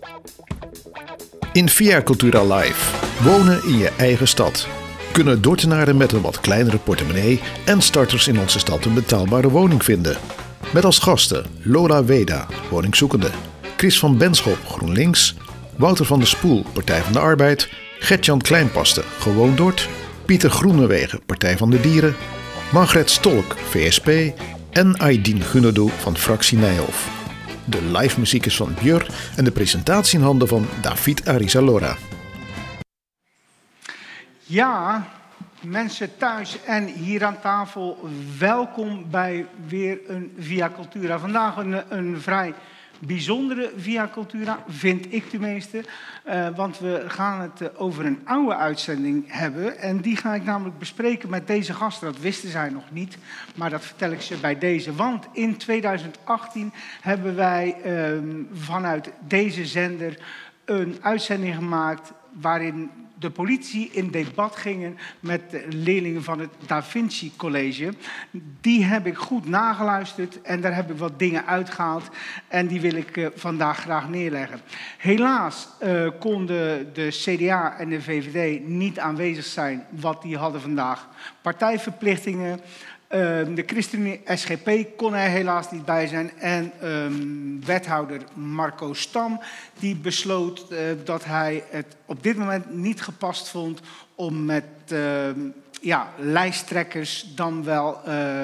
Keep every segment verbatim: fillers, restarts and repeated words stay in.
In Via Cultura Live. Wonen in je eigen stad. Kunnen Dordtenaren met een wat kleinere portemonnee en starters in onze stad een betaalbare woning vinden. Met als gasten Lola Weda, woningzoekende. Chris van Benschop, GroenLinks. Wouter van der Spoel, Partij van de Arbeid. Gert-Jan Kleinpaste, Gewoon Dort. Pieter Groenewegen, Partij van de Dieren. Margret Stolk, V S P. En Aydin Gunnodou van Fractie Nijhoff. De live muziek is van Björ en de presentatie in handen van David Arizalora. Ja, mensen thuis en hier aan tafel, welkom bij weer een Via Cultura. Vandaag een, een vrij bijzondere Via Cultura, vind ik tenminste. Uh, want we gaan het uh, over een oude uitzending hebben. En die ga ik namelijk bespreken met deze gasten. Dat wisten zij nog niet, maar dat vertel ik ze bij deze. Want in tweeduizend achttien hebben wij uh, vanuit deze zender een uitzending gemaakt waarin de politie in debat gingen met de leerlingen van het Da Vinci College. Die heb ik goed nageluisterd en daar heb ik wat dingen uitgehaald. En die wil ik uh, vandaag graag neerleggen. Helaas uh, konden de C D A en de V V D niet aanwezig zijn, wat die hadden vandaag partijverplichtingen. Uh, de ChristenUnie S G P kon er helaas niet bij zijn. En um, wethouder Marco Stam die besloot uh, dat hij het op dit moment niet gepast vond om met uh, ja, lijsttrekkers dan wel uh,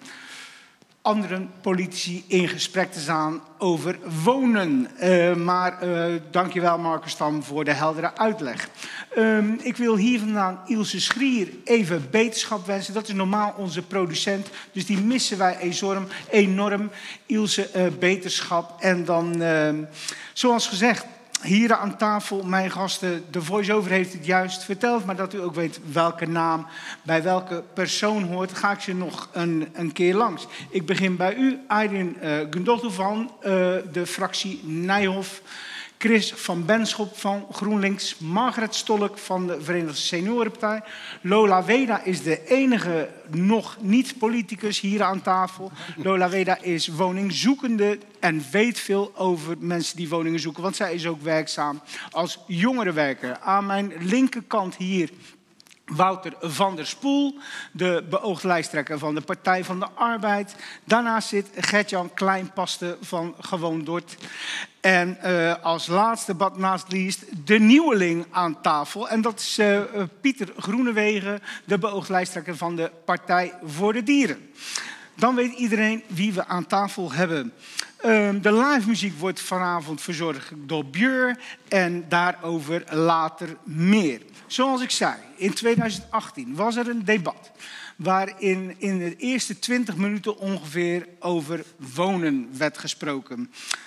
andere politici in gesprek te staan over wonen. Uh, maar uh, dankjewel Marco Stam voor de heldere uitleg. Um, ik wil hier vandaan Ilse Schrier even beterschap wensen. Dat is normaal onze producent, dus die missen wij enorm. enorm. Ilse, uh, beterschap. En dan, uh, zoals gezegd, hier aan tafel, mijn gasten, de voice-over heeft het juist verteld, maar dat u ook weet welke naam bij welke persoon hoort, ga ik ze nog een, een keer langs. Ik begin bij u, Aydin uh, Gunnodou van uh, de fractie Nijhoff. Chris van Benschop van GroenLinks, Margret Stolk van de Verenigde Seniorenpartij. Lola Weda is de enige nog niet-politicus hier aan tafel. Lola Weda is woningzoekende en weet veel over mensen die woningen zoeken, want zij is ook werkzaam als jongerenwerker. Aan mijn linkerkant hier Wouter van der Spoel, de beoogd lijsttrekker van de Partij van de Arbeid. Daarnaast zit Gert-Jan Kleinpaste van Gewoon Dort. En uh, als laatste, but not least, de nieuweling aan tafel. En dat is uh, Pieter Groenewegen, de beoogd lijsttrekker van de Partij voor de Dieren. Dan weet iedereen wie we aan tafel hebben. Uh, de live muziek wordt vanavond verzorgd door Björ en daarover later meer. Zoals ik zei, in tweeduizend achttien was er een debat waarin in de eerste twintig minuten ongeveer over wonen werd gesproken.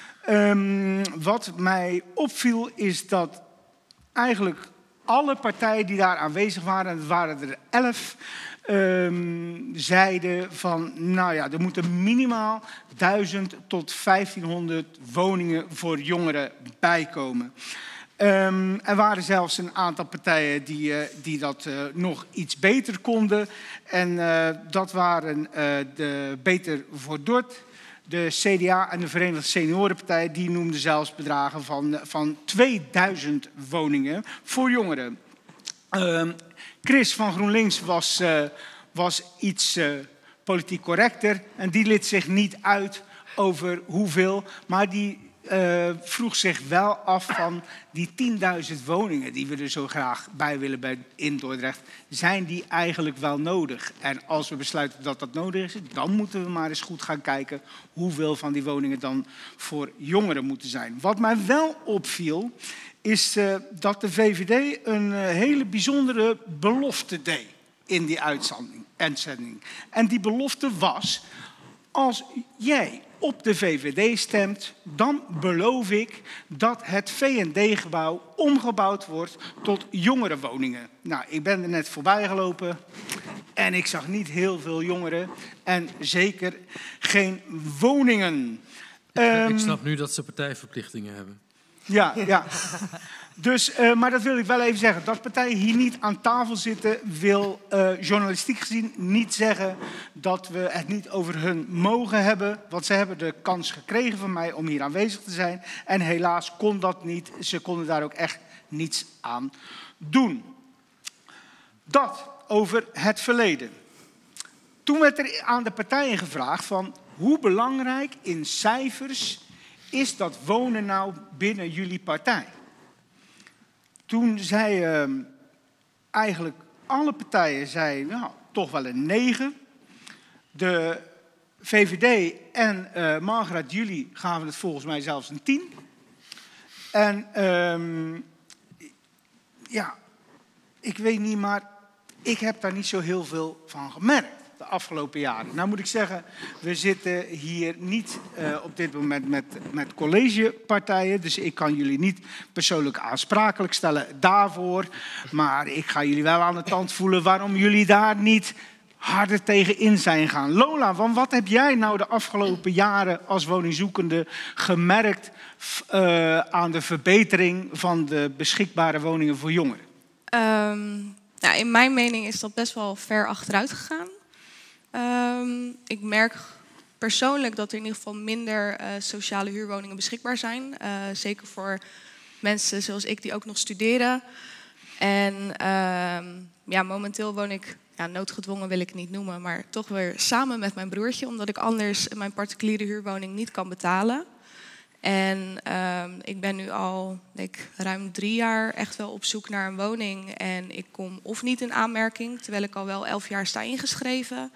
Um, wat mij opviel is dat eigenlijk alle partijen die daar aanwezig waren, en het waren er elf, um, zeiden van, nou ja, er moeten minimaal duizend tot vijftienhonderd woningen voor jongeren bijkomen. Um, er waren zelfs een aantal partijen die, uh, die dat uh, nog iets beter konden. En uh, dat waren uh, de Beter voor Dort, de C D A en de Verenigde Seniorenpartij. Die noemden zelfs bedragen van, van tweeduizend woningen voor jongeren. Uh, Chris van GroenLinks was, uh, was iets uh, politiek correcter. En die liet zich niet uit over hoeveel, maar die Uh, vroeg zich wel af van die tienduizend woningen die we er zo graag bij willen bij in Dordrecht, zijn die eigenlijk wel nodig? En als we besluiten dat dat nodig is, dan moeten we maar eens goed gaan kijken hoeveel van die woningen dan voor jongeren moeten zijn. Wat mij wel opviel, is uh, dat de V V D een uh, hele bijzondere belofte deed in die uitzending. En die belofte was, als jij op de V V D stemt, dan beloof ik dat het V en D-gebouw omgebouwd wordt tot jongerenwoningen. Nou, ik ben er net voorbij gelopen en ik zag niet heel veel jongeren en zeker geen woningen. Um, ik snap nu dat ze partijverplichtingen hebben. Ja, ja. Dus, uh, maar dat wil ik wel even zeggen. Dat partijen hier niet aan tafel zitten wil uh, journalistiek gezien niet zeggen dat we het niet over hun mogen hebben. Want ze hebben de kans gekregen van mij om hier aanwezig te zijn. En helaas kon dat niet. Ze konden daar ook echt niets aan doen. Dat over het verleden. Toen werd er aan de partijen gevraagd van hoe belangrijk in cijfers is dat wonen nou binnen jullie partij? Toen zeiden uh, eigenlijk alle partijen zeiden, nou, toch wel een negen. De V V D en uh, Margaret, jullie gaven het volgens mij zelfs een tien. En um, ja, ik weet niet, maar ik heb daar niet zo heel veel van gemerkt de afgelopen jaren. Nou moet ik zeggen, we zitten hier niet uh, op dit moment met, met collegepartijen. Dus ik kan jullie niet persoonlijk aansprakelijk stellen daarvoor. Maar ik ga jullie wel aan de tand voelen waarom jullie daar niet harder tegen in zijn gaan. Lola, want wat heb jij nou de afgelopen jaren als woningzoekende gemerkt uh, aan de verbetering van de beschikbare woningen voor jongeren? Um, nou, in mijn mening is dat best wel ver achteruit gegaan. Um, ik merk persoonlijk dat er in ieder geval minder uh, sociale huurwoningen beschikbaar zijn. Uh, zeker voor mensen zoals ik die ook nog studeren. En uh, ja, momenteel woon ik, ja, noodgedwongen wil ik het niet noemen, maar toch weer samen met mijn broertje, omdat ik anders mijn particuliere huurwoning niet kan betalen. En uh, ik ben nu al denk ik, ruim drie jaar echt wel op zoek naar een woning. En ik kom of niet in aanmerking, terwijl ik al wel elf jaar sta ingeschreven.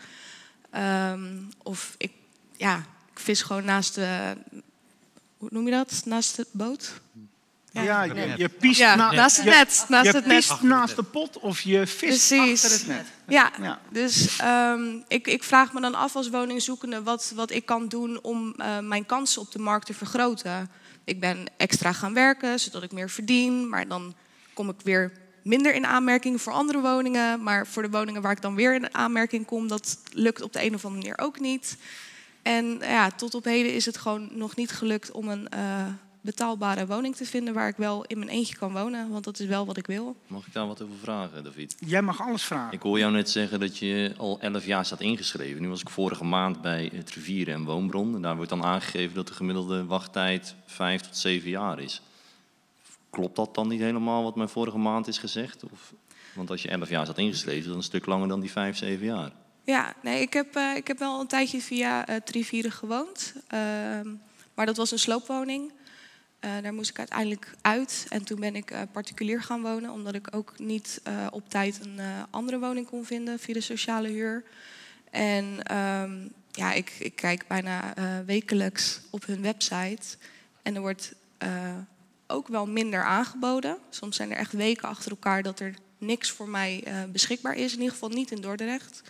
Um, of ik, ja, ik vis gewoon naast de, hoe noem je dat? Naast de boot? Ja, ja je, je piest ja, na, naast het net. Naast je het net. piest naast de pot of je vist Precies. achter het net. Ja, ja. dus um, ik, ik vraag me dan af als woningzoekende wat, wat ik kan doen om uh, mijn kansen op de markt te vergroten. Ik ben extra gaan werken, zodat ik meer verdien. Maar dan kom ik weer minder in aanmerking voor andere woningen. Maar voor de woningen waar ik dan weer in aanmerking kom, dat lukt op de een of andere manier ook niet. En ja, tot op heden is het gewoon nog niet gelukt om een uh, betaalbare woning te vinden waar ik wel in mijn eentje kan wonen. Want dat is wel wat ik wil. Mag ik daar wat over vragen, David? Jij mag alles vragen. Ik hoor jou net zeggen dat je al elf jaar staat ingeschreven. Nu was ik vorige maand bij het Rivieren en Woonbron. En daar wordt dan aangegeven dat de gemiddelde wachttijd vijf tot zeven jaar is. Klopt dat dan niet helemaal wat mij vorige maand is gezegd? Of, want als je elf jaar staat ingeschreven, is dat een stuk langer dan die vijf, zeven jaar. Ja, nee, ik heb, uh, ik heb wel een tijdje via uh, het Rivieren gewoond. Uh, maar dat was een sloopwoning. Uh, daar moest ik uiteindelijk uit. En toen ben ik uh, particulier gaan wonen, omdat ik ook niet uh, op tijd een uh, andere woning kon vinden via de sociale huur. En um, ja, ik, ik kijk bijna uh, wekelijks op hun website. En er wordt uh, ook wel minder aangeboden. Soms zijn er echt weken achter elkaar dat er niks voor mij uh, beschikbaar is. In ieder geval niet in Dordrecht.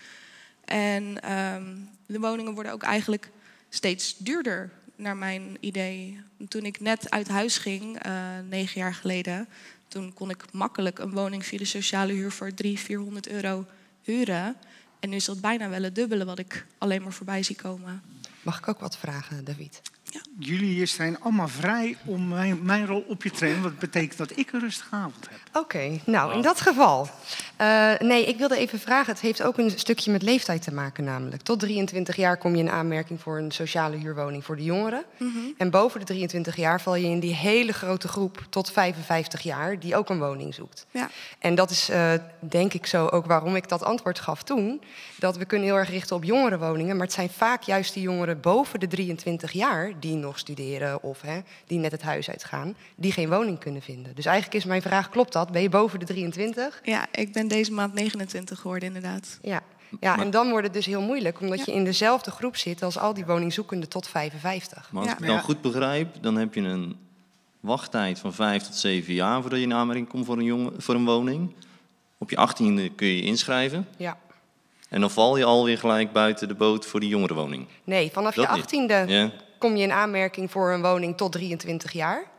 En um, de woningen worden ook eigenlijk steeds duurder, naar mijn idee. Toen ik net uit huis ging, uh, negen jaar geleden, toen kon ik makkelijk een woning via de sociale huur voor driehonderd, vierhonderd euro huren. En nu is dat bijna wel het dubbele wat ik alleen maar voorbij zie komen. Mag ik ook wat vragen, David? Ja. Jullie hier zijn allemaal vrij om mijn, mijn rol op je te trainen. Wat betekent dat ik een rustige avond heb. Oké, okay, nou in dat geval. Uh, nee, ik wilde even vragen. Het heeft ook een stukje met leeftijd te maken namelijk. Tot drieëntwintig jaar kom je in aanmerking voor een sociale huurwoning voor de jongeren. Mm-hmm. En boven de drieëntwintig jaar val je in die hele grote groep tot vijfenvijftig jaar die ook een woning zoekt. Ja. En dat is uh, denk ik zo ook waarom ik dat antwoord gaf toen. Dat we kunnen heel erg richten op jongerenwoningen. Maar het zijn vaak juist die jongeren boven de drieëntwintig jaar die nog studeren of hè, die net het huis uitgaan, die geen woning kunnen vinden. Dus eigenlijk is mijn vraag, klopt dat? Ben je boven de drieëntwintig? Ja, ik ben deze maand negenentwintig geworden inderdaad. Ja, ja en dan wordt het dus heel moeilijk, omdat ja. je in dezelfde groep zit als al die woningzoekenden tot vijfenvijftig. Maar als Ja. ik het dan goed begrijp, dan heb je een wachttijd van vijf tot zeven jaar voordat je in aanmerking komt voor een, jongen, voor een woning. Op je achttiende kun je je inschrijven. Ja. En dan val je alweer gelijk buiten de boot voor die jongerenwoning. Nee, vanaf Dat je niet. achttiende Ja. kom je in aanmerking voor een woning tot drieëntwintig jaar.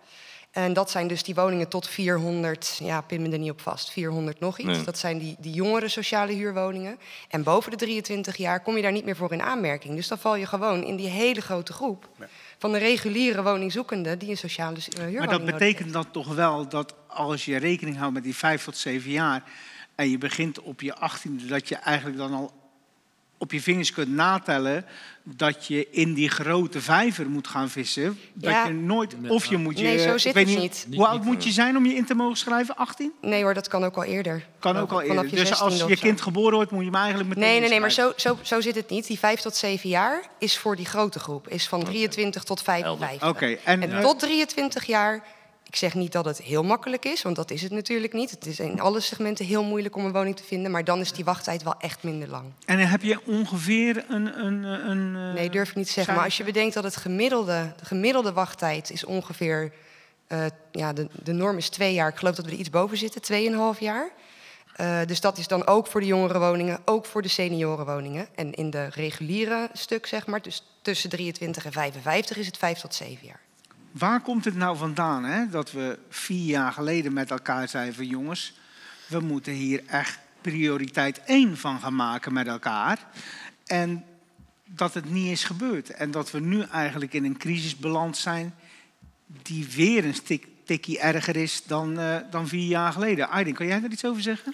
En dat zijn dus die woningen tot vierhonderd, ja, pin me er niet op vast, vierhonderd nog iets. Nee. Dat zijn die, die jongere sociale huurwoningen. En boven de drieëntwintig jaar kom je daar niet meer voor in aanmerking. Dus dan val je gewoon in die hele grote groep Ja. van de reguliere woningzoekenden die een sociale uh, huurwoning Maar dat nodig betekent dan toch wel dat als je rekening houdt met die vijf tot zeven jaar en je begint op je achttiende, dat je eigenlijk dan al op je vingers kunt natellen dat je in die grote vijver moet gaan vissen. Dat Ja. je nooit, of je moet je... Nee, zo ik zit weet het niet. niet. Hoe oud moet je zijn om je in te mogen schrijven? achttien? Nee hoor, dat kan ook al eerder. Kan ook al Vanaf eerder. je Dus als zestiende je of zo. kind geboren wordt, moet je hem eigenlijk meteen Nee, nee, nee, maar inschrijven. zo, zo, zo zit het niet. Die vijf tot zeven jaar is voor die grote groep. Is van drieëntwintig tot vijfenvijftig. Oké, en, En eh, tot drieëntwintig jaar, ik zeg niet dat het heel makkelijk is, want dat is het natuurlijk niet. Het is in alle segmenten heel moeilijk om een woning te vinden, maar dan is die wachttijd wel echt minder lang. en heb je ongeveer een... een, een eh, Nee, durf ik niet te zeggen. Maar als je bedenkt dat het gemiddelde, de gemiddelde wachttijd is ongeveer, uh, ja, de, de norm is twee jaar. Ik geloof dat we er iets boven zitten, tweeënhalf jaar. Uh, dus dat is dan ook voor de jongere woningen, ook voor de seniorenwoningen. En in de reguliere stuk, zeg maar, dus tussen drieëntwintig en vijfenvijftig is het vijf tot zeven jaar. Waar komt het nou vandaan, hè? Dat we vier jaar geleden met elkaar zeiden van jongens, we moeten hier echt prioriteit één van gaan maken met elkaar. En dat het niet is gebeurd. En dat we nu eigenlijk in een crisis beland zijn die weer een stik, tikkie erger is dan, uh, dan vier jaar geleden. Aydin, kan jij daar iets over zeggen?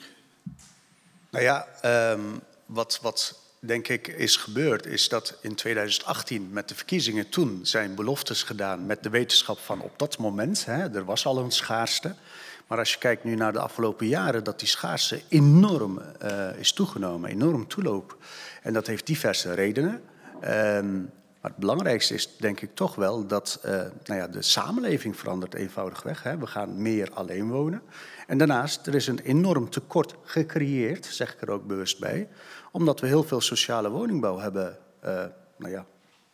Nou ja, um, wat, wat denk ik is gebeurd, is dat in tweeduizend achttien met de verkiezingen toen zijn beloftes gedaan met de wetenschap van op dat moment, hè, er was al een schaarste. Maar als je kijkt nu naar de afgelopen jaren, dat die schaarste enorm uh, is toegenomen, enorm toeloopt. En dat heeft diverse redenen. Um, maar het belangrijkste is denk ik toch wel dat uh, nou ja, de samenleving verandert eenvoudigweg. Hè. We gaan meer alleen wonen. En daarnaast, er is een enorm tekort gecreëerd, zeg ik er ook bewust bij, omdat we heel veel sociale woningbouw hebben uh, nou ja,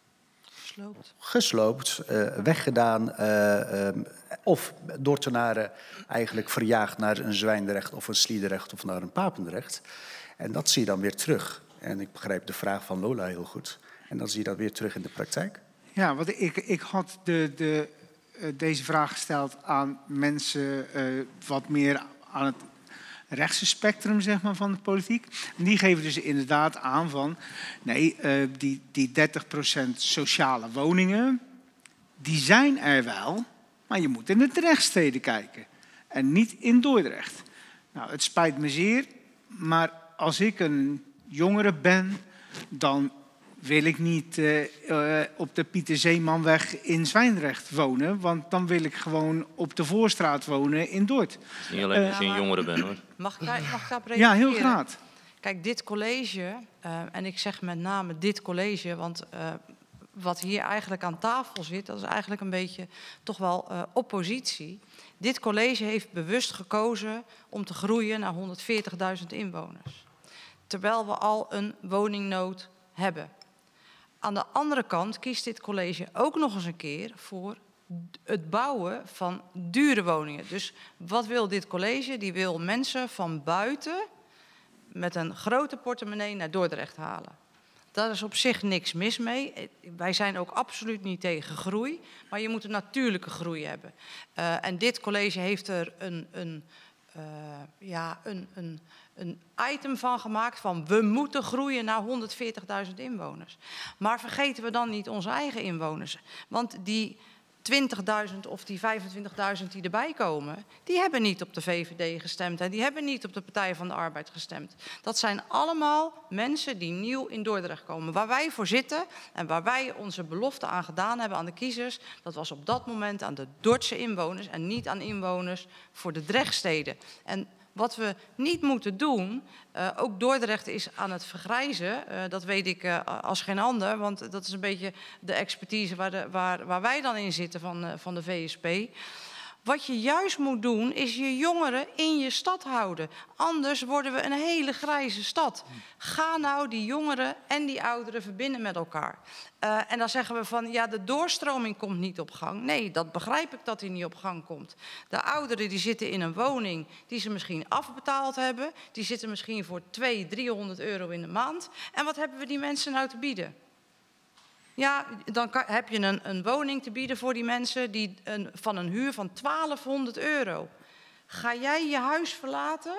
gesloopt, gesloopt uh, weggedaan uh, um, of Dordtenaren eigenlijk verjaagd naar een Zwijndrecht of een Sliedrecht of naar een Papendrecht. En dat zie je dan weer terug. En ik begrijp de vraag van Lola heel goed. En dan zie je dat weer terug in de praktijk. Ja, want ik, ik had de, de, uh, deze vraag gesteld aan mensen uh, wat meer aan het rechtse spectrum, zeg maar, van de politiek. En die geven dus inderdaad aan van, nee, uh, die, die dertig procent sociale woningen, die zijn er wel, maar je moet in de Drechtsteden kijken. En niet in Dordrecht. Nou, het spijt me zeer, maar als ik een jongere ben, dan wil ik niet uh, uh, op de Pieter Zeemanweg in Zwijndrecht wonen. Want dan wil ik gewoon op de Voorstraat wonen in Dordt. Niet alleen als je Uh, een jongere bent, hoor. Mag ik, daar, mag ik daarop Ja, reageren? heel graag. Kijk, dit college, uh, en ik zeg met name dit college, want uh, wat hier eigenlijk aan tafel zit, dat is eigenlijk een beetje toch wel uh, oppositie. Dit college heeft bewust gekozen om te groeien naar honderdveertigduizend inwoners. Terwijl we al een woningnood hebben. Aan de andere kant kiest dit college ook nog eens een keer voor het bouwen van dure woningen. Dus wat wil dit college? Die wil mensen van buiten met een grote portemonnee naar Dordrecht halen. Daar is op zich niks mis mee. Wij zijn ook absoluut niet tegen groei, maar je moet een natuurlijke groei hebben. Uh, en dit college heeft er een, een, uh, ja, een, een, een item van gemaakt van we moeten groeien naar honderdveertigduizend inwoners. Maar vergeten we dan niet onze eigen inwoners. Want die twintigduizend of die vijfentwintigduizend die erbij komen, die hebben niet op de V V D gestemd en die hebben niet op de Partij van de Arbeid gestemd. Dat zijn allemaal mensen die nieuw in Dordrecht komen. Waar wij voor zitten en waar wij onze belofte aan gedaan hebben aan de kiezers, dat was op dat moment aan de Dordtse inwoners en niet aan inwoners voor de Drechtsteden. En wat we niet moeten doen, uh, ook Dordrecht is aan het vergrijzen, uh, dat weet ik uh, als geen ander, want dat is een beetje de expertise waar, de, waar, waar wij dan in zitten van, uh, van de V S P. Wat je juist moet doen, is je jongeren in je stad houden. Anders worden we een hele grijze stad. Ga nou die jongeren en die ouderen verbinden met elkaar. Uh, en dan zeggen we van, ja, de doorstroming komt niet op gang. Nee, dat begrijp ik dat die niet op gang komt. De ouderen die zitten in een woning die ze misschien afbetaald hebben. Die zitten misschien voor tweehonderd, driehonderd euro in de maand. En wat hebben we die mensen nou te bieden? Ja, dan kan, heb je een, een woning te bieden voor die mensen die een, van een huur van twaalfhonderd euro. Ga jij je huis verlaten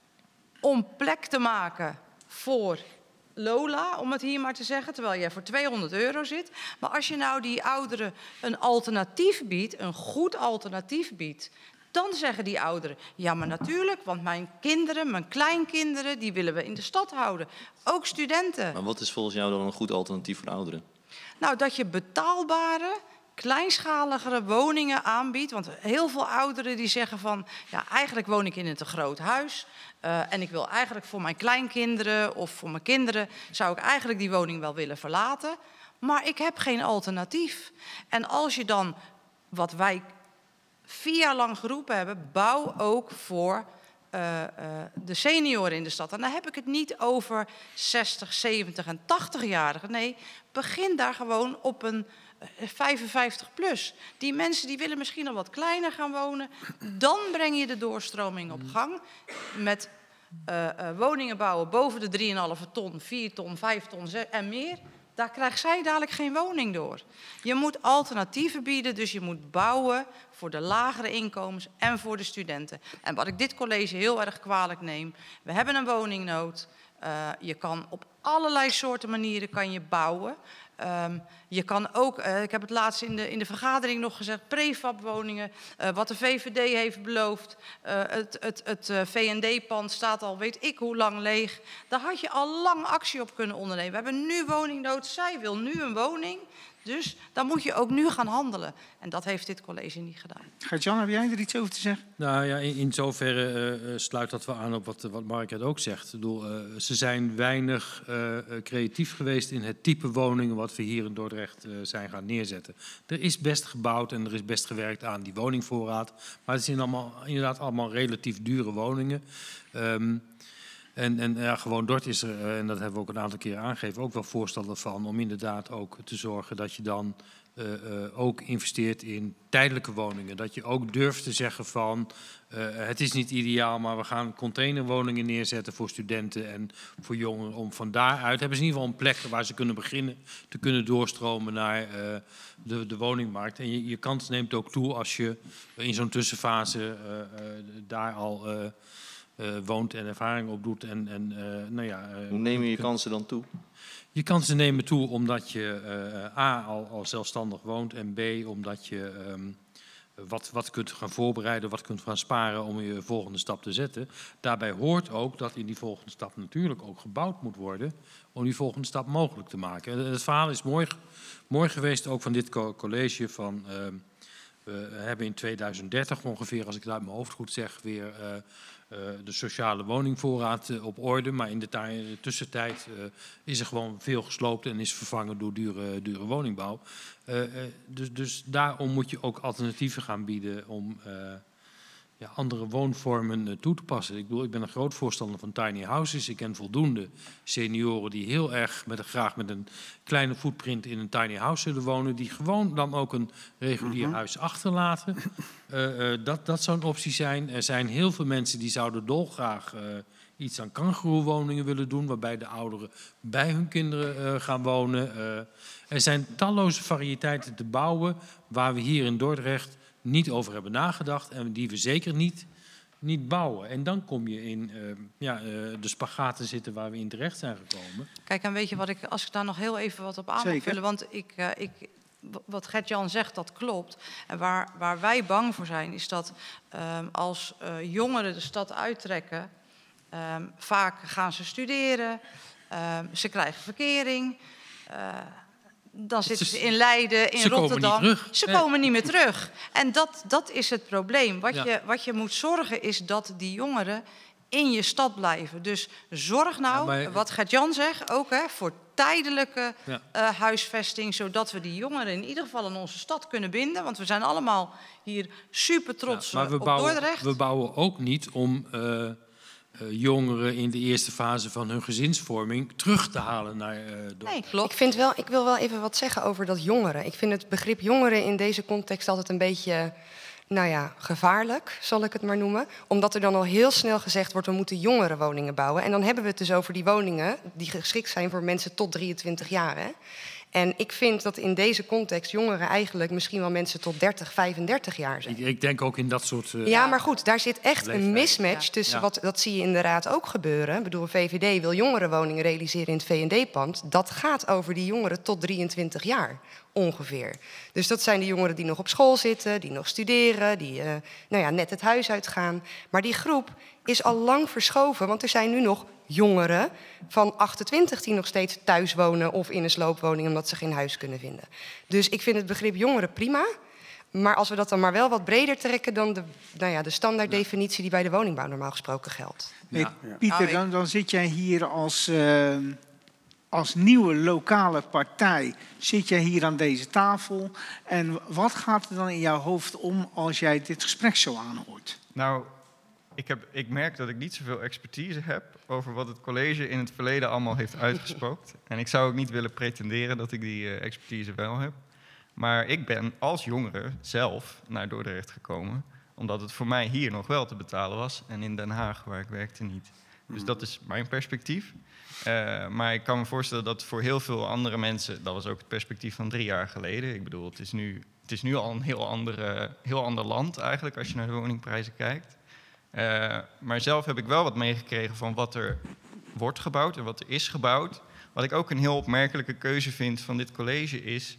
om plek te maken voor Lola, om het hier maar te zeggen, terwijl jij voor tweehonderd euro zit. Maar als je nou die ouderen een alternatief biedt, een goed alternatief biedt, dan zeggen die ouderen, ja maar natuurlijk, want mijn kinderen, mijn kleinkinderen, die willen we in de stad houden. Ook studenten. Maar wat is volgens jou dan een goed alternatief voor ouderen? Nou, dat je betaalbare, kleinschaligere woningen aanbiedt. Want heel veel ouderen die zeggen van, ja, eigenlijk woon ik in een te groot huis. Uh, en ik wil eigenlijk voor mijn kleinkinderen of voor mijn kinderen, zou ik eigenlijk die woning wel willen verlaten. Maar ik heb geen alternatief. En als je dan, wat wij vier jaar lang geroepen hebben, bouw ook voor uh, uh, de senioren in de stad. En dan heb ik het niet over zestig, zeventig en tachtig-jarigen. Nee, begin daar gewoon op een vijfenvijftig plus. Die mensen die willen misschien al wat kleiner gaan wonen. Dan breng je de doorstroming op gang met uh, uh, woningen bouwen boven de drie komma vijf ton, vier ton, vijf ton en meer. Daar krijgt zij dadelijk geen woning door. Je moet alternatieven bieden, dus je moet bouwen voor de lagere inkomens en voor de studenten. En wat ik dit college heel erg kwalijk neem, we hebben een woningnood. Uh, je kan op allerlei soorten manieren kan je bouwen. Um, je kan ook, uh, ik heb het laatst in de, in de vergadering nog gezegd, prefabwoningen, uh, wat de V V D heeft beloofd. Uh, het het, het uh, V en D-pand staat al weet ik hoe lang leeg. Daar had je al lang actie op kunnen ondernemen. We hebben nu woningnood, zij wil nu een woning. Dus dan moet je ook nu gaan handelen. En dat heeft dit college niet gedaan. Gert-Jan, heb jij er iets over te zeggen? Nou ja, in, in zoverre uh, sluit dat wel aan op wat, wat Mark ook zegt. Ik bedoel, uh, ze zijn weinig uh, creatief geweest in het type woningen wat we hier in Dordrecht uh, zijn gaan neerzetten. Er is best gebouwd en er is best gewerkt aan die woningvoorraad. Maar het zijn allemaal, inderdaad allemaal relatief dure woningen. Um, En, en ja, gewoon Dort is er, en dat hebben we ook een aantal keer aangegeven, ook wel voorstander van om inderdaad ook te zorgen dat je dan uh, uh, ook investeert in tijdelijke woningen. Dat je ook durft te zeggen van uh, het is niet ideaal, maar we gaan containerwoningen neerzetten voor studenten en voor jongeren. Om van daaruit hebben ze in ieder geval een plek waar ze kunnen beginnen te kunnen doorstromen naar uh, de, de woningmarkt. En je, je kans neemt ook toe als je in zo'n tussenfase uh, uh, daar al Uh, Uh, woont en ervaring opdoet. En, en, uh, nou ja, uh, Hoe neem je je kansen dan toe? Je kansen nemen toe omdat je uh, A, al, al zelfstandig woont en B, omdat je um, wat, wat kunt gaan voorbereiden, wat kunt gaan sparen om je volgende stap te zetten. Daarbij hoort ook dat in die volgende stap natuurlijk ook gebouwd moet worden om die volgende stap mogelijk te maken. En het verhaal is mooi, mooi geweest ook van dit college van Uh, we hebben in tweeduizend dertig ongeveer, als ik het uit mijn hoofd goed zeg, weer uh, uh, de sociale woningvoorraad uh, op orde. Maar in de, de tussentijd uh, is er gewoon veel gesloopt en is vervangen door dure, dure woningbouw. Uh, uh, dus, dus daarom moet je ook alternatieven gaan bieden om uh, ja, andere woonvormen uh, toe te passen. Ik bedoel, ik ben een groot voorstander van tiny houses. Ik ken voldoende senioren die heel erg met, graag met een kleine footprint in een tiny house zullen wonen, die gewoon dan ook een regulier uh-huh. huis achterlaten. Uh, uh, dat, dat zou een optie zijn. Er zijn heel veel mensen die zouden dolgraag uh, iets aan kangoeroewoningen willen doen, waarbij de ouderen bij hun kinderen uh, gaan wonen. Uh, er zijn talloze variëteiten te bouwen waar we hier in Dordrecht niet over hebben nagedacht en die we zeker niet, niet bouwen. En dan kom je in uh, ja, uh, de spagaten zitten waar we in terecht zijn gekomen. Kijk, en weet je wat ik, als ik daar nog heel even wat op aan wil vullen, want ik, uh, ik, wat Gert-Jan zegt, dat klopt. En waar, waar wij bang voor zijn, is dat um, als uh, jongeren de stad uittrekken, um, vaak gaan ze studeren, um, ze krijgen verkering. Uh, Dan zitten ze in Leiden, in ze Rotterdam. Komen niet ze nee. komen niet meer terug. En dat, dat is het probleem. Wat, ja. je, wat je moet zorgen is dat die jongeren in je stad blijven. Dus zorg nou, ja, maar wat Gert-Jan zegt, ook hè, voor tijdelijke ja. uh, huisvesting, zodat we die jongeren in ieder geval in onze stad kunnen binden. Want we zijn allemaal hier super trots ja, maar we op bouwen, Dordrecht. We bouwen ook niet om Uh, Uh, jongeren in de eerste fase van hun gezinsvorming terug te halen naar uh, Dordrecht. Nee, klopt. Ik, vind wel, ik wil wel even wat zeggen over dat jongeren. Ik vind het begrip jongeren in deze context altijd een beetje, nou ja, gevaarlijk, zal ik het maar noemen. Omdat er dan al heel snel gezegd wordt, we moeten jongerenwoningen bouwen. En dan hebben we het dus over die woningen die geschikt zijn voor mensen tot drieëntwintig jaar. Hè? En ik vind dat in deze context jongeren eigenlijk misschien wel mensen tot dertig, vijfendertig jaar zijn. Ik, ik denk ook in dat soort... Uh, ja, maar goed, daar zit echt leeftijd. een mismatch Ja. tussen Ja. wat, dat zie je in de raad ook gebeuren. Ik bedoel, V V D wil jongerenwoningen realiseren in het V en D-pand. Dat gaat over die jongeren tot drieëntwintig jaar ongeveer. Dus dat zijn de jongeren die nog op school zitten, die nog studeren, die uh, nou ja, net het huis uitgaan. Maar die groep is al lang verschoven, want er zijn nu nog jongeren van achtentwintig die nog steeds thuis wonen of in een sloopwoning omdat ze geen huis kunnen vinden. Dus ik vind het begrip jongeren prima. Maar als we dat dan maar wel wat breder trekken dan de, nou ja, de standaarddefinitie die bij de woningbouw normaal gesproken geldt. Nee, Ja. Pieter, Ja. dan, dan zit jij hier als, uh, als nieuwe lokale partij. Zit jij hier aan deze tafel. En wat gaat er dan in jouw hoofd om als jij dit gesprek zo aanhoort? Nou, ik, heb, ik merk dat ik niet zoveel expertise heb over wat het college in het verleden allemaal heeft uitgespookt. En ik zou ook niet willen pretenderen dat ik die uh, expertise wel heb. Maar ik ben als jongere zelf naar Dordrecht gekomen, omdat het voor mij hier nog wel te betalen was en in Den Haag, waar ik werkte, niet. Dus dat is mijn perspectief. Uh, maar ik kan me voorstellen dat voor heel veel andere mensen, dat was ook het perspectief van drie jaar geleden. Ik bedoel, het is nu, het is nu al een heel, andere, heel ander land eigenlijk als je naar de woningprijzen kijkt. Uh, maar zelf heb ik wel wat meegekregen van wat er wordt gebouwd en wat er is gebouwd. Wat ik ook een heel opmerkelijke keuze vind van dit college is,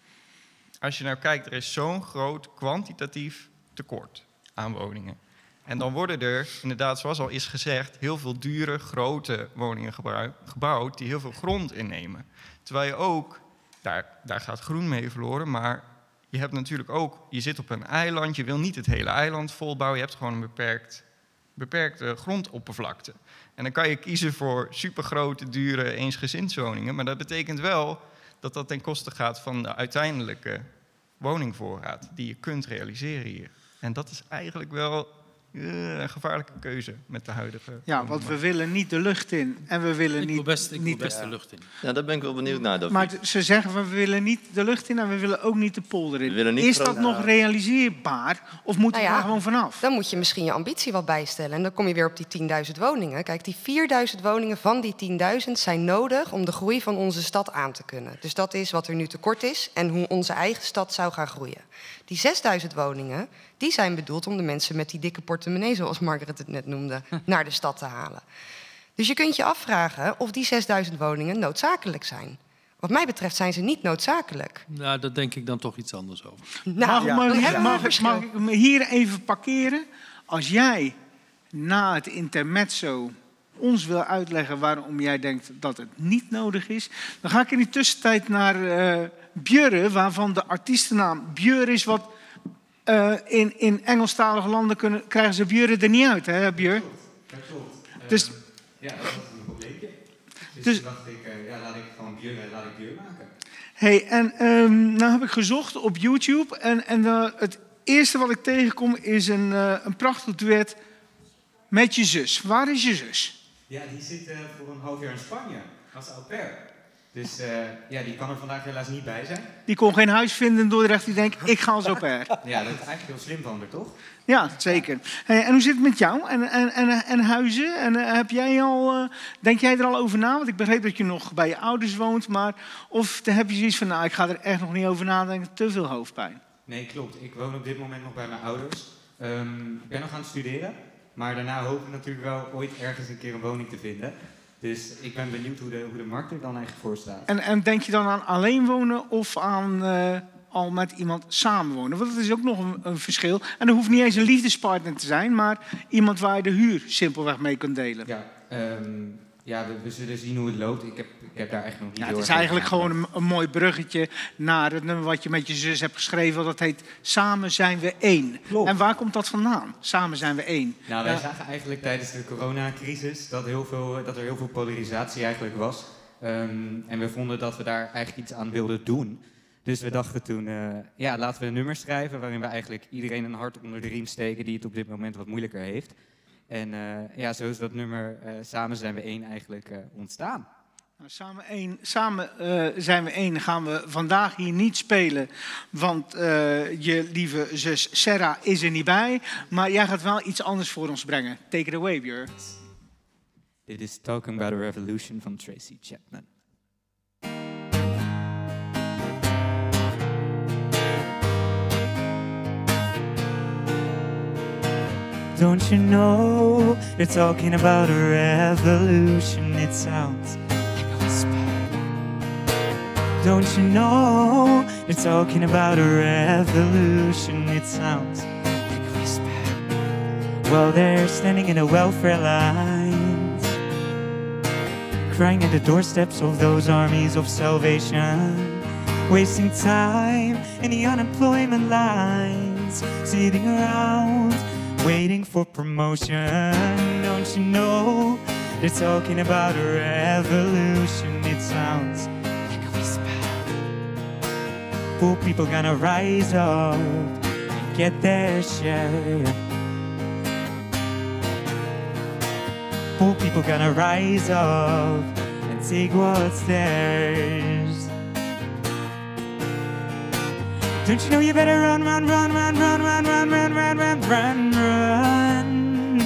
als je nou kijkt, er is zo'n groot kwantitatief tekort aan woningen. En dan worden er, inderdaad, zoals al is gezegd, heel veel dure, grote woningen gebouwd die heel veel grond innemen. Terwijl je ook, daar, daar gaat groen mee verloren, maar je hebt natuurlijk ook, je zit op een eiland, je wil niet het hele eiland volbouwen, je hebt gewoon een beperkt, beperkte grondoppervlakte. En dan kan je kiezen voor supergrote, dure eensgezinswoningen, maar dat betekent wel dat dat ten koste gaat van de uiteindelijke woningvoorraad die je kunt realiseren hier. En dat is eigenlijk wel uh, een gevaarlijke keuze met de huidige... Ja, want we willen niet de lucht in en we willen Ik niet... wil best, ik wil niet best de lucht in. Ja, daar ben ik wel benieuwd naar, David. Maar ze zeggen we willen niet de lucht in en we willen ook niet de polder in. We willen niet Is dat pro- nog realiseerbaar of moeten Nou we ja, daar gewoon vanaf? Dan moet je misschien je ambitie wat bijstellen. En dan kom je weer op die tienduizend woningen. Kijk, die vierduizend woningen van die tienduizend zijn nodig om de groei van onze stad aan te kunnen. Dus dat is wat er nu tekort is en hoe onze eigen stad zou gaan groeien. Die zesduizend woningen, die zijn bedoeld om de mensen met die dikke portemonnee, zoals Margaret het net noemde, naar de stad te halen. Dus je kunt je afvragen of die zesduizend woningen noodzakelijk zijn. Wat mij betreft zijn ze niet noodzakelijk. Nou, daar denk ik dan toch iets anders over. Nou, mag, mag, dan hebben we mag, een verschil. mag ik me hier even parkeren? Als jij na het intermezzo ons wil uitleggen waarom jij denkt dat het niet nodig is, dan ga ik in die tussentijd naar uh, Björre, waarvan de artiestennaam Björre is, wat uh, in, in Engelstalige landen kunnen, krijgen ze Björre er niet uit, hè Björre? Dat klopt. Dus, uh, ja, dat was een probleempje. Dus, dus toen dacht ik, uh, ja, laat ik gewoon Björre, laat ik Björre maken. Hey, en um, nou heb ik gezocht op YouTube en, en uh, het eerste wat ik tegenkom is een, uh, een prachtig duet met je zus. Waar is je zus? Ja, die zit uh, voor een half jaar in Spanje als au pair. Dus uh, ja, die kan er vandaag helaas niet bij zijn. Die kon geen huis vinden in Dordrecht, die denkt, ik ga als au pair. Ja, dat is eigenlijk heel slim van haar, toch? Ja, zeker. Hey, en hoe zit het met jou en, en, en, en huizen? En, uh, heb jij al, uh, denk jij er al over na? Want ik begreep dat je nog bij je ouders woont, maar of heb je zoiets van, nou, ik ga er echt nog niet over nadenken, te veel hoofdpijn? Nee, klopt. Ik woon op dit moment nog bij mijn ouders. Um, ik ben nog aan het studeren, maar daarna hoop ik natuurlijk wel ooit ergens een keer een woning te vinden. Dus ik ben benieuwd hoe de, hoe de markt er dan eigenlijk voor staat. En, en denk je dan aan alleen wonen of aan uh, al met iemand samenwonen? Want dat is ook nog een, een verschil. En dat hoeft niet eens een liefdespartner te zijn, maar iemand waar je de huur simpelweg mee kunt delen. Ja, um, ja we, we zullen zien hoe het loopt. Ik heb, ik heb daar eigenlijk nog niet Ja, heel het is erg eigenlijk over gewoon een, een mooi bruggetje naar het nummer wat je met je zus hebt geschreven. Dat heet Samen zijn we één. Klopt. En waar komt dat vandaan? Samen zijn we één. Nou, wij Ja. zagen eigenlijk tijdens de coronacrisis dat, heel veel, dat er heel veel polarisatie eigenlijk was. Um, en we vonden dat we daar eigenlijk iets aan wilden doen. Dus we dachten toen, uh, ja, laten we een nummer schrijven waarin we eigenlijk iedereen een hart onder de riem steken die het op dit moment wat moeilijker heeft. En uh, ja, zo is dat nummer uh, Samen zijn we één eigenlijk uh, ontstaan. Nou, samen één, samen uh, zijn we één gaan we vandaag hier niet spelen, want uh, je lieve zus Sarah is er niet bij. Maar jij gaat wel iets anders voor ons brengen. Take it away, Björn. Dit is Talking About a Revolution van Tracy Chapman. Don't you know they're talking about a revolution? It sounds like a whisper. Don't you know they're talking about a revolution? It sounds like a whisper. Well, they're standing in the welfare lines, crying at the doorsteps of those armies of salvation, wasting time in the unemployment lines, sitting around waiting for promotion. Don't you know they're talking about a revolution? It sounds like a whisper. Poor people gonna rise up and get their share. Poor people gonna rise up and take what's theirs. Don't you know you better run, run, run, run, run, run, run, run, run, run, run, run.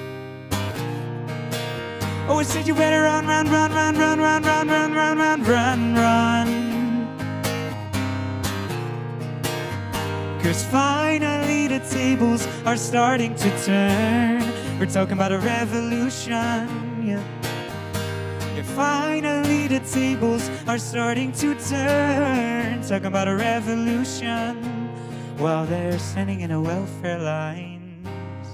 Oh, I said you better run, run, run, run, run, run, run, run, run, run, run, run. Cause finally the tables are starting to turn. We're talking about a revolution, yeah. Yeah, finally the tables are starting to turn. Talking about a revolution while they're standing in the welfare lines,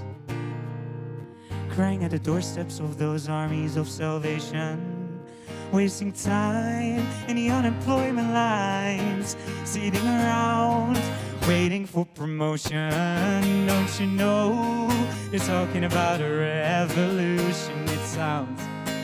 crying at the doorsteps of those armies of salvation, wasting time in the unemployment lines, sitting around waiting for promotion. Don't you know they're talking about a revolution? It sounds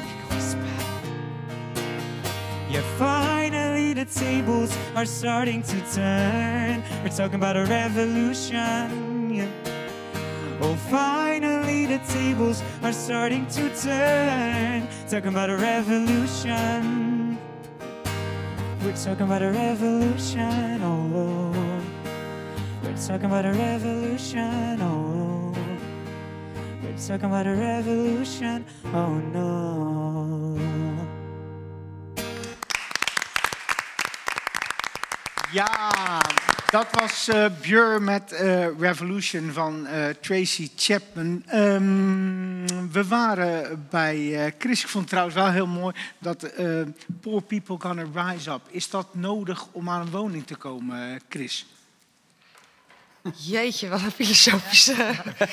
yeah, finally the tables are starting to turn. We're talking about a revolution, yeah. Oh, finally the tables are starting to turn. Talking about a revolution. We're talking about a revolution, oh. We're talking about a revolution, oh. We're talking about a revolution, oh no. Ja, dat was uh, Björ met uh, Revolution van uh, Tracy Chapman. Um, we waren bij uh, Chris. Ik vond het trouwens wel heel mooi dat uh, Poor People Gonna Rise Up. Is dat nodig om aan een woning te komen, Chris? Jeetje, wat een filosofische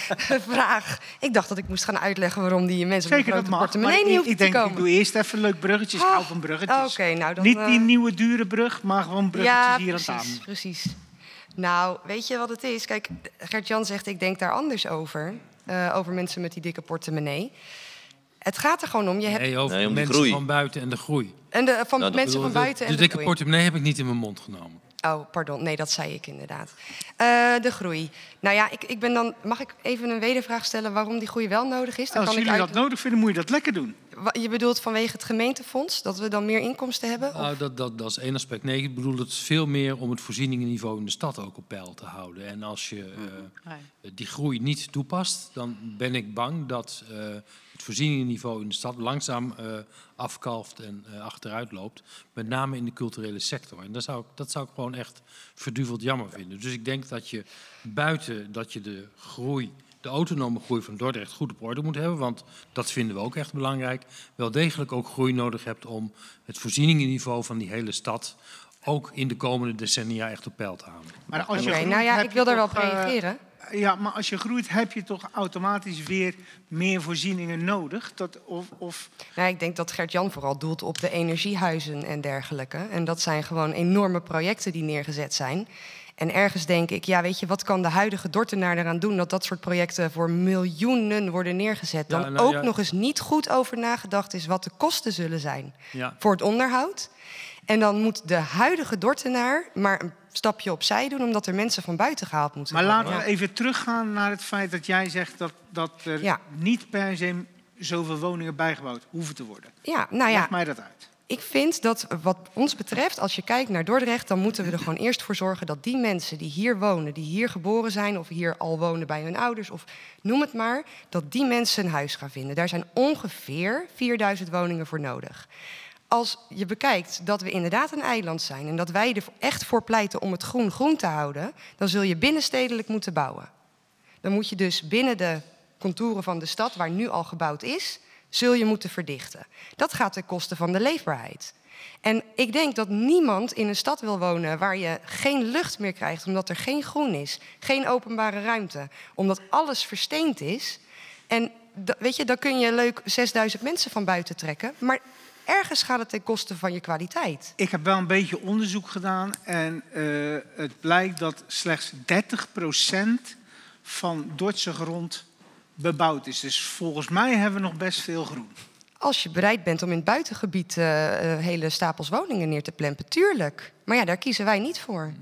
vraag. Ik dacht dat ik moest gaan uitleggen waarom die mensen Zeker, op een dat grote mag, portemonnee niet hoeven ik denk, te komen. Ik doe eerst even leuk bruggetjes. Ik hou van bruggetjes. Oké, okay, nou dan... Niet die uh... nieuwe dure brug, maar gewoon bruggetjes ja, hier precies, aan tafel. precies. Nou, weet je wat het is? Kijk, Gert-Jan zegt, ik denk daar anders over. Uh, over mensen met die dikke portemonnee. Het gaat er gewoon om. Je hebt... Nee, over nee, om mensen groei. van buiten en de groei. En de, van nou, mensen van de, buiten de, en de de dikke groei. portemonnee heb ik niet in mijn mond genomen. Oh, pardon. Nee, dat zei ik inderdaad. Uh, de groei. Nou ja, ik, ik ben dan... Mag ik even een wedervraag stellen waarom die groei wel nodig is? Dan Als kan jullie ik dat uit... nodig vinden, moet je dat lekker doen. Je bedoelt vanwege het gemeentefonds? Dat we dan meer inkomsten hebben? Nou, dat, dat, dat is één aspect. Nee, ik bedoel, het is veel meer om het voorzieningenniveau in de stad ook op peil te houden. En als je uh, nee. die groei niet toepast, dan ben ik bang dat uh, het voorzieningenniveau in de stad langzaam uh, afkalft en uh, achteruit loopt. Met name in de culturele sector. En dat zou, ik, dat zou ik gewoon echt verduveld jammer vinden. Dus ik denk dat je buiten dat je de groei... de autonome groei van Dordrecht goed op orde moet hebben, want dat vinden we ook echt belangrijk, wel degelijk ook groei nodig hebt om het voorzieningenniveau van die hele stad ook in de komende decennia echt op peil te houden. Maar als je okay, groeit, nou ja, ik wil daar wel op uh, reageren. Ja, maar als je groeit heb je toch automatisch weer meer voorzieningen nodig? Dat, of, of... Nou, ik denk dat Gert-Jan vooral doelt op de energiehuizen en dergelijke. En dat zijn gewoon enorme projecten die neergezet zijn. En ergens denk ik, ja, weet je, wat kan de huidige Dordtenaar eraan doen dat dat soort projecten voor miljoenen worden neergezet? Dan ja, nou, ook ja. nog eens niet goed over nagedacht is wat de kosten zullen zijn ja. voor het onderhoud. En dan moet de huidige Dordtenaar maar een stapje opzij doen, omdat er mensen van buiten gehaald moeten maar worden. Maar laten we even teruggaan naar het feit dat jij zegt dat, dat er ja. niet per se zoveel woningen bijgebouwd hoeven te worden. Ja, nou ja. Leg mij dat uit. Ik vind dat wat ons betreft, als je kijkt naar Dordrecht, dan moeten we er gewoon eerst voor zorgen dat die mensen die hier wonen, die hier geboren zijn of hier al wonen bij hun ouders of noem het maar, dat die mensen een huis gaan vinden. Daar zijn ongeveer vierduizend woningen voor nodig. Als je bekijkt dat we inderdaad een eiland zijn en dat wij er echt voor pleiten om het groen groen te houden, dan zul je binnenstedelijk moeten bouwen. Dan moet je dus binnen de contouren van de stad, waar nu al gebouwd is, zul je moeten verdichten. Dat gaat ten koste van de leefbaarheid. En ik denk dat niemand in een stad wil wonen waar je geen lucht meer krijgt, omdat er geen groen is, geen openbare ruimte, omdat alles versteend is. En weet je, dan kun je leuk zesduizend mensen van buiten trekken, maar ergens gaat het ten koste van je kwaliteit. Ik heb wel een beetje onderzoek gedaan en uh, het blijkt dat slechts dertig procent van Dordtse grond bebouwd is. Dus volgens mij hebben we nog best veel groen. Als je bereid bent om in het buitengebied uh, uh, hele stapels woningen neer te plempen, tuurlijk. Maar ja, daar kiezen wij niet voor.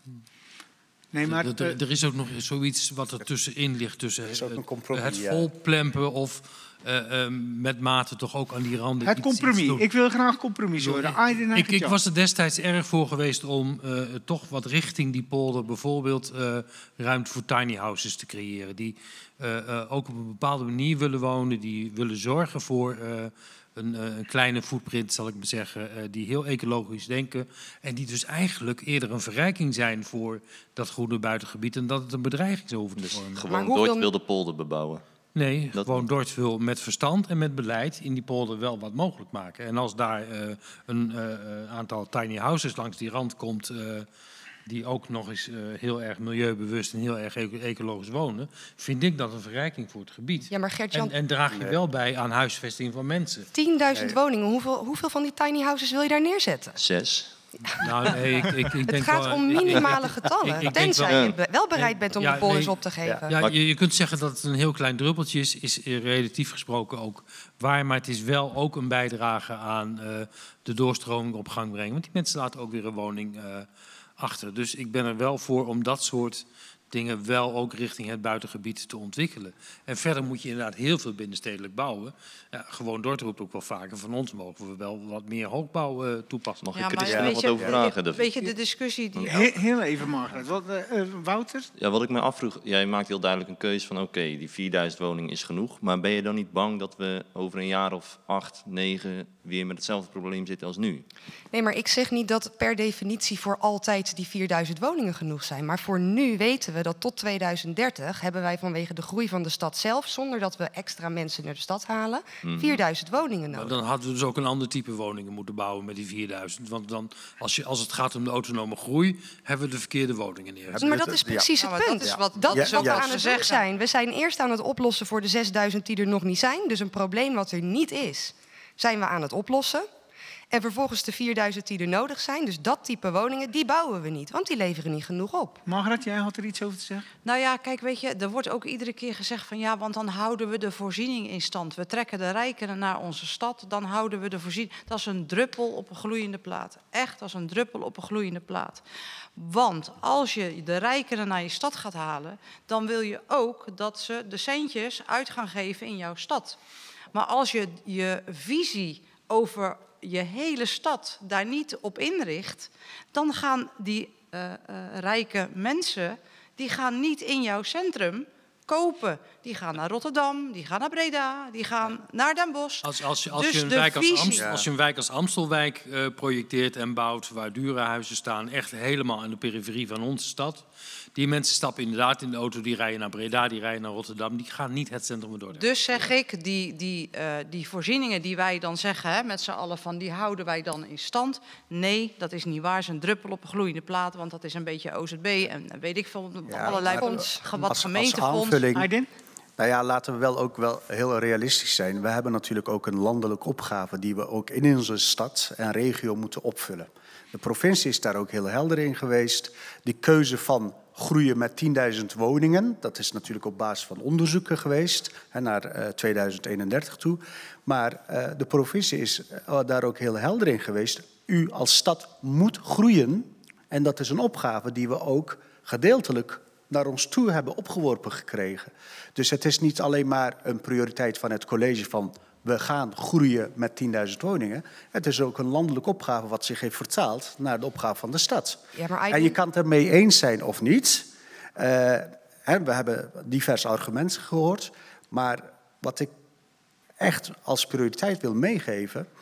Nee, maar, er, er, er is ook nog zoiets wat er tussenin ligt, tussen is ook een het, compromis, het ja. volplempen of uh, uh, met mate toch ook aan die randen. Het iets, compromis. iets doen. Ik wil graag compromis horen. Ik, ik, ik was er destijds erg voor geweest om uh, toch wat richting die polder bijvoorbeeld uh, ruimte voor tiny houses te creëren. Die uh, uh, ook op een bepaalde manier willen wonen, die willen zorgen voor uh, een, uh, een kleine footprint, zal ik maar zeggen, uh, die heel ecologisch denken. En die dus eigenlijk eerder een verrijking zijn voor dat groene buitengebied en dat het een bedreiging zou hoeven te vormen. Gewoon Dordtje wil de polder bebouwen. Nee, dat gewoon Dordtje wil met verstand en met beleid in die polder wel wat mogelijk maken. En als daar uh, een uh, aantal tiny houses langs die rand komt, uh, die ook nog eens uh, heel erg milieubewust en heel erg ecologisch wonen, vind ik dat een verrijking voor het gebied. Ja, maar Gert-Jan, en, en draag je nee. wel bij aan huisvesting van mensen. tienduizend Nee. woningen, hoeveel, hoeveel van die tiny houses wil je daar neerzetten? Zes. Nou, nee, ik, ik, ik Het denk gaat wel, om ik- ik- minimale getallen. ik- ik denk tenzij wel- je be- wel bereid bent om Ja, de polders nee. op te geven. Ja, je, je kunt zeggen dat het een heel klein druppeltje is, is relatief gesproken ook waar. Maar het is wel ook een bijdrage aan uh, de doorstroming op gang brengen. Want die mensen laten ook weer een woning uh, achter. Dus ik ben er wel voor om dat soort dingen wel ook richting het buitengebied te ontwikkelen. En verder moet je inderdaad heel veel binnenstedelijk bouwen. Ja, gewoon Dordrecht roept ook wel vaker van ons mogen we wel wat meer hoogbouw uh, toepassen. Mag Ja, ik er maar eens weet wat je- over vragen? David? Weet je, de discussie die... He- heel even, Margaret. Wat, uh, uh, Wouter? Ja, wat ik me afvroeg, jij maakt heel duidelijk een keuze van oké, okay, die vierduizend woningen is genoeg. Maar ben je dan niet bang dat we over een jaar of acht, negen weer met hetzelfde probleem zitten als nu? Nee, maar ik zeg niet dat per definitie voor altijd die vierduizend woningen genoeg zijn. Maar voor nu weten we dat tot tweeduizend dertig hebben wij vanwege de groei van de stad zelf, zonder dat we extra mensen naar de stad halen, Mhm. vierduizend woningen Maar nodig. dan hadden we dus ook een ander type woningen moeten bouwen met die vierduizend. Want dan, als, je, als het gaat om de autonome groei, hebben we de verkeerde woningen neergezet. Maar dat is precies Ja, het maar punt. dat is wat- dat Ja, is wat we juist. aan het Ze doen zeggen. zijn. We zijn eerst aan het oplossen voor de zesduizend die er nog niet zijn. Dus een probleem wat er niet is, zijn we aan het oplossen. En vervolgens de vierduizend die er nodig zijn, dus dat type woningen, die bouwen we niet. Want die leveren niet genoeg op. Margaret, jij had er iets over te zeggen? Nou ja, kijk, weet je, er wordt ook iedere keer gezegd van ja, want dan houden we de voorziening in stand. We trekken de rijkeren naar onze stad, dan houden we de voorziening. Dat is een druppel op een gloeiende plaat. Echt als een druppel op een gloeiende plaat. Want als je de rijkeren naar je stad gaat halen, dan wil je ook dat ze de centjes uit gaan geven in jouw stad. Maar als je je visie over je hele stad daar niet op inricht, dan gaan die uh, uh, rijke mensen, die gaan niet in jouw centrum kopen. Die gaan naar Rotterdam, die gaan naar Breda, die gaan naar Den Bosch. Als, als, je, als, Dus je een de wijk als, visie- Amstel, als je een wijk als Amstelwijk uh, projecteert en bouwt, waar dure huizen staan, echt helemaal aan de periferie van onze stad. Die mensen stappen inderdaad in de auto, die rijden naar Breda, die rijden naar Rotterdam. Die gaan niet het centrum door. Dus zeg ik, die, die, uh, die voorzieningen die wij dan zeggen hè, met z'n allen van, die houden wij dan in stand. Nee, dat is niet waar. Het is een druppel op een gloeiende plaat, want dat is een beetje O Z B en weet ik veel, Ja, allerlei maar fonds, als- wat als gemeentefonds. aanvulling- Aydin? Nou ja, laten we wel ook wel heel realistisch zijn. We hebben natuurlijk ook een landelijke opgave die we ook in onze stad en regio moeten opvullen. De provincie is daar ook heel helder in geweest. Die keuze van groeien met tienduizend woningen, dat is natuurlijk op basis van onderzoeken geweest hè, naar uh, tweeduizend eenendertig toe. Maar uh, de provincie is uh, daar ook heel helder in geweest. U als stad moet groeien en dat is een opgave die we ook gedeeltelijk naar ons toe hebben opgeworpen gekregen. Dus het is niet alleen maar een prioriteit van het college van we gaan groeien met tienduizend woningen. Het is ook een landelijke opgave wat zich heeft vertaald naar de opgave van de stad. Ja, maar En je kan het ermee eens zijn of niet. Uh, hè, we hebben diverse argumenten gehoord. Maar wat ik echt als prioriteit wil meegeven,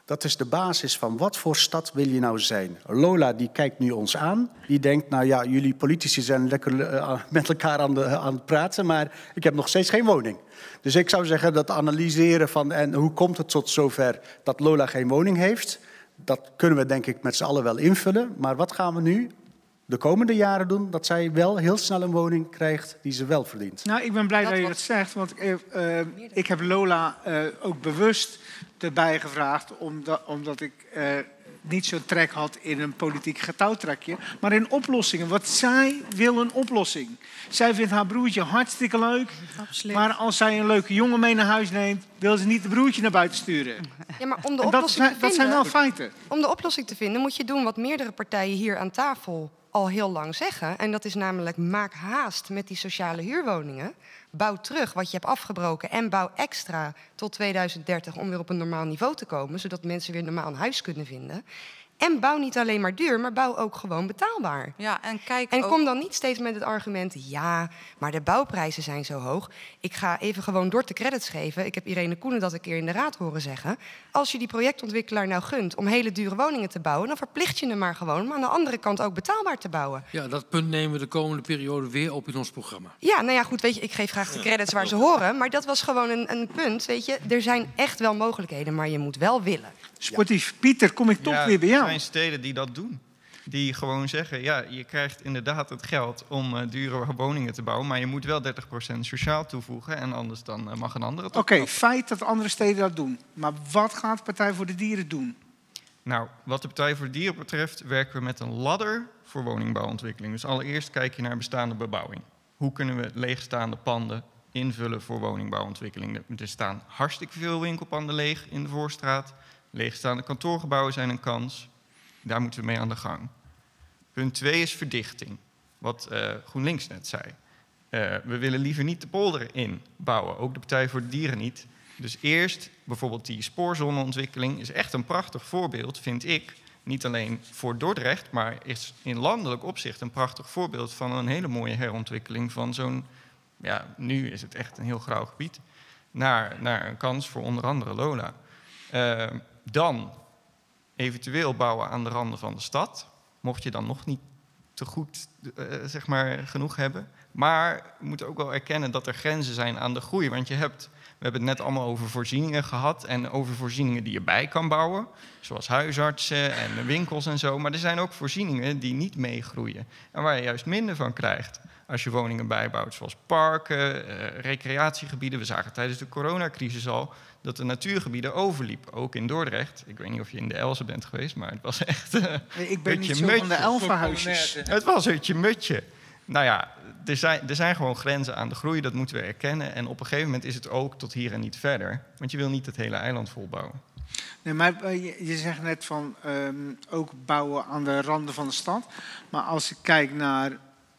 Dat is de basis van wat voor stad wil je nou zijn. Lola die kijkt nu ons aan. Die denkt, nou ja, jullie politici zijn lekker uh, met elkaar aan, de, aan het praten, maar ik heb nog steeds geen woning. Dus ik zou zeggen dat analyseren van en hoe komt het tot zover dat Lola geen woning heeft, dat kunnen we denk ik met z'n allen wel invullen. Maar wat gaan we nu de komende jaren doen, dat zij wel heel snel een woning krijgt die ze wel verdient? Nou, ik ben blij dat, Dat je wat- dat zegt, want uh, uh, ik heb Lola uh, ook bewust erbij gevraagd, omdat, omdat ik uh, niet zo'n trek had in een politiek getouwtrekje, maar in oplossingen. Want zij wil een oplossing. Zij vindt haar broertje hartstikke leuk, Absoluut. maar als zij een leuke jongen mee naar huis neemt, wil ze niet de broertje naar buiten sturen. Ja, maar om de En dat, oplossing zijn, te dat zijn vinden... wel feiten. Om de oplossing te vinden moet je doen wat meerdere partijen hier aan tafel al heel lang zeggen. En dat is namelijk maak haast met die sociale huurwoningen. Bouw terug wat je hebt afgebroken en bouw extra tot tweeduizend dertig om weer op een normaal niveau te komen, zodat mensen weer normaal een huis kunnen vinden. En bouw niet alleen maar duur, maar bouw ook gewoon betaalbaar. Ja, en kijk En ook... kom dan niet steeds met het argument, ja, maar de bouwprijzen zijn zo hoog. Ik ga even gewoon door de credits geven. Ik heb Irene Koenen dat een keer in de raad horen zeggen. Als je die projectontwikkelaar nou gunt om hele dure woningen te bouwen, dan verplicht je hem maar gewoon om aan de andere kant ook betaalbaar te bouwen. Ja, dat punt nemen we de komende periode weer op in ons programma. Ja, nou ja, goed, weet je, ik geef graag de credits waar ze horen. Maar dat was gewoon een, een punt, weet je. Er zijn echt wel mogelijkheden, maar je moet wel willen. Sportief. Pieter, kom ik toch Ja, weer bij er jou. zijn steden die dat doen. Die gewoon zeggen, ja, je krijgt inderdaad het geld om uh, dure woningen te bouwen, maar je moet wel dertig procent sociaal toevoegen en anders dan uh, mag een andere het Oké, opknappen. feit dat andere steden dat doen. Maar wat gaat de Partij voor de Dieren doen? Nou, wat de Partij voor de Dieren betreft werken we met een ladder voor woningbouwontwikkeling. Dus allereerst kijk je naar bestaande bebouwing. Hoe kunnen we leegstaande panden invullen voor woningbouwontwikkeling? Er staan hartstikke veel winkelpanden leeg in de Voorstraat. Leegstaande kantoorgebouwen zijn een kans. Daar moeten we mee aan de gang. Punt twee is verdichting. Wat uh, GroenLinks net zei. Uh, we willen liever niet de polder in bouwen. Ook de Partij voor de Dieren niet. Dus eerst bijvoorbeeld die spoorzoneontwikkeling is echt een prachtig voorbeeld, vind ik. Niet alleen voor Dordrecht, maar is in landelijk opzicht een prachtig voorbeeld van een hele mooie herontwikkeling van zo'n, ja, nu is het echt een heel grauw gebied, naar, naar een kans voor onder andere Lola. Uh, dan eventueel bouwen aan de randen van de stad, mocht je dan nog niet te goed uh, zeg maar, genoeg hebben. Maar we moeten ook wel erkennen dat er grenzen zijn aan de groei. Want je hebt, we hebben het net allemaal over voorzieningen gehad en over voorzieningen die je bij kan bouwen. Zoals huisartsen en winkels en zo. Maar er zijn ook voorzieningen die niet meegroeien. En waar je juist minder van krijgt als je woningen bijbouwt. Zoals parken, uh, recreatiegebieden. We zagen tijdens de coronacrisis al dat de natuurgebieden overliep. Ook in Dordrecht. Ik weet niet of je in de Elzen bent geweest, maar het was echt uh, Ik ben niet zo mutje. van de Elfenhuisjes. Het was hutje mutje. Nou ja, er zijn, er zijn gewoon grenzen aan de groei, dat moeten we erkennen. En op een gegeven moment is het ook tot hier en niet verder. Want je wil niet het hele eiland volbouwen. Nee, maar uh, je, je zegt net van um, ook bouwen aan de randen van de stad. Maar als ik kijk naar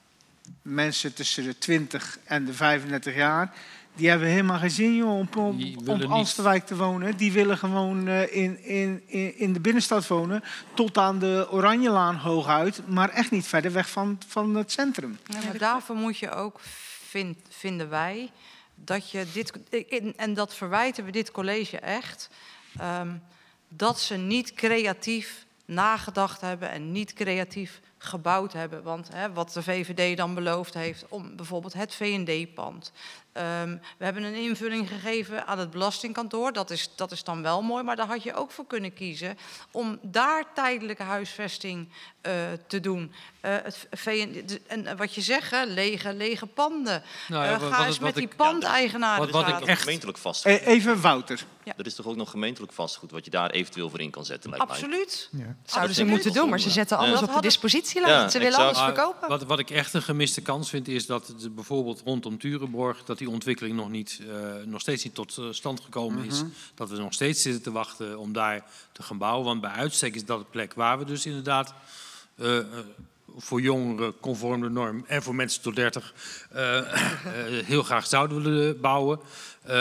mensen tussen de twintig en de vijfendertig jaar, die hebben helemaal geen zin joh, om op, Die op willen niet- Alsterwijk te wonen. Die willen gewoon uh, in, in, in, in de binnenstad wonen, tot aan de Oranjelaan hooguit, maar echt niet verder weg van, van het centrum. Ja, maar daarvoor moet je ook, vind, vinden wij, dat je dit, in- en dat verwijten we dit college echt, um, dat ze niet creatief nagedacht hebben en niet creatief gebouwd hebben. Want hè, wat de V V D dan beloofd heeft om bijvoorbeeld het V en D-pand. Um, we hebben een invulling gegeven aan het belastingkantoor. Dat is, dat is dan wel mooi, maar daar had je ook voor kunnen kiezen om daar tijdelijke huisvesting uh, te doen. Uh, het V en D, en wat je zegt, hè, lege, lege panden. Nou ja, uh, wat- ga wat- eens wat met die ik- pandeigenaren wat- wat ik zaten. echt- Gemeentelijk vastgoed. E- Even Wouter. Ja. Er is toch ook nog gemeentelijk vastgoed wat je daar eventueel voor in kan zetten, lijkt mij. Absoluut. Ja. Zouden ze Absoluut. moeten doen, maar ze zetten Ja. alles Dat op de hadden- dispositielijst. Ja, ze willen exact. alles Maar verkopen. Wat, wat ik echt een gemiste kans vind, is dat het bijvoorbeeld rondom Turenborg, dat die ontwikkeling nog, niet, uh, nog steeds niet tot uh, stand gekomen is. Dat we nog steeds zitten te wachten om daar te gaan bouwen. Want bij uitstek is dat de plek waar we dus inderdaad uh, uh, voor jongeren conform de norm en voor mensen tot dertig uh, uh, heel graag zouden willen bouwen. Uh,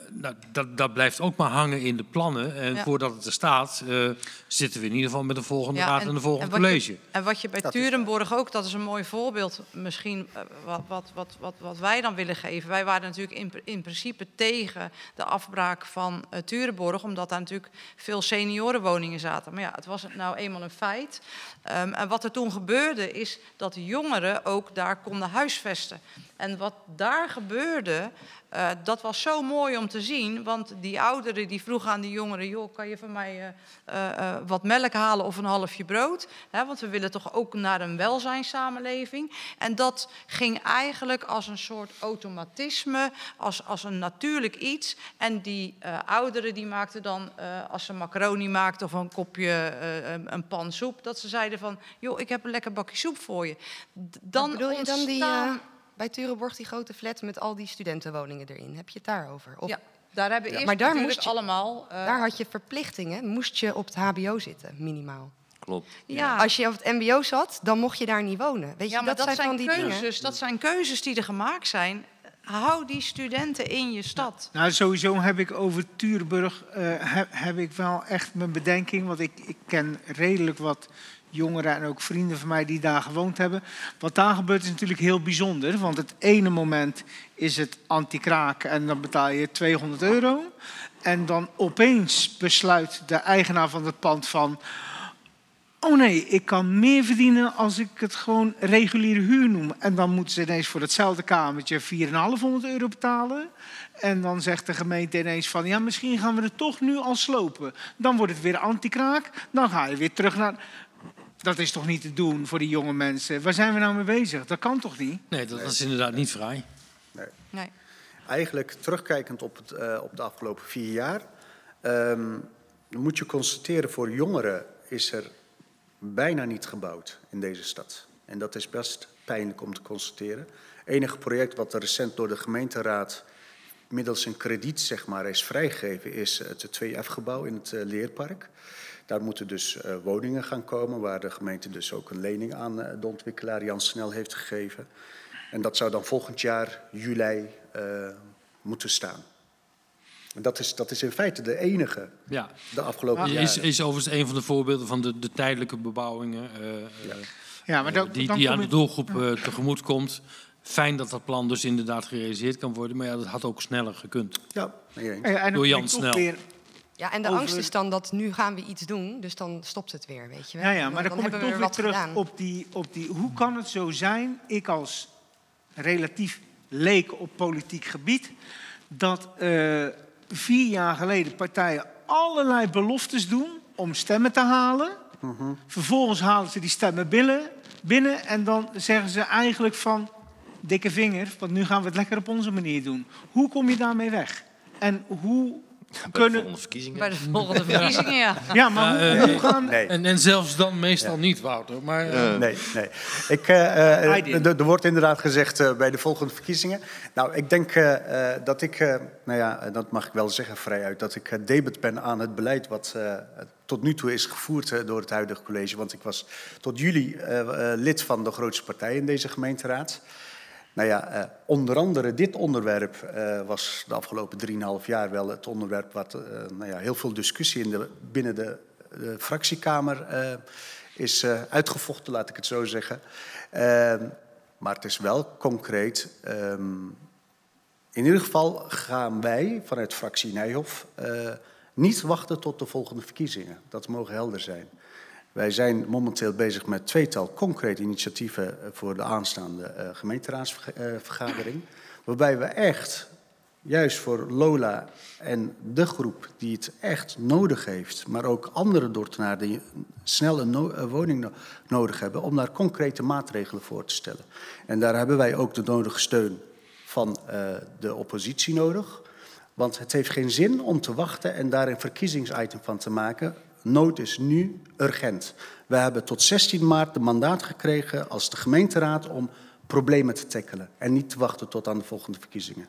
nou, dat, dat blijft ook maar hangen in de plannen. En Ja. voordat het er staat, uh, zitten we in ieder geval met de volgende Ja, raad en- en de volgende en wat college. Je, en wat je bij Dat is Turenborg ook, dat is een mooi voorbeeld misschien, uh, wat, wat, wat, wat, wat wij dan willen geven. Wij waren natuurlijk in, in principe tegen de afbraak van uh, Turenborg, omdat daar natuurlijk veel seniorenwoningen zaten. Maar ja, het was nou eenmaal een feit. Um, en wat er toen gebeurde is dat jongeren ook daar konden huisvesten. En wat daar gebeurde, uh, dat was zo mooi om te zien. Want die ouderen die vroegen aan die jongeren, joh, kan je van mij uh, uh, uh, wat melk halen of een halfje brood? He, want we willen toch ook naar een welzijnssamenleving. En dat ging eigenlijk als een soort automatisme, als, als een natuurlijk iets. En die uh, ouderen die maakten dan, uh, als ze macaroni maakten of een kopje, uh, een pan soep, dat ze zeiden van, joh, ik heb een lekker bakje soep voor je. D- dan Bedoel je dan die, ontstaan- uh, bij Turenborg die grote flat met al die studentenwoningen erin? Heb je het daarover? Of, Ja, daar hebben we eerst maar daar natuurlijk moest je- allemaal... uh, Daar had je verplichtingen, moest je op het H B O zitten, minimaal. Klopt. ja. Als je op het M B O zat, dan mocht je daar niet wonen. Weet je, Ja, maar dat, zijn van die keuzes. dingen. Dat zijn keuzes die er gemaakt zijn. Hou die studenten in je stad. Nou, sowieso heb ik over Turenburg uh, heb, heb ik wel echt mijn bedenking. Want ik, ik ken redelijk wat jongeren en ook vrienden van mij die daar gewoond hebben. Wat daar gebeurt is natuurlijk heel bijzonder. Want het ene moment is het anti-kraak en dan betaal je tweehonderd euro. En dan opeens besluit de eigenaar van het pand van... oh nee, ik kan meer verdienen als ik het gewoon reguliere huur noem. En dan moeten ze ineens voor hetzelfde kamertje vierduizendvijfhonderd euro betalen. En dan zegt de gemeente ineens van... ja, misschien gaan we het toch nu al slopen. Dan wordt het weer anti-kraak. Dan ga je weer terug naar... Dat is toch niet te doen voor die jonge mensen? Waar zijn we nou mee bezig? Dat kan toch niet? Nee, dat is inderdaad niet vrij. Nee. Nee. Eigenlijk terugkijkend op, het, uh, op de afgelopen vier jaar... Um, moet je constateren, voor jongeren is er bijna niet gebouwd in deze stad. En dat is best pijnlijk om te constateren. Het enige project wat er recent door de gemeenteraad middels een krediet zeg maar, is vrijgegeven... is het twee F-gebouw in het uh, Leerpark. Daar moeten dus uh, woningen gaan komen... waar de gemeente dus ook een lening aan uh, de ontwikkelaar Jan Snel heeft gegeven. En dat zou dan volgend jaar, juli, uh, moeten staan. En dat is, dat is in feite de enige Ja. de afgelopen Is, jaren. is, is overigens een van de voorbeelden van de, de tijdelijke bebouwingen... Uh, Ja. Ja, maar dan, die, dan die kom aan de je- doelgroep uh, tegemoet komt. Fijn dat dat plan dus inderdaad gerealiseerd kan worden. Maar ja, dat had ook sneller gekund. Ja, mee eens. Ja, en dan Door kom Jan je toch Snel. weer- Ja, en de over- angst is dan dat nu gaan we iets doen, dus dan stopt het weer, weet je wel. Ja, ja, maar dan, kom ik hebben toch we weer wat terug gedaan. op die, op die... Hoe kan het zo zijn, ik als relatief leek op politiek gebied... dat uh, vier jaar geleden partijen allerlei beloftes doen om stemmen te halen. Mm-hmm. Vervolgens halen ze die stemmen binnen, binnen en dan zeggen ze eigenlijk van... dikke vinger, want nu gaan we het lekker op onze manier doen. Hoe kom je daarmee weg? En hoe Bij de kunnen... volgende verkiezingen. Bij de volgende verkiezingen, ja. Ja, maar Ja, hoe, eh, hoe gaan... Nee. En, en zelfs dan meestal niet, Wouter. Maar, uh, Ja. Nee, nee. Ik, uh, uh, I did. er er wordt inderdaad gezegd uh, bij de volgende verkiezingen. Nou, ik denk uh, uh, dat ik, uh, nou ja, dat mag ik wel zeggen vrijuit, dat ik uh, debet ben aan het beleid wat uh, tot nu toe is gevoerd uh, door het huidige college. Want ik was tot juli uh, uh, lid van de grootste partij in deze gemeenteraad. Nou ja, uh, onder andere dit onderwerp uh, was de afgelopen drieënhalf jaar wel het onderwerp wat uh, nou ja, heel veel discussie in de, binnen de, de fractiekamer uh, is uh, uitgevochten, laat ik het zo zeggen. Uh, maar het is wel concreet. Um, in ieder geval gaan wij vanuit fractie Nijhoff uh, niet wachten tot de volgende verkiezingen. Dat mogen helder zijn. Wij zijn momenteel bezig met tweetal concrete initiatieven voor de aanstaande uh, gemeenteraadsvergadering. Waarbij we echt, juist voor Lola en de groep die het echt nodig heeft, maar ook andere Dordtenaren die snel een no- uh, woning no- nodig hebben, om daar concrete maatregelen voor te stellen. En daar hebben wij ook de nodige steun van uh, de oppositie nodig. Want het heeft geen zin om te wachten en daar een verkiezingsitem van te maken. Nood is nu urgent. We hebben tot zestien maart de mandaat gekregen als de gemeenteraad om problemen te tackelen. En niet te wachten tot aan de volgende verkiezingen.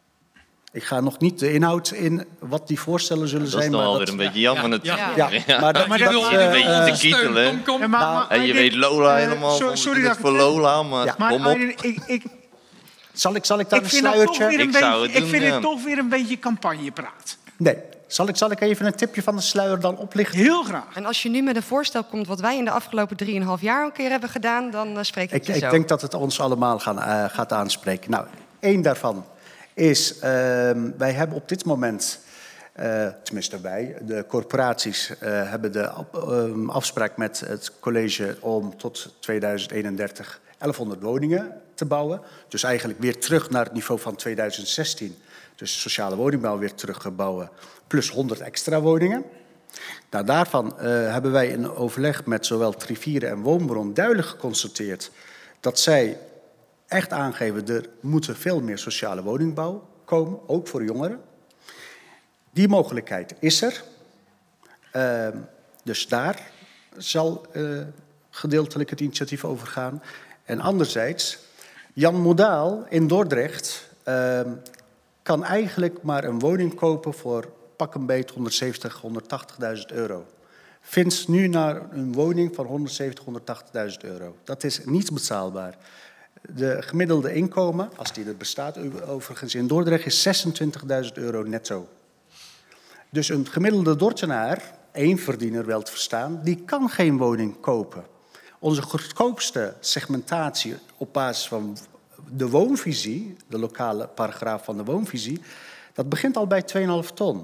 Ik ga nog niet de inhoud in wat die voorstellen zullen Dat is zijn. dan maar alweer een beetje jammer Ja. natuurlijk. Ja, Ja. maar dat, maar dat, dat- Je eh, weet eh, te kietelen. Kom, kom. Ja, maar- Nou, maar En je Aydin, weet Lola eh, helemaal. so- van, sorry doe dat het ik voor het zeg. Lola, maar Ja. Maar kom op. Aydin, ik, ik, Zal ik, zal ik daar Ik een vind, dat toch sluiertje... weer een Ik beetje, zou het ik doen, vind ja. het toch weer een beetje campagnepraat. Nee. Zal ik, zal ik even een tipje van de sluier dan oplichten? Heel graag. En als je nu met een voorstel komt wat wij in de afgelopen drieënhalf jaar een keer hebben gedaan, dan uh, spreek ik, Ik, je zo. ik denk dat het ons allemaal gaan, uh, gaat aanspreken. Nou, één daarvan is, uh, wij hebben op dit moment, uh, tenminste wij, de corporaties uh, hebben de uh, afspraak met het college om tot tweeduizend eenendertig elfhonderd woningen te bouwen. Dus eigenlijk weer terug naar het niveau van tweeduizend zestien. Dus sociale woningbouw weer teruggebouwen, plus honderd extra woningen. Nou, daarvan uh, hebben wij in overleg met zowel Triffieren en Woonbron duidelijk geconstateerd dat zij echt aangeven, er moeten veel meer sociale woningbouw komen, ook voor jongeren. Die mogelijkheid is er. Uh, dus daar zal uh, gedeeltelijk het initiatief over gaan. En anderzijds, Jan Modaal in Dordrecht uh, kan eigenlijk maar een woning kopen voor pak een beet honderdzeventig, honderdtachtigduizend euro. Vindt nu naar een woning van honderdzeventig, honderdtachtigduizend euro. Dat is niet betaalbaar. De gemiddelde inkomen, als die er bestaat overigens in Dordrecht, is zesentwintigduizend euro netto. Dus een gemiddelde Dordtenaar, één verdiener wel te verstaan, die kan geen woning kopen. Onze goedkoopste segmentatie op basis van de woonvisie, de lokale paragraaf van de woonvisie, dat begint al bij twee komma vijf ton.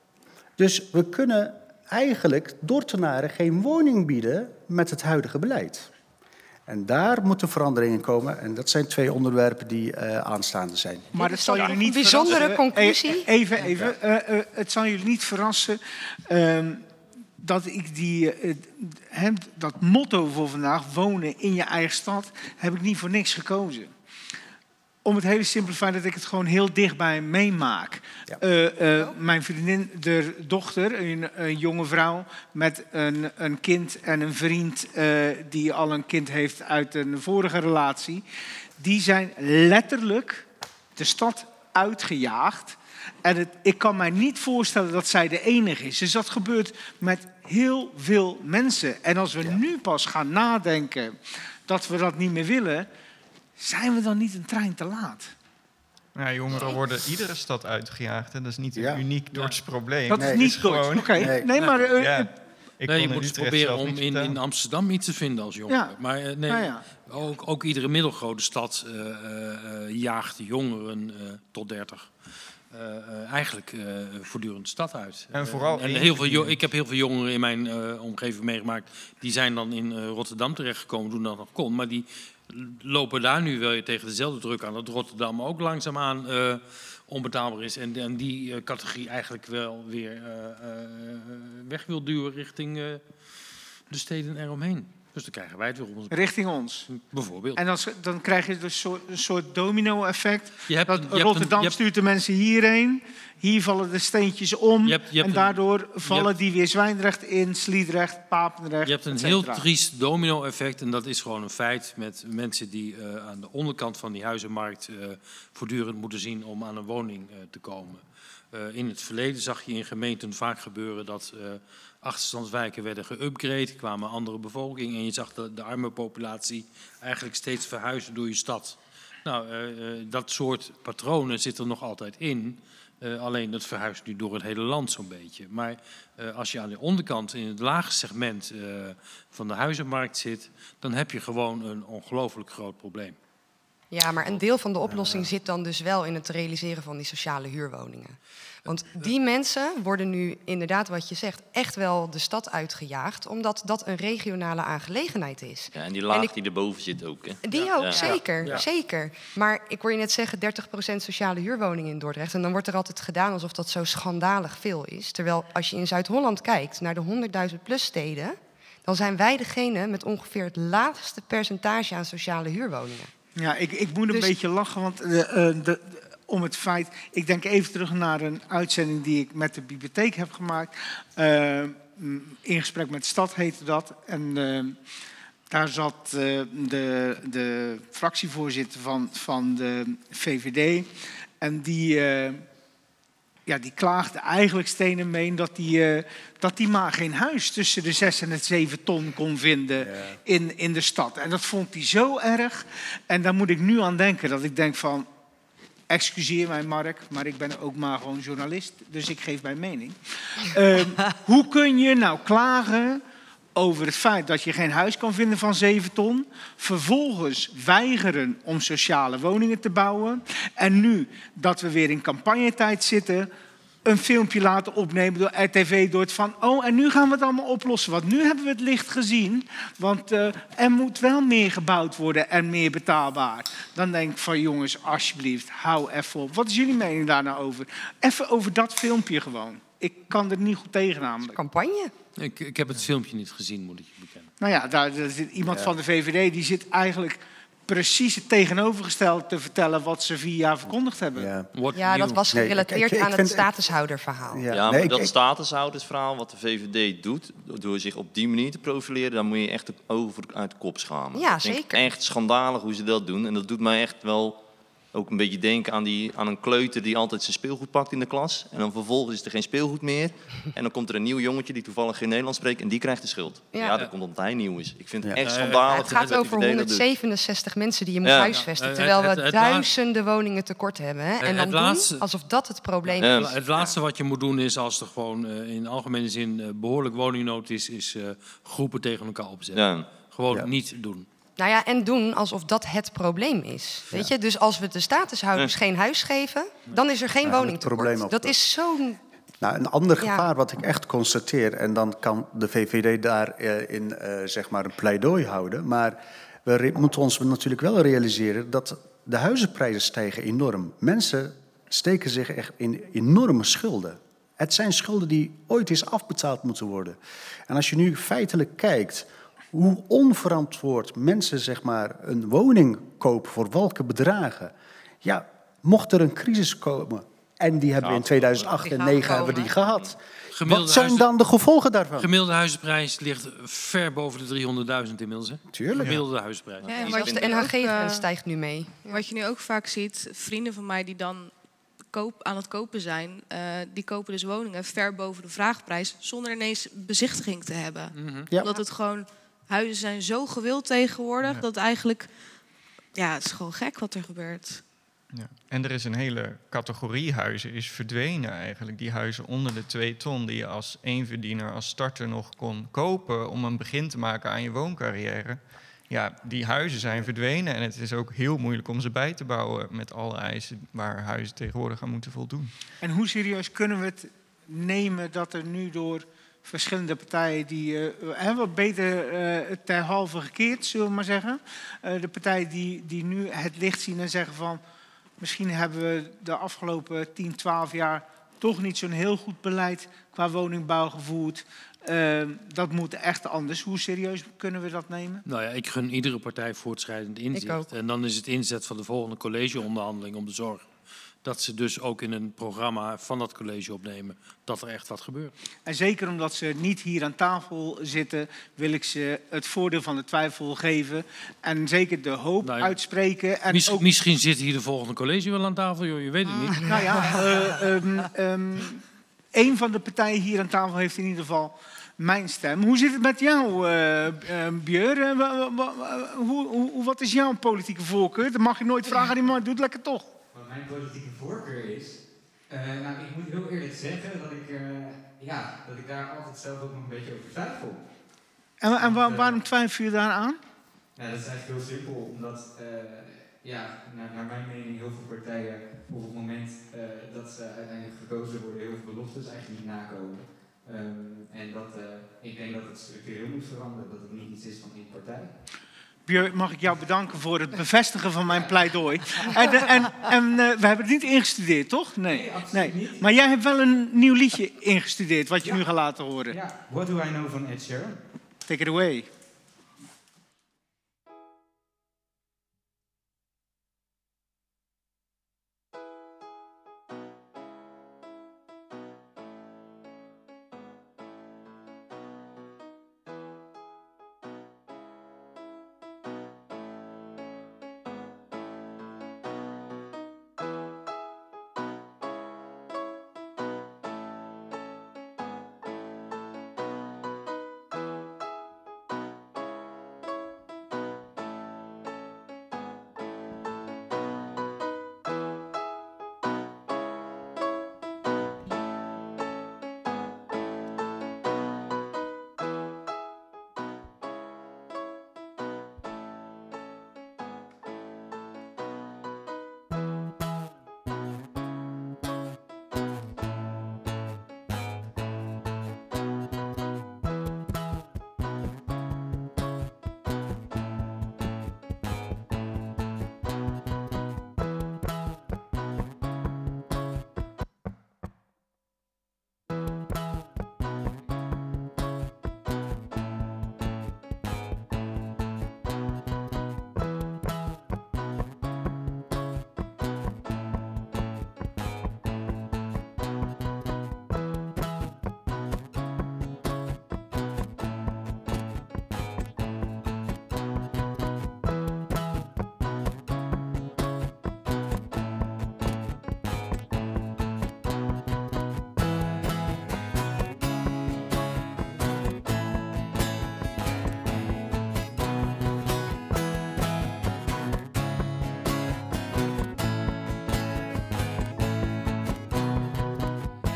Dus we kunnen eigenlijk Dordtenaren geen woning bieden met het huidige beleid. En daar moeten veranderingen komen. En dat zijn twee onderwerpen die uh, aanstaande zijn. Maar het zal jullie niet bijzondere verrassen. conclusie. Even, even. Uh, uh, het zal jullie niet verrassen uh, dat ik die, uh, hem, dat motto voor vandaag, wonen in je eigen stad, heb ik niet voor niks gekozen. Om het hele simpele feit dat ik het gewoon heel dichtbij meemaak. Ja. Uh, uh, mijn vriendin, de dochter, een, een jonge vrouw met een, een kind en een vriend uh, die al een kind heeft uit een vorige relatie. Die zijn letterlijk de stad uitgejaagd. En het, ik kan mij niet voorstellen dat zij de enige is. Dus dat gebeurt met heel veel mensen. En als we ja. nu pas gaan nadenken dat we dat niet meer willen, zijn we dan niet een trein te laat? Ja, jongeren worden iedere stad uitgejaagd. En dat is niet ja. een uniek Dords probleem. Dat is nee, niet is gewoon... Oké, okay. nee. nee, maar... Uh, ja. Ik nee, je moet eens proberen om in, in Amsterdam iets te vinden als jongere. Ja. Maar uh, nee, ja, ja. Ook, ook iedere middelgrote stad uh, uh, jaagt jongeren uh, tot dertig. Uh, uh, eigenlijk uh, voortdurend de stad uit. En vooral uh, en heel veel, ik heb heel veel jongeren in mijn uh, omgeving meegemaakt. Die zijn dan in uh, Rotterdam terechtgekomen toen dat nog kon. Maar die lopen daar nu wel tegen dezelfde druk aan. Dat Rotterdam ook langzaamaan uh, onbetaalbaar is. En, en die uh, categorie eigenlijk wel weer uh, uh, weg wil duwen richting uh, de steden eromheen. Dus dan krijgen wij het weer op ons... Richting ons. Bijvoorbeeld. En dan, dan krijg je dus een soort domino-effect. Je hebt, dat je Rotterdam hebt een, stuurt de mensen hierheen. Hier vallen de steentjes om. Je hebt, je hebt en daardoor een, vallen hebt, die weer Zwijndrecht in, Sliedrecht, Papendrecht. Je hebt een heel triest domino-effect. En dat is gewoon een feit met mensen die uh, aan de onderkant van die huizenmarkt uh, voortdurend moeten zien om aan een woning uh, te komen. Uh, in het verleden zag je in gemeenten vaak gebeuren dat uh, achterstandswijken werden geüpgrade, kwamen andere bevolking en je zag de, de arme populatie eigenlijk steeds verhuizen door je stad. Nou, uh, uh, dat soort patronen zit er nog altijd in. Uh, alleen dat verhuist nu door het hele land zo'n beetje. Maar uh, als je aan de onderkant in het lage segment uh, van de huizenmarkt zit, dan heb je gewoon een ongelooflijk groot probleem. Ja, maar een deel van de oplossing zit dan dus wel in het realiseren van die sociale huurwoningen. Want die mensen worden nu inderdaad, wat je zegt, echt wel de stad uitgejaagd, omdat dat een regionale aangelegenheid is. Ja, en die laag en ik, die erboven zit ook. Hè? Die ja. ook, ja. zeker, ja. zeker. Maar ik hoor je net zeggen, dertig procent sociale huurwoningen in Dordrecht. En dan wordt er altijd gedaan alsof dat zo schandalig veel is. Terwijl als je in Zuid-Holland kijkt naar de honderdduizend plus steden, dan zijn wij degene met ongeveer het laagste percentage aan sociale huurwoningen. Ja, ik, ik moet een dus, beetje lachen, want de, uh, de, om het feit... Ik denk even terug naar een uitzending die ik met de bibliotheek heb gemaakt. Uh, in gesprek met de stad heette dat. En uh, daar zat uh, de, de fractievoorzitter van, van de V V D. En die... Uh, Ja, die klaagde eigenlijk stenen mee dat hij uh, dat die maar geen huis tussen de zes en het zeven ton kon vinden ja. in, in de stad. En dat vond hij zo erg. En daar moet ik nu aan denken, dat ik denk van, excuseer mij Mark, maar ik ben ook maar gewoon journalist, dus ik geef mijn mening. Uh, hoe kun je nou klagen over het feit dat je geen huis kan vinden van zeven ton, vervolgens weigeren om sociale woningen te bouwen en nu dat we weer in campagnetijd zitten, een filmpje laten opnemen door R T V door het van, oh, en nu gaan we het allemaal oplossen, want nu hebben we het licht gezien, want uh, er moet wel meer gebouwd worden en meer betaalbaar. Dan denk ik van, jongens, alsjeblieft, hou even op. Wat is jullie mening daar nou over? Even over dat filmpje gewoon. Ik kan er niet goed tegen namelijk. Campagne. Ik, ik heb het filmpje niet gezien, moet ik je bekennen. Nou ja, daar, daar zit iemand Ja. van de V V D, die zit eigenlijk precies het tegenovergestelde te vertellen wat ze vier jaar verkondigd hebben. Ja. What Ja, dat new? was Nee, gerelateerd ik- ik- ik aan het vind- statushouderverhaal. Ja, Ja, maar nee, ik- dat ik- statushoudersverhaal wat de V V D doet, door zich op die manier te profileren, dan moet je echt over uit de kop schamen. Ja, Ik vind zeker. echt schandalig hoe ze dat doen. En dat doet mij echt wel ook een beetje denken aan, die, aan een kleuter die altijd zijn speelgoed pakt in de klas. En dan vervolgens is er geen speelgoed meer. En dan komt er een nieuw jongetje die toevallig geen Nederlands spreekt en die krijgt de schuld. Ja. Ja, dat komt omdat hij nieuw is. Ik vind het Ja. echt Ja, schandalig. Het gaat dat over de V V D dat doet. honderdzevenenzestig mensen die je moet Ja. huisvesten, Ja, terwijl het- we het- het duizenden woningen tekort hebben. Hè? En het dan doen laatste- alsof dat het probleem Ja. is. Het laatste wat je moet doen is, als er gewoon uh, in algemene zin uh, behoorlijk woningnood is, is uh, groepen tegen elkaar opzetten. Ja. Gewoon Ja. niet doen. Nou ja, en doen alsof dat het probleem is. Weet je? Dus als we de statushouders Ja. geen huis geven, dan is er geen Ja, het woningtekort. probleem Dat oplost. is zo'n... Nou, een ander Ja. gevaar wat ik echt constateer, en dan kan de V V D daarin in uh, zeg maar een pleidooi houden, maar we re- moeten ons natuurlijk wel realiseren dat de huizenprijzen stijgen enorm. Mensen steken zich echt in enorme schulden. Het zijn schulden die ooit eens afbetaald moeten worden. En als je nu feitelijk kijkt hoe onverantwoord mensen zeg maar een woning kopen voor welke bedragen. Ja, mocht er een crisis komen, en die hebben we in tweeduizend acht en Die gaan tweeduizend negen hebben we die komen. gehad. Gemiddelde Wat zijn huizen- dan de gevolgen daarvan? Gemiddelde huizenprijs ligt ver boven de driehonderdduizend inmiddels. Hè? Wat Gemiddelde huizenprijs. Ja, en Die wat Zelfs je de nu N H ook, G-grens eh, stijgt nu mee. Wat je nu ook vaak ziet, vrienden van mij die dan koop, aan het kopen zijn, uh, die kopen dus woningen ver boven de vraagprijs zonder ineens bezichtiging te hebben. Mhm. Ja. Omdat het gewoon, huizen zijn zo gewild tegenwoordig, Ja. dat eigenlijk, ja, het is gewoon gek wat er gebeurt. Ja. En er is een hele categorie huizen is verdwenen eigenlijk. Die huizen onder de twee ton die je als eenverdiener, als starter nog kon kopen om een begin te maken aan je wooncarrière. Ja, die huizen zijn verdwenen en het is ook heel moeilijk om ze bij te bouwen met alle eisen waar huizen tegenwoordig aan moeten voldoen. En hoe serieus kunnen we het nemen dat er nu door verschillende partijen die uh, uh, wat beter uh, ter halve gekeerd, zullen we maar zeggen. Uh, de partijen die, die nu het licht zien en zeggen van, misschien hebben we de afgelopen tien, twaalf jaar toch niet zo'n heel goed beleid qua woningbouw gevoerd. Uh, dat moet echt anders. Hoe serieus kunnen we dat nemen? Nou ja, ik gun iedere partij voortschrijdend ook. inzicht. En dan is het inzet van de volgende collegeonderhandeling om te zorgen dat ze dus ook in een programma van dat college opnemen dat er echt wat gebeurt. En zeker omdat ze niet hier aan tafel zitten, wil ik ze het voordeel van de twijfel geven. En zeker de hoop Nou ja. uitspreken. En Mis- ook, Misschien zit hier de volgende college wel aan tafel, joh, je weet het niet. nou ja, uh, um, um, een van de partijen hier aan tafel heeft in ieder geval mijn stem. Hoe zit het met jou, uh, uh, Björ? Uh, wa- wa- wa- hoe, hoe, wat is jouw politieke voorkeur? Dat mag je nooit vragen aan iemand, doe het lekker toch. Wat mijn politieke voorkeur is. Uh, nou, ik moet heel eerlijk zeggen dat ik, uh, ja, dat ik daar altijd zelf ook nog een beetje over twijfel. En, en waar, Uh, waarom twijfel je daar aan? Nou, dat is eigenlijk heel simpel, omdat, uh, ja, naar, naar mijn mening heel veel partijen op het moment uh, dat ze uiteindelijk gekozen worden, heel veel beloftes eigenlijk niet nakomen. Um, en dat, uh, ik denk dat het structureel moet veranderen, dat het niet iets is van één partij. Björ, mag ik jou bedanken voor het bevestigen van mijn pleidooi. En, en, en uh, we hebben het niet ingestudeerd, toch? Nee, Nee, absoluut niet. Maar jij hebt wel een nieuw liedje ingestudeerd, wat je Ja. nu gaat laten horen. Ja, What Do I Know van Ed Sheeran. Take it away.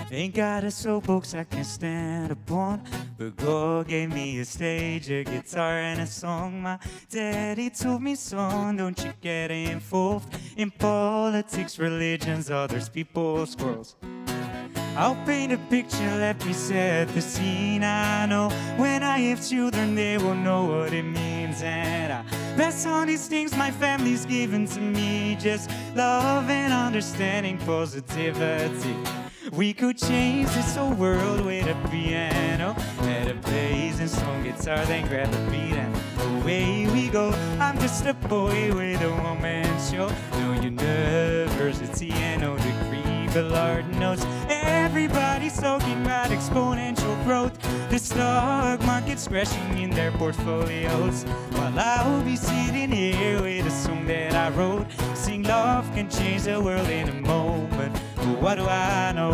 Ain't got a soapbox I can stand upon, but God gave me a stage, a guitar and a song. My daddy told me, son, don't you get involved in politics, religions, others, people, squirrels. I'll paint a picture, let me set the scene. I know when I have children, they will know what it means. And I pass on these things my family's given to me, just love and understanding, positivity. We could change this whole world with a piano and a bass and some guitar, then grab a beat and away we go. I'm just a boy with a one-man show. No university and no degree, but Lord knows everybody's talking about exponential growth. The stock market's crashing in their portfolios, while I'll be sitting here with a song that I wrote. Sing love can change the world in a moment. But what do I know?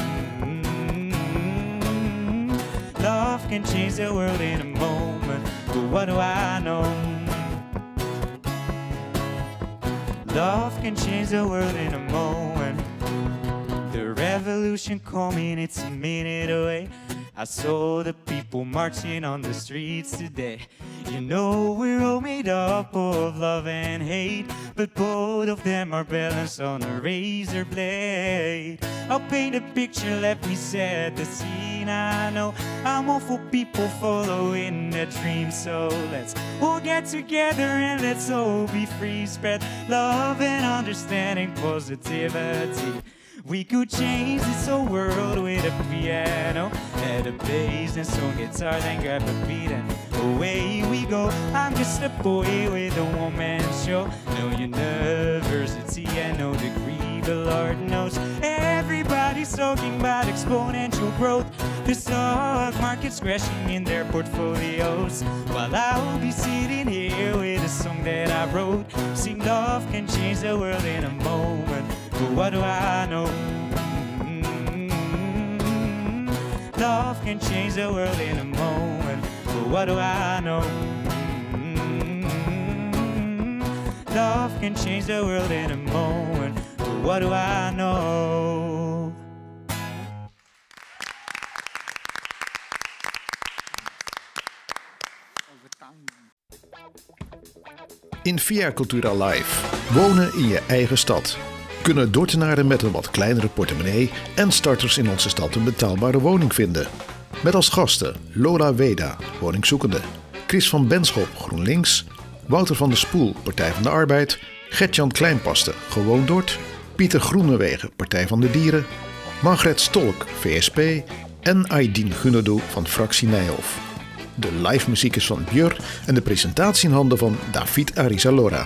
Mm-hmm. Love can change the world in a moment. But what do I know? Love can change the world in a moment. The revolution coming, it's a minute away. I saw the people marching on the streets today. You know we're all made up of love and hate, but both of them are balanced on a razor blade. I'll paint a picture, let me set the scene. I know I'm all for people following their dreams, so let's all get together and let's all be free. Spread love and understanding, positivity. We could change this whole world with a piano and a bass and some guitar, then grab a beat and away we go. I'm just a boy with a one-man show. No university and no degree, but Lord knows everybody's talking about exponential growth. The stock market's crashing in their portfolios, while I'll be sitting here with a song that I wrote. Sing love can change the world in a moment. But what do I know? Mm-hmm. Love can change the world in a moment. But what do I know? Mm-hmm. Love can change the world in a moment. But what do I know? In Via Cultura Live. Wonen in je eigen stad. Kunnen Dordtenaren met een wat kleinere portemonnee en starters in onze stad een betaalbare woning vinden. Met als gasten Lola Weda, woningzoekende, Chris van Benschop, GroenLinks, Wouter van der Spoel, Partij van de Arbeid, Gertjan Kleinpaste, Gewoon Dort, Pieter Groenewegen, Partij van de Dieren, Margret Stolk, V S P en Aydin Gunnodou van Fractie Nijhoff. De live muziek is van Björ en de presentatie in handen van David Arizalora.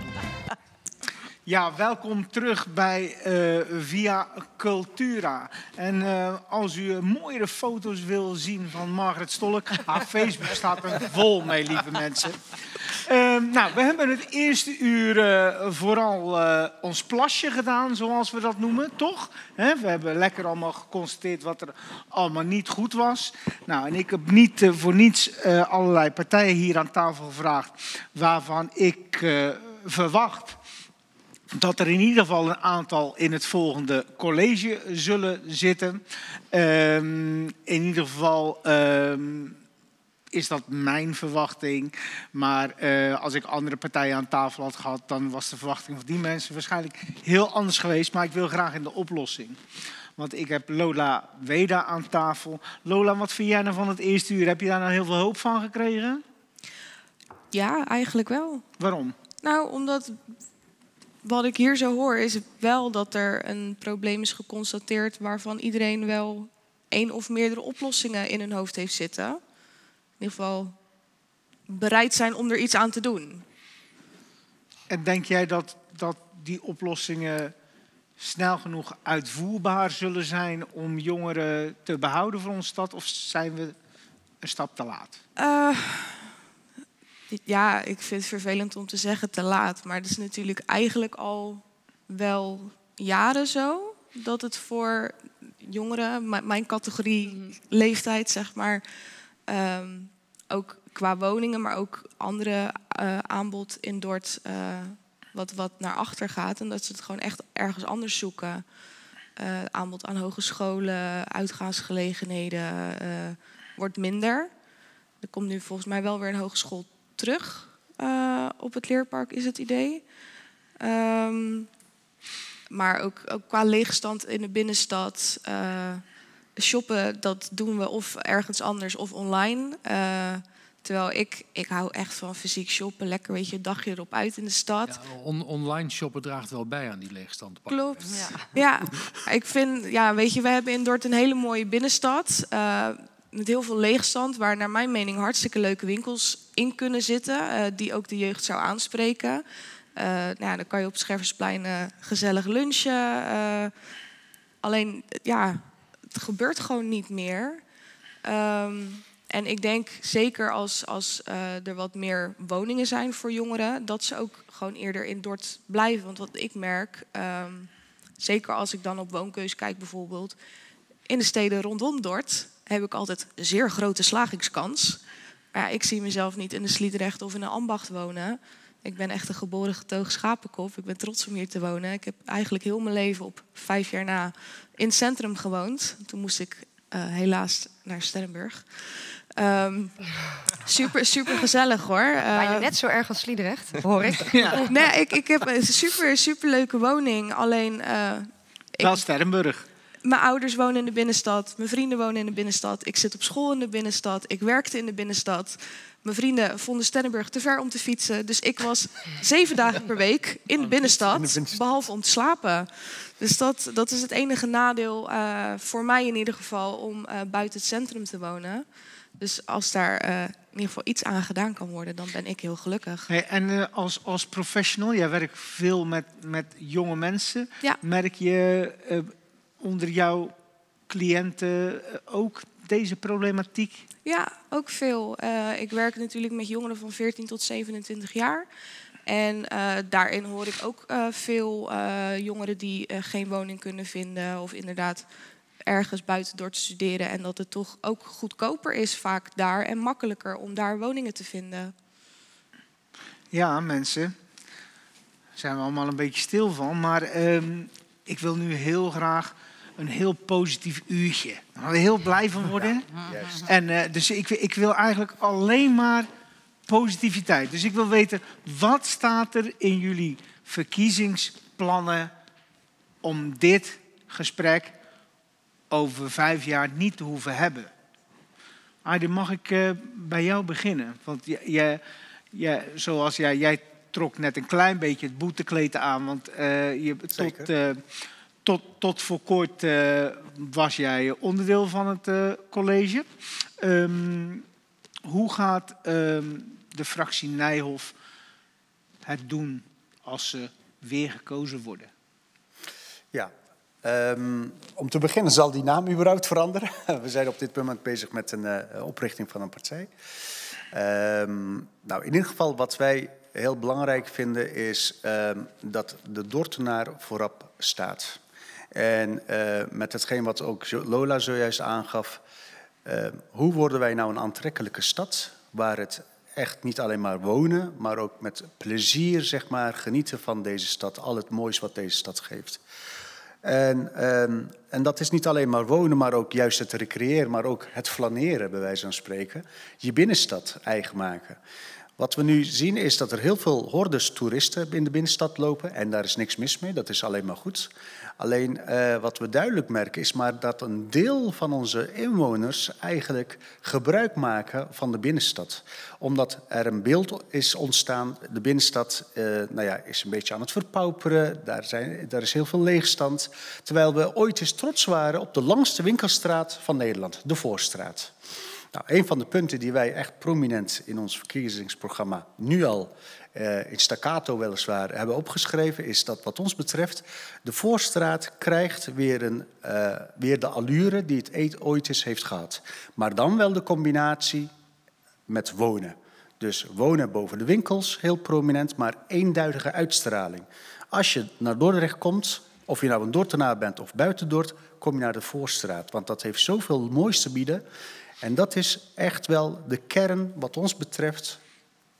Ja, welkom terug bij uh, Via Cultura. En uh, als u mooiere foto's wil zien van Margret Stolk, haar Facebook staat er vol mee, lieve mensen. Uh, nou, we hebben het eerste uur uh, vooral uh, ons plasje gedaan, zoals we dat noemen, toch? He, we hebben lekker allemaal geconstateerd wat er allemaal niet goed was. Nou, en ik heb niet uh, voor niets uh, allerlei partijen hier aan tafel gevraagd, waarvan ik uh, verwacht dat er in ieder geval een aantal in het volgende college zullen zitten. Um, in ieder geval um, is dat mijn verwachting. Maar uh, als ik andere partijen aan tafel had gehad, dan was de verwachting van die mensen waarschijnlijk heel anders geweest. Maar ik wil graag in de oplossing. Want ik heb Lola Weda aan tafel. Lola, wat vind jij nou van het eerste uur? Heb je daar nou heel veel hoop van gekregen? Ja, eigenlijk wel. Waarom? Nou, omdat wat ik hier zo hoor is wel dat er een probleem is geconstateerd waarvan iedereen wel één of meerdere oplossingen in hun hoofd heeft zitten. In ieder geval bereid zijn om er iets aan te doen. En denk jij dat, dat die oplossingen snel genoeg uitvoerbaar zullen zijn om jongeren te behouden voor onze stad? Of zijn we een stap te laat? Uh, ja, ik vind het vervelend om te zeggen te laat. Maar het is natuurlijk eigenlijk al wel jaren zo dat het voor jongeren, mijn categorie leeftijd zeg maar, um, ook qua woningen, maar ook andere uh, aanbod in Dort uh, wat, wat naar achter gaat. En dat ze het gewoon echt ergens anders zoeken. Uh, aanbod aan hogescholen, uitgaansgelegenheden uh, wordt minder. Er komt nu volgens mij wel weer een hogeschool terug uh, op het leerpark, is het idee. Um, maar ook, ook qua leegstand in de binnenstad. Uh, shoppen, dat doen we of ergens anders of online. Uh, terwijl ik, ik hou echt van fysiek shoppen. Lekker, weet je, een dagje erop uit in de stad. Ja, on- online shoppen draagt wel bij aan die leegstand. Klopt. Ja. ja, ik vind, ja, weet je, we hebben in Dordt een hele mooie binnenstad. Uh, met heel veel leegstand, waar naar mijn mening hartstikke leuke winkels in kunnen zitten. Uh, die ook de jeugd zou aanspreken. Uh, nou ja, dan kan je op Scherversplein uh, gezellig lunchen. Uh, alleen, ja, het gebeurt gewoon niet meer. Um, en ik denk, zeker als, als uh, er wat meer woningen zijn voor jongeren, dat ze ook gewoon eerder in Dordt blijven. Want wat ik merk, um, zeker als ik dan op woonkeus kijk bijvoorbeeld, in de steden rondom Dordt heb ik altijd een zeer grote slagingskans. Maar ja, ik zie mezelf niet in de Sliedrecht of in een ambacht wonen. Ik ben echt een geboren getogen schapenkop. Ik ben trots om hier te wonen. Ik heb eigenlijk heel mijn leven op vijf jaar na in het centrum gewoond. Toen moest ik uh, helaas naar Sterrenburg. Um, super, super gezellig hoor. Uh, Bijna net zo erg als Sliedrecht, hoor ik. Ja. Nee, ik, ik heb een super, super leuke woning. Alleen... Uh, Wel Sterrenburg. Mijn ouders wonen in de binnenstad. Mijn vrienden wonen in de binnenstad. Ik zit op school in de binnenstad. Ik werkte in de binnenstad. Mijn vrienden vonden Sterrenburg te ver om te fietsen. Dus ik was zeven dagen per week in de binnenstad. In de binnenstad. Behalve om te slapen. Dus dat, dat is het enige nadeel, uh, voor mij in ieder geval, om uh, buiten het centrum te wonen. Dus als daar uh, in ieder geval iets aan gedaan kan worden, dan ben ik heel gelukkig. Hey, en uh, als, als professional, jij werkt veel met, met jonge mensen. Ja. Merk je uh, onder jouw cliënten uh, ook deze problematiek? Ja, ook veel. Uh, ik werk natuurlijk met jongeren van veertien tot zevenentwintig jaar. En uh, daarin hoor ik ook uh, veel uh, jongeren die uh, geen woning kunnen vinden, of inderdaad ergens buiten door te studeren. En dat het toch ook goedkoper is vaak daar en makkelijker om daar woningen te vinden. Ja, mensen. Daar zijn we allemaal een beetje stil van. Maar um, ik wil nu heel graag een heel positief uurtje. Waar we heel blij van worden. Ja, en uh, dus ik, ik wil eigenlijk alleen maar positiviteit. Dus ik wil weten, wat staat er in jullie verkiezingsplannen om dit gesprek over vijf jaar niet te hoeven hebben? Aide, mag ik uh, bij jou beginnen? Want jij, jij, zoals jij, jij trok net een klein beetje het boetekleed aan. Want uh, je tot, uh, tot, tot voor kort uh, was jij onderdeel van het uh, college. Um, hoe gaat um, de fractie Nijhoff het doen als ze weer gekozen worden? Ja. Um, om te beginnen zal die naam überhaupt veranderen. We zijn op dit moment bezig met een uh, oprichting van een partij. Um, nou, in ieder geval wat wij heel belangrijk vinden is um, dat de Dordtenaar voorop staat. En uh, met hetgeen wat ook Lola zojuist aangaf, uh, hoe worden wij nou een aantrekkelijke stad waar het echt niet alleen maar wonen, maar ook met plezier zeg maar, genieten van deze stad, al het moois wat deze stad geeft. En, um, en dat is niet alleen maar wonen, maar ook juist het recreëren, maar ook het flaneren, bij wijze van spreken. Je binnenstad eigen maken. Wat we nu zien is dat er heel veel hordes toeristen in de binnenstad lopen. En daar is niks mis mee, dat is alleen maar goed. Alleen uh, wat we duidelijk merken is maar dat een deel van onze inwoners eigenlijk gebruik maken van de binnenstad. Omdat er een beeld is ontstaan, de binnenstad uh, nou ja, is een beetje aan het verpauperen. Daar, zijn, daar is heel veel leegstand. Terwijl we ooit eens trots waren op de langste winkelstraat van Nederland, de Voorstraat. Nou, een van de punten die wij echt prominent in ons verkiezingsprogramma nu al uh, in staccato weliswaar hebben opgeschreven, is dat wat ons betreft de Voorstraat krijgt weer, een, uh, weer de allure die het ooit eens heeft gehad. Maar dan wel de combinatie met wonen. Dus wonen boven de winkels, heel prominent, maar eenduidige uitstraling. Als je naar Dordrecht komt, of je nou een Dordtenaar bent of buiten Dordt, kom je naar de Voorstraat. Want dat heeft zoveel moois te bieden. En dat is echt wel de kern, wat ons betreft,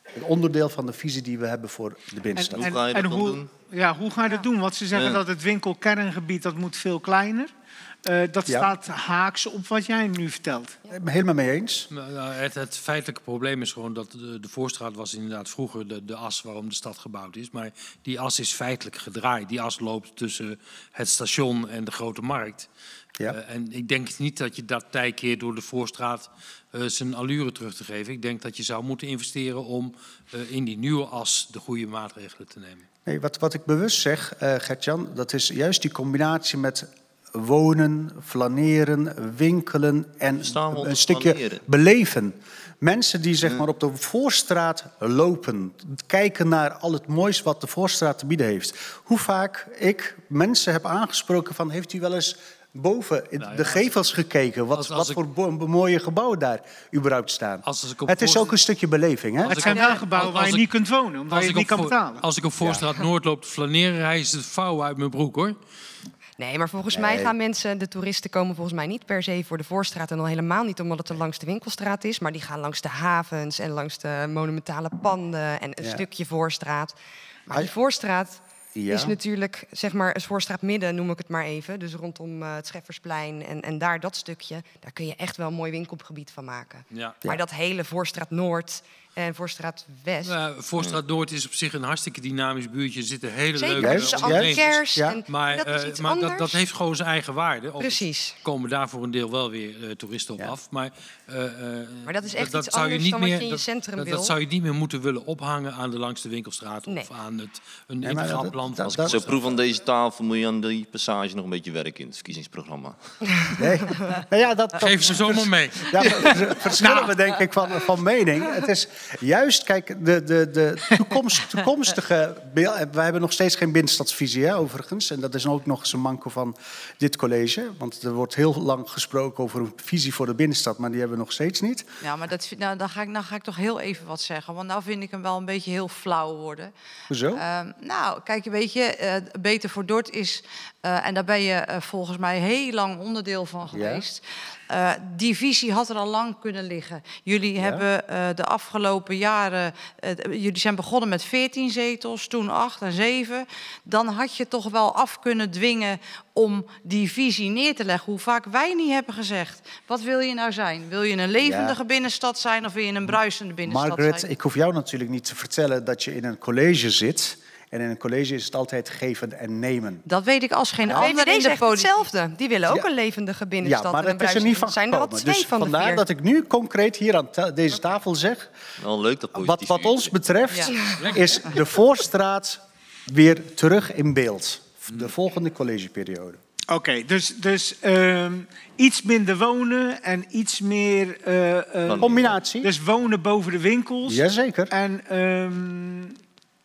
een onderdeel van de visie die we hebben voor de binnenstad. Hoe ga je dat dan hoe, doen? Ja, hoe ga je dat doen? Want ze zeggen Ja. dat het winkelkerngebied dat moet veel kleiner. Uh, dat Ja. staat haaks op wat jij nu vertelt. Ik ben helemaal mee eens. Nou, nou, het, het feitelijke probleem is gewoon dat de, de Voorstraat was inderdaad vroeger de, de as waarom de stad gebouwd is. Maar die as is feitelijk gedraaid. Die as loopt tussen het station en de Grote Markt. Ja. Uh, en ik denk niet dat je dat tij keer door de Voorstraat uh, zijn allure terug te geven. Ik denk dat je zou moeten investeren om uh, in die nieuwe as de goede maatregelen te nemen. Nee, wat, wat ik bewust zeg, uh, Gert-Jan, dat is juist die combinatie met wonen, flaneren, winkelen en een stukje flaneren. beleven. Mensen die zeg maar op de Voorstraat lopen, kijken naar al het moois wat de Voorstraat te bieden heeft. Hoe vaak ik mensen heb aangesproken van, heeft u wel eens boven in Nou ja, de gevels gekeken? Wat, als- als wat ik- voor bo- mooie gebouwen daar überhaupt staan? Als, als ik op Het is Voorst- ook een stukje beleving, hè? Het ik- zijn wel gebouwen als- waar je als niet ik- kunt wonen, omdat je ik het niet op kan voor- betalen. Als ik op Voorstraat Noord loop te flaneren, hij is het vouwen uit mijn broek, hoor. Nee, maar volgens mij gaan mensen, de toeristen komen volgens mij niet per se voor de Voorstraat. En al helemaal niet omdat het er langs de winkelstraat is. Maar die gaan langs de havens en langs de monumentale panden en een Ja. stukje Voorstraat. Maar die Hij- Voorstraat Ja. is natuurlijk, zeg maar, het Voorstraat midden noem ik het maar even. Dus rondom uh, het Scheffersplein en, en daar dat stukje. Daar kun je echt wel een mooi winkelgebied van maken. Ja. Maar dat hele Voorstraat Noord en Voorstraat West... Nou, Voorstraat Noord is op zich een hartstikke dynamisch buurtje. Er zitten hele Zeker, leuke Juist, tussen juist. Antikers Ja. en Maar, dat is eh, iets maar dat, anders. dat heeft gewoon zijn eigen waarde. Of Precies. komen daar voor een deel wel weer uh, toeristen op Ja. af. Maar, uh, uh, Maar dat is echt iets zou je anders niet dan wat meer, je in je dat- centrum dat, wil. Dat zou je niet meer moeten willen ophangen aan de langs de winkelstraat. Nee. Of aan het, een Nee, maar integraal dat- plan. dat- van- Als ik dat- zo proef aan deze tafel, moet je aan die passage nog een beetje werken in het verkiezingsprogramma. Nee. Nou ja, dat, dat, Geef ze zomaar mee. Ja, ver- verschillen we denk ik van, van mening. Het is juist, kijk, de, de, de toekomst, toekomstige... beeld- wij hebben nog steeds geen binnenstadsvisie, hè, overigens. En dat is ook nog eens een manko van dit college. Want er wordt heel lang gesproken over een visie voor de binnenstad... maar die hebben we nog steeds niet. Ja, maar dat, vind- nou, dan, ga ik, dan ga ik toch heel even wat zeggen. Want nou vind ik hem wel een beetje heel flauw worden. Hoezo? Ehm, nou, kijk, weet je, eh, Beter voor Dort is... Uh, en daar ben je uh, volgens mij heel lang onderdeel van geweest. Uh, die visie had er al lang kunnen liggen. Jullie Ja. hebben uh, de afgelopen jaren... Uh, jullie zijn begonnen met veertien zetels, toen acht en zeven. Dan had je toch wel af kunnen dwingen om die visie neer te leggen. Hoe vaak wij niet hebben gezegd. Wat wil je nou zijn? Wil je een levendige Ja. binnenstad zijn of wil je een bruisende binnenstad Margaret, zijn? ik hoef jou natuurlijk niet te vertellen dat je in een college zit... en in een college is het altijd geven en nemen. Dat weet ik als geen De ander V V in D de zegt politiek. hetzelfde. Die willen ook Ja. een levendige binnenstad. Ja, maar en een dat is er niet van bruisende. Zijn er al gekomen. twee Dus van de vandaar vier. dat ik nu concreet hier aan ta- deze tafel zeg... Wel leuk dat Wat, positief wat ons vuurtje. betreft Ja. is de Voorstraat weer terug in beeld. De volgende collegeperiode. Oké, okay, dus, dus um, iets minder wonen en iets meer... Uh, uh, Combinatie. Dus wonen boven de winkels. Jazeker. En, um...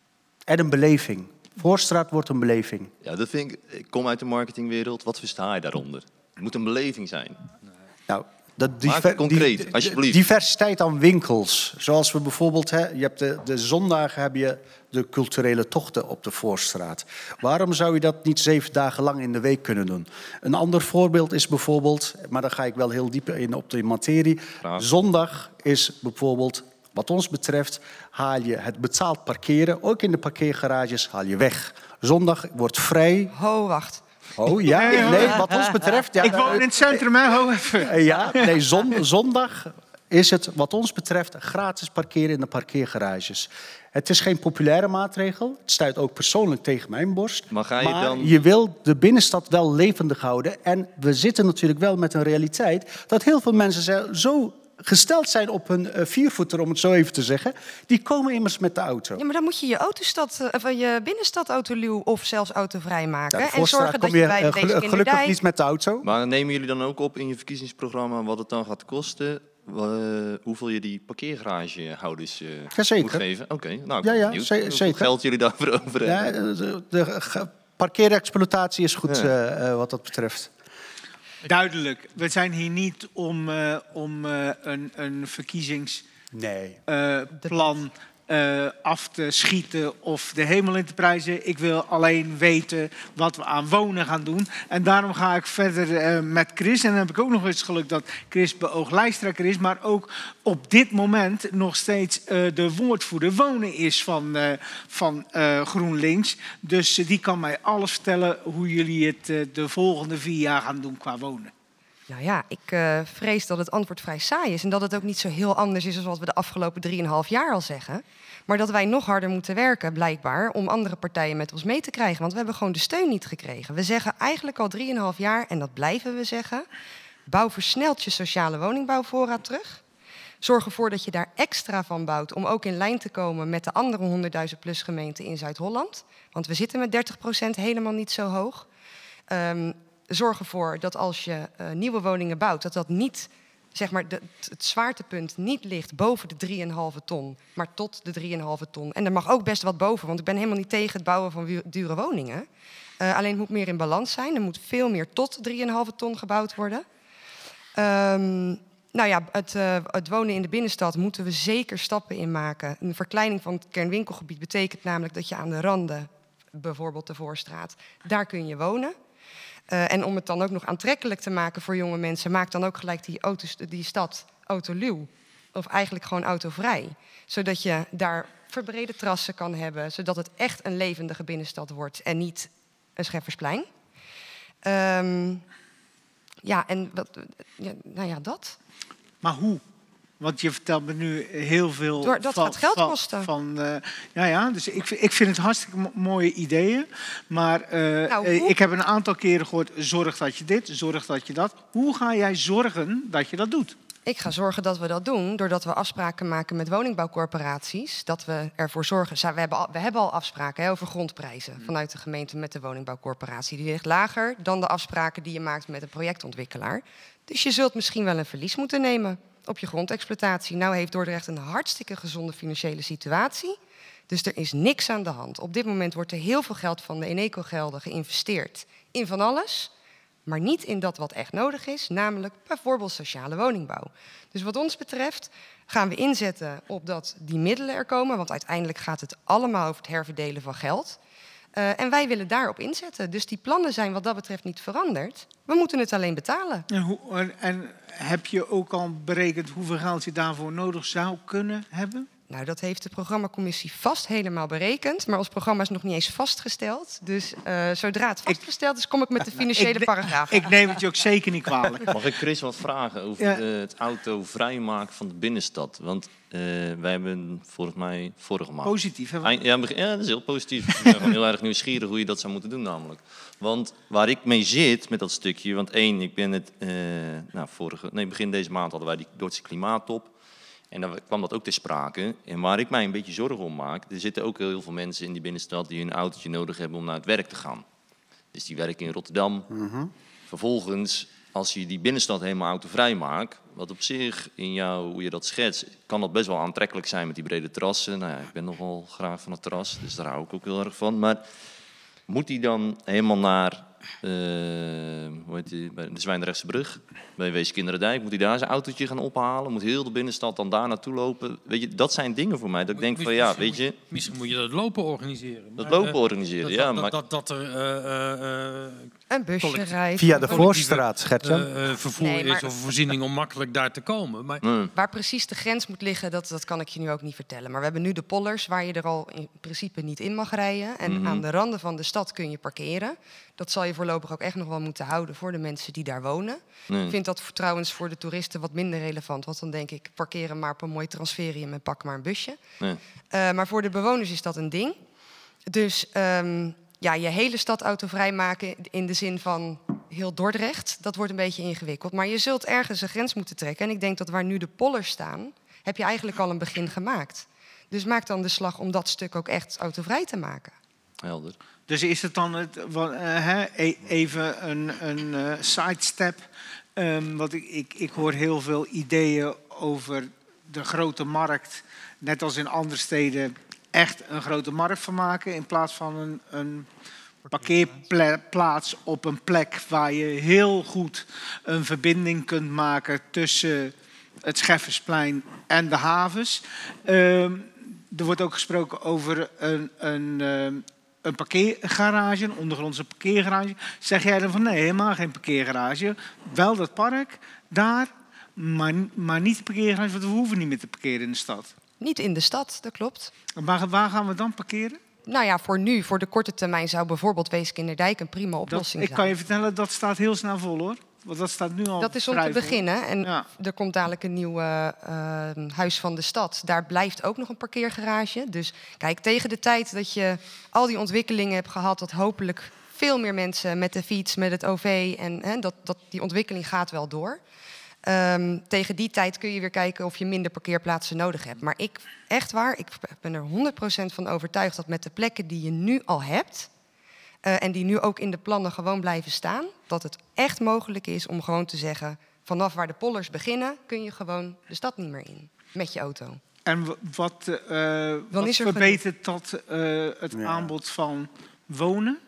en een beleving. Voorstraat wordt een beleving. Ja, dat vind ik, ik kom uit de marketingwereld. Wat versta je daaronder? Het moet een beleving zijn. Nou, dat Maak het concreet, die- alsjeblieft. Diversiteit aan winkels. Zoals we bijvoorbeeld... Hè, je hebt de, de zondagen heb je de culturele tochten op de Voorstraat. Waarom zou je dat niet zeven dagen lang in de week kunnen doen? Een ander voorbeeld is bijvoorbeeld... maar daar ga ik wel heel diep in op de materie. Graag. Zondag is bijvoorbeeld... Wat ons betreft haal je het betaald parkeren... ook in de parkeergarages haal je weg. Zondag wordt vrij... Ho, wacht. Oh ja, nee, wat ons betreft... Ja, ik woon in het centrum, hè? Ho even. Eh, Ja, nee, zon, zondag is het wat ons betreft gratis parkeren in de parkeergarages. Het is geen populaire maatregel. Het stuit ook persoonlijk tegen mijn borst. Maar ga je dan- je wil de binnenstad wel levendig houden. En we zitten natuurlijk wel met een realiteit... dat heel veel mensen zijn zo gesteld zijn op hun uh, viervoeter, om het zo even te zeggen... die komen immers met de auto. Ja, maar dan moet je je autostad, uh, of je binnenstad autoluw of zelfs autovrij maken. Ja, de en Voorstraat zorgen dat kom je je bij uh, deze gelu- gelukkig kinderdijk... niet met de auto. Maar nemen jullie dan ook op in je verkiezingsprogramma wat het dan gaat kosten? Uh, hoeveel je die parkeergaragehouders uh, Jazeker. moet geven? Oké, okay, nou, ik Ja, ben ja, benieuwd ze- hoeveel zeker. geld jullie daarvoor over Ja, hebben. de, de ge- parkeerexploitatie is goed Ja. uh, uh, wat dat betreft. Duidelijk. We zijn hier niet om, uh, om uh, een, een verkiezingsplan Nee. uh, uh, af te schieten of de hemel in te prijzen. Ik wil alleen weten wat we aan wonen gaan doen. En daarom ga ik verder uh, met Chris. En dan heb ik ook nog eens geluk dat Chris beoogd lijsttrekker is, maar ook op dit moment nog steeds uh, de woordvoerder wonen is van, uh, van uh, GroenLinks. Dus uh, die kan mij alles vertellen hoe jullie het uh, de volgende vier jaar gaan doen qua wonen. Nou ja, ik uh, vrees dat het antwoord vrij saai is en dat het ook niet zo heel anders is dan wat we de afgelopen drieënhalf jaar al zeggen. Maar dat wij nog harder moeten werken, blijkbaar, om andere partijen met ons mee te krijgen. Want we hebben gewoon de steun niet gekregen. We zeggen eigenlijk al drieënhalf jaar, en dat blijven we zeggen, bouw versneld je sociale woningbouwvoorraad terug. Zorg ervoor dat je daar extra van bouwt om ook in lijn te komen met de andere honderdduizend plus gemeenten in Zuid-Holland. Want we zitten met dertig procent helemaal niet zo hoog. Um, zorg ervoor dat als je uh, nieuwe woningen bouwt, dat dat niet, zeg maar, de, het zwaartepunt niet ligt boven de drie komma vijf ton, maar tot de drie komma vijf ton. En er mag ook best wat boven, want ik ben helemaal niet tegen het bouwen van dure woningen. Uh, alleen het moet meer in balans zijn. Er moet veel meer tot drie komma vijf ton gebouwd worden. Um, nou ja, het, uh, het wonen in de binnenstad moeten we zeker stappen in maken. Een verkleining van het kernwinkelgebied betekent namelijk dat je aan de randen, bijvoorbeeld de Voorstraat, daar kun je wonen. Uh, en om het dan ook nog aantrekkelijk te maken voor jonge mensen, maak dan ook gelijk die, auto's, die stad autoluw. Of eigenlijk gewoon autovrij. Zodat je daar verbrede terrassen kan hebben. Zodat het echt een levendige binnenstad wordt en niet een Scheffersplein. Um, ja, en wat, ja, nou ja, dat. Maar hoe? Want je vertelt me nu heel veel. Door, dat van, gaat geld van, kosten. Van, uh, ja, ja, dus ik, ik vind het hartstikke mo- mooie ideeën. Maar uh, nou, uh, ik heb een aantal keren gehoord, zorg dat je dit, zorg dat je dat. Hoe ga jij zorgen dat je dat doet? Ik ga zorgen dat we dat doen doordat we afspraken maken met woningbouwcorporaties. Dat we ervoor zorgen. We hebben al, we hebben al afspraken hè, over grondprijzen vanuit de gemeente met de woningbouwcorporatie. Die ligt lager dan de afspraken die je maakt met een projectontwikkelaar. Dus je zult misschien wel een verlies moeten nemen op je grondexploitatie. Nou heeft Dordrecht een hartstikke gezonde financiële situatie. Dus er is niks aan de hand. Op dit moment wordt er heel veel geld van de Eneco-gelden geïnvesteerd in van alles, maar niet in dat wat echt nodig is, namelijk bijvoorbeeld sociale woningbouw. Dus wat ons betreft gaan we inzetten op dat die middelen er komen, want uiteindelijk gaat het allemaal over het herverdelen van geld. Uh, en wij willen daarop inzetten. Dus die plannen zijn wat dat betreft niet veranderd. We moeten het alleen betalen. En, hoe, en heb je ook al berekend hoeveel geld je daarvoor nodig zou kunnen hebben? Nou, dat heeft de programmacommissie vast helemaal berekend. Maar ons programma is nog niet eens vastgesteld. Dus uh, zodra het vastgesteld is, kom ik met de financiële ik, paragraaf. Ik neem het je ook zeker niet kwalijk. Mag ik Chris wat vragen over ja. uh, het auto vrijmaken van de binnenstad? Want uh, wij hebben volgens mij vorige maand... Positief, hè? Ja, ja, dat is heel positief. Ik ben gewoon heel erg nieuwsgierig hoe je dat zou moeten doen namelijk. Want waar ik mee zit met dat stukje... Want één, ik ben het... Uh, nou, vorige, nee, begin deze maand hadden wij die Dordtse klimaattop. En dan kwam dat ook ter sprake. En waar ik mij een beetje zorgen om maak... er zitten ook heel veel mensen in die binnenstad... die een autootje nodig hebben om naar het werk te gaan. Dus die werken in Rotterdam. Mm-hmm. Vervolgens, als je die binnenstad helemaal autovrij maakt... wat op zich, in jou, hoe je dat schetst... kan dat best wel aantrekkelijk zijn met die brede terrassen. Nou ja, ik ben nogal graag van het terras, dus daar hou ik ook heel erg van. Maar moet die dan helemaal naar... Uh, hoe heet die, bij de Zwijndrechtse brug, bij Weeskinderdijk, moet hij daar zijn autootje gaan ophalen? Moet heel de binnenstad dan daar naartoe lopen? Weet je, dat zijn dingen voor mij. Dat ik denk van ja, weet je... Misschien moet je dat lopen organiseren. Dat lopen organiseren, dat, ja. Dat, maar... dat, dat er... Uh, uh, een busje rijdt. Via de Voorstraat, Gertjan. Uh, uh, vervoer nee, maar... is of voorziening om makkelijk daar te komen. Maar... Mm. Waar precies de grens moet liggen, dat, dat kan ik je nu ook niet vertellen. Maar we hebben nu de pollers waar je er al in principe niet in mag rijden. En mm-hmm. aan de randen van de stad kun je parkeren. Dat zal je voorlopig ook echt nog wel moeten houden voor de mensen die daar wonen. Nee. Ik vind dat voor, trouwens voor de toeristen wat minder relevant. Want dan denk ik, parkeren maar op een mooi transferium en pak maar een busje. Nee. Uh, maar voor de bewoners is dat een ding. Dus um, ja, je hele stad autovrij maken in de zin van heel Dordrecht, dat wordt een beetje ingewikkeld. Maar je zult ergens een grens moeten trekken. En ik denk dat waar nu de pollers staan, heb je eigenlijk al een begin gemaakt. Dus maak dan de slag om dat stuk ook echt autovrij te maken. Helder. Dus is het dan het, uh, hè, even een, een uh, sidestep? Um, want ik, ik, ik hoor heel veel ideeën over de grote markt, net als in andere steden, echt een grote markt van maken in plaats van een, een parkeerplaats op een plek waar je heel goed een verbinding kunt maken tussen het Scheffersplein en de havens. Um, er wordt ook gesproken over een, een, een parkeergarage, een ondergrondse parkeergarage. Zeg jij dan van nee, helemaal geen parkeergarage. Wel dat park, daar, maar, maar niet de parkeergarage, want we hoeven niet meer te parkeren in de stad. Niet in de stad, dat klopt. Waar, waar gaan we dan parkeren? Nou ja, voor nu, voor de korte termijn, zou bijvoorbeeld Weeskinderdijk een prima oplossing dat, ik zijn. kan je vertellen, dat staat heel snel vol hoor. Want dat staat nu al. Dat is om te beginnen. En ja. er komt dadelijk een nieuw uh, uh, huis van de stad. Daar blijft ook nog een parkeergarage. Dus kijk, tegen de tijd dat je al die ontwikkelingen hebt gehad, dat hopelijk veel meer mensen met de fiets, met het O V en hè, dat, dat die ontwikkeling gaat wel door. Um, tegen die tijd kun je weer kijken of je minder parkeerplaatsen nodig hebt. Maar ik, echt waar, ik ben er honderd procent van overtuigd dat met de plekken die je nu al hebt, Uh, en die nu ook in de plannen gewoon blijven staan, dat het echt mogelijk is om gewoon te zeggen, vanaf waar de polders beginnen, kun je gewoon de stad niet meer in met je auto. En wat, uh, wat verbetert dat uh, het ja. aanbod van wonen?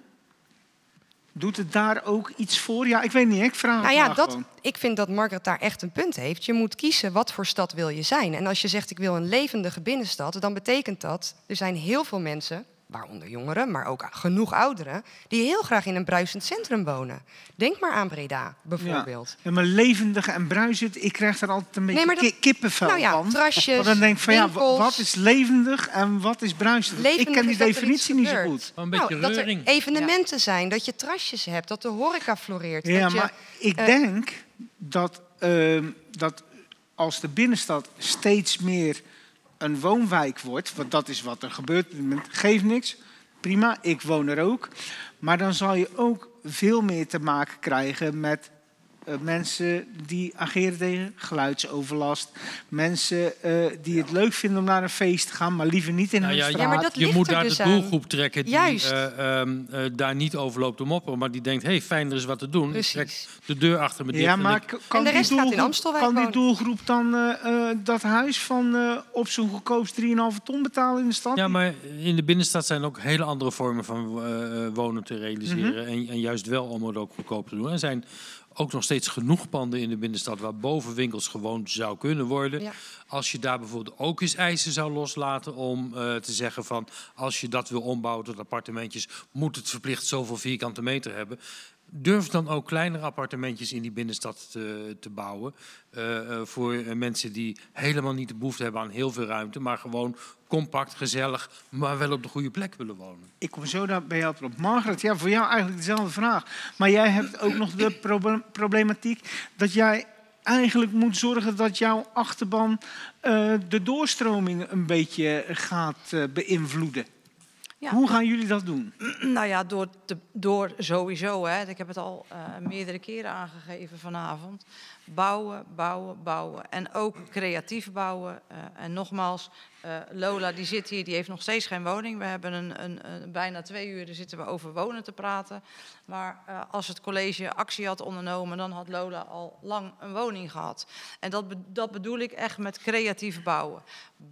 Doet het daar ook iets voor? Ja, ik weet niet, ik vraag nou het ja, maar dat, gewoon. Ik vind dat Margaret daar echt een punt heeft. Je moet kiezen wat voor stad wil je zijn. En als je zegt ik wil een levendige binnenstad, dan betekent dat, er zijn heel veel mensen, waaronder jongeren, maar ook genoeg ouderen, die heel graag in een bruisend centrum wonen. Denk maar aan Breda, bijvoorbeeld. Ja, ja maar levendig en bruisend, ik krijg daar altijd een beetje nee, dat, kippenvel nou ja, van. Trasjes, want dan denk ik van winkels, ja, wat is levendig en wat is bruisend? Levendig ik ken die definitie niet zo goed. Een beetje nou, reuring. Dat er evenementen ja. zijn, dat je trasjes hebt, dat de horeca floreert. Ja, dat je, maar ik uh, denk dat, uh, dat als de binnenstad steeds meer een woonwijk wordt, want dat is wat er gebeurt, geeft niks. Prima, ik woon er ook. Maar dan zal je ook veel meer te maken krijgen met uh, mensen die ageren tegen geluidsoverlast. Mensen uh, die het leuk vinden om naar een feest te gaan, maar liever niet in nou hun ja, straat. Ja, maar dat je moet daar dus de aan. doelgroep trekken die Juist. uh, um, uh, daar niet over loopt te mopperen, maar die denkt, hé, hey, fijn, er is wat te doen. Precies. Ik trek de deur achter me dicht. Ja, maar ik... kan, en de die rest gaat in Amstelwijk kan die wonen. doelgroep dan uh, uh, dat huis van uh, op zo'n goedkoopst drie komma vijf ton betalen in de stad? Ja, maar in de binnenstad zijn ook hele andere vormen van uh, wonen te realiseren. Mm-hmm. en, en juist wel om het ook goedkoop te doen. Er zijn ook nog steeds genoeg panden in de binnenstad waar bovenwinkels gewoon zou kunnen worden. Ja. Als je daar bijvoorbeeld ook eens eisen zou loslaten om uh, te zeggen van als je dat wil ombouwen tot appartementjes, moet het verplicht zoveel vierkante meter hebben. Durf dan ook kleinere appartementjes in die binnenstad te, te bouwen. Uh, uh, voor uh, mensen die helemaal niet de behoefte hebben aan heel veel ruimte, maar gewoon compact, gezellig, maar wel op de goede plek willen wonen. Ik kom zo daar bij jou op. Margaret, ja, voor jou eigenlijk dezelfde vraag. Maar jij hebt ook nog de proble- problematiek dat jij eigenlijk moet zorgen dat jouw achterban uh, de doorstroming een beetje gaat uh, beïnvloeden. Ja. Hoe gaan jullie dat doen? Nou ja, door, te, door sowieso. Hè. Ik heb het al uh, meerdere keren aangegeven vanavond. Bouwen, bouwen, bouwen. En ook creatief bouwen. Uh, en nogmaals, uh, Lola die zit hier, die heeft nog steeds geen woning. We hebben een, een, een, bijna twee uur daar zitten we over wonen te praten. Maar uh, als het college actie had ondernomen, dan had Lola al lang een woning gehad. En dat, be, dat bedoel ik echt met creatief bouwen.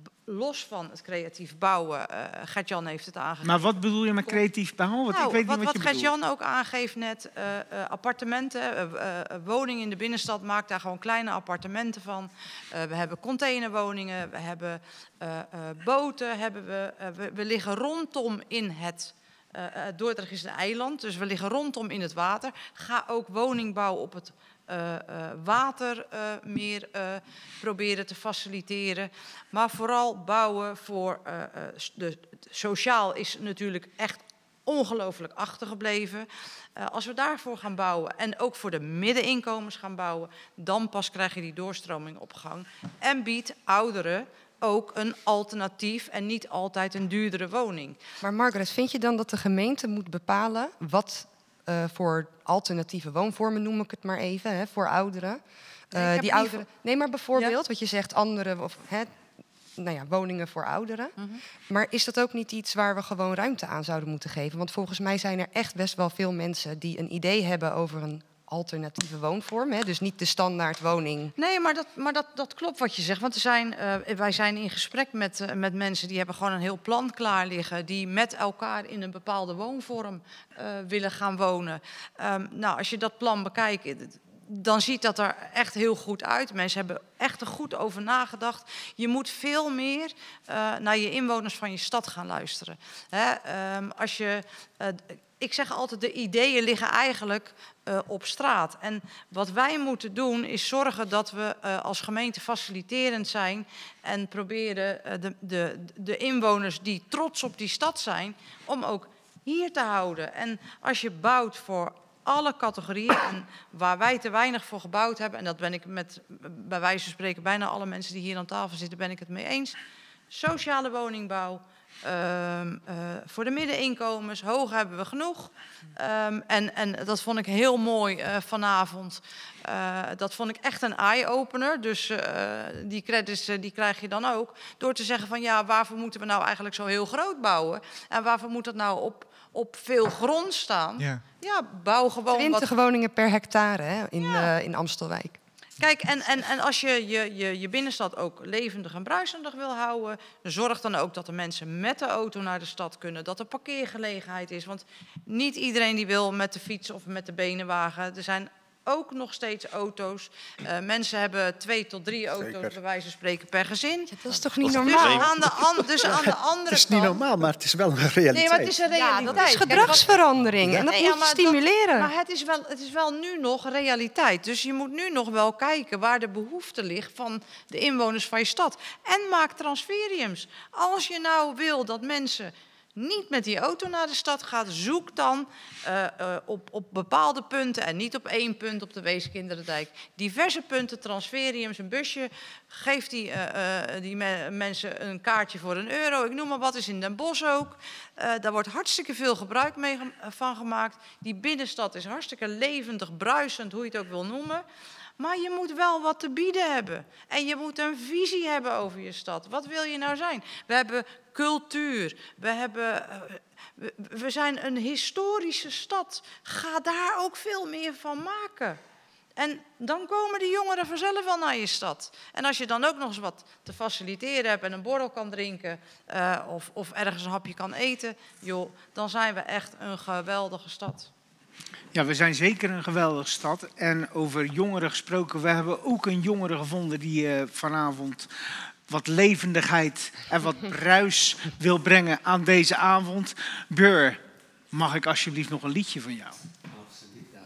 Los van het creatief bouwen, uh, Gert-Jan heeft het aangegeven. Maar wat bedoel je met creatief bouwen? Want nou, ik weet wat niet wat, wat je Gert-Jan ook aangeeft net, uh, uh, appartementen, uh, uh, woningen in de binnenstad, maakt daar gewoon kleine appartementen van. Uh, we hebben containerwoningen, we hebben uh, uh, boten, hebben we, uh, we, we liggen rondom in het... Uh, uh, Dordrecht is een eiland, dus we liggen rondom in het water. Ga ook woning bouwen op het uh, uh, water uh, meer uh, proberen te faciliteren. Maar vooral bouwen voor... Uh, uh, de, sociaal is natuurlijk echt ongelooflijk achtergebleven. Uh, als we daarvoor gaan bouwen en ook voor de middeninkomens gaan bouwen, dan pas krijg je die doorstroming op gang. En biedt ouderen ook een alternatief en niet altijd een duurdere woning. Maar Margaret, vind je dan dat de gemeente moet bepalen wat uh, voor alternatieve woonvormen, noem ik het maar even, hè, voor ouderen? Uh, die ouderen voor... Nee, maar bijvoorbeeld, ja. wat je zegt, andere of, hè, nou ja, woningen voor ouderen. Mm-hmm. Maar is dat ook niet iets waar we gewoon ruimte aan zouden moeten geven? Want volgens mij zijn er echt best wel veel mensen die een idee hebben over een alternatieve woonvorm, hè? Dus niet de standaard woning. Nee, maar dat, maar dat, dat klopt wat je zegt. Want er zijn, uh, wij zijn in gesprek met, uh, met mensen die hebben gewoon een heel plan klaar liggen, die met elkaar in een bepaalde woonvorm uh, willen gaan wonen. Um, nou, als je dat plan bekijkt, dan ziet dat er echt heel goed uit. Mensen hebben echt er goed over nagedacht. Je moet veel meer uh, naar je inwoners van je stad gaan luisteren. Hè, um, als je, uh, ik zeg altijd, de ideeën liggen eigenlijk uh, op straat. En wat wij moeten doen is zorgen dat we uh, als gemeente faciliterend zijn en proberen uh, de, de, de inwoners die trots op die stad zijn, om ook hier te houden. En als je bouwt voor alle categorieën en waar wij te weinig voor gebouwd hebben, en dat ben ik met, bij wijze van spreken, bijna alle mensen die hier aan tafel zitten, ben ik het mee eens. Sociale woningbouw, um, uh, voor de middeninkomens, hoog hebben we genoeg. Um, en, en dat vond ik heel mooi uh, vanavond. Uh, dat vond ik echt een eye-opener. Dus uh, die credits uh, die krijg je dan ook. Door te zeggen van ja, waarvoor moeten we nou eigenlijk zo heel groot bouwen? En waarvoor moet dat nou op, op veel grond staan? Ja, ja bouw gewoon twintig wat... woningen per hectare hè, in, ja. uh, in Amstelwijk. Kijk, en, en, en als je je, je je binnenstad ook levendig en bruisendig wil houden, zorg dan ook dat de mensen met de auto naar de stad kunnen, dat er parkeergelegenheid is. Want niet iedereen die wil met de fiets of met de benenwagen. Er zijn ook nog steeds auto's. Uh, mensen hebben twee tot drie auto's, Zeker. bij wijze van spreken, per gezin. Ja, dat is toch niet normaal? Dus aan de, an, dus aan de andere kant... Het is niet normaal, maar het is wel een realiteit. Nee, maar het is een realiteit. Ja, dat is gedragsverandering en dat nee, moet ja, je maar stimuleren. Dat, maar het is, wel, het is wel nu nog realiteit. Dus je moet nu nog wel kijken waar de behoefte ligt van de inwoners van je stad. En maak transferiums. Als je nou wil dat mensen niet met die auto naar de stad gaat, zoek dan uh, uh, op, op bepaalde punten en niet op één punt op de Weeskinderdijk. Diverse punten, transferiums, een busje. Geef die, uh, uh, die me mensen een kaartje voor een euro. Ik noem maar wat, is in Den Bosch ook. Uh, daar wordt hartstikke veel gebruik mee ge van gemaakt. Die binnenstad is hartstikke levendig, bruisend, hoe je het ook wil noemen. Maar je moet wel wat te bieden hebben. En je moet een visie hebben over je stad. Wat wil je nou zijn? We hebben cultuur. We, hebben, we, we zijn een historische stad. Ga daar ook veel meer van maken. En dan komen de jongeren vanzelf wel naar je stad. En als je dan ook nog eens wat te faciliteren hebt en een borrel kan drinken uh, of, of ergens een hapje kan eten, joh, dan zijn we echt een geweldige stad. Ja, we zijn zeker een geweldige stad. En over jongeren gesproken, we hebben ook een jongere gevonden die uh, vanavond wat levendigheid en wat bruis wil brengen aan deze avond. Beur, mag ik alsjeblieft nog een liedje van jou? Absoluut, ja.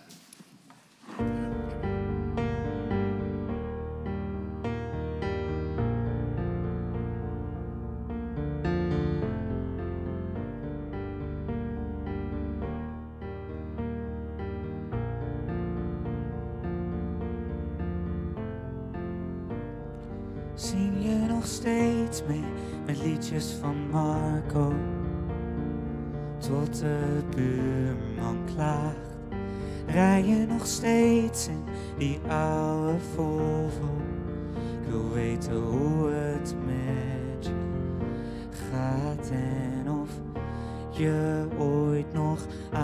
Zing je nog steeds mee met liedjes van Marco, tot de buurman klaagt? Rij je nog steeds in die oude Volvo? Ik wil weten hoe het met je gaat en of je ooit nog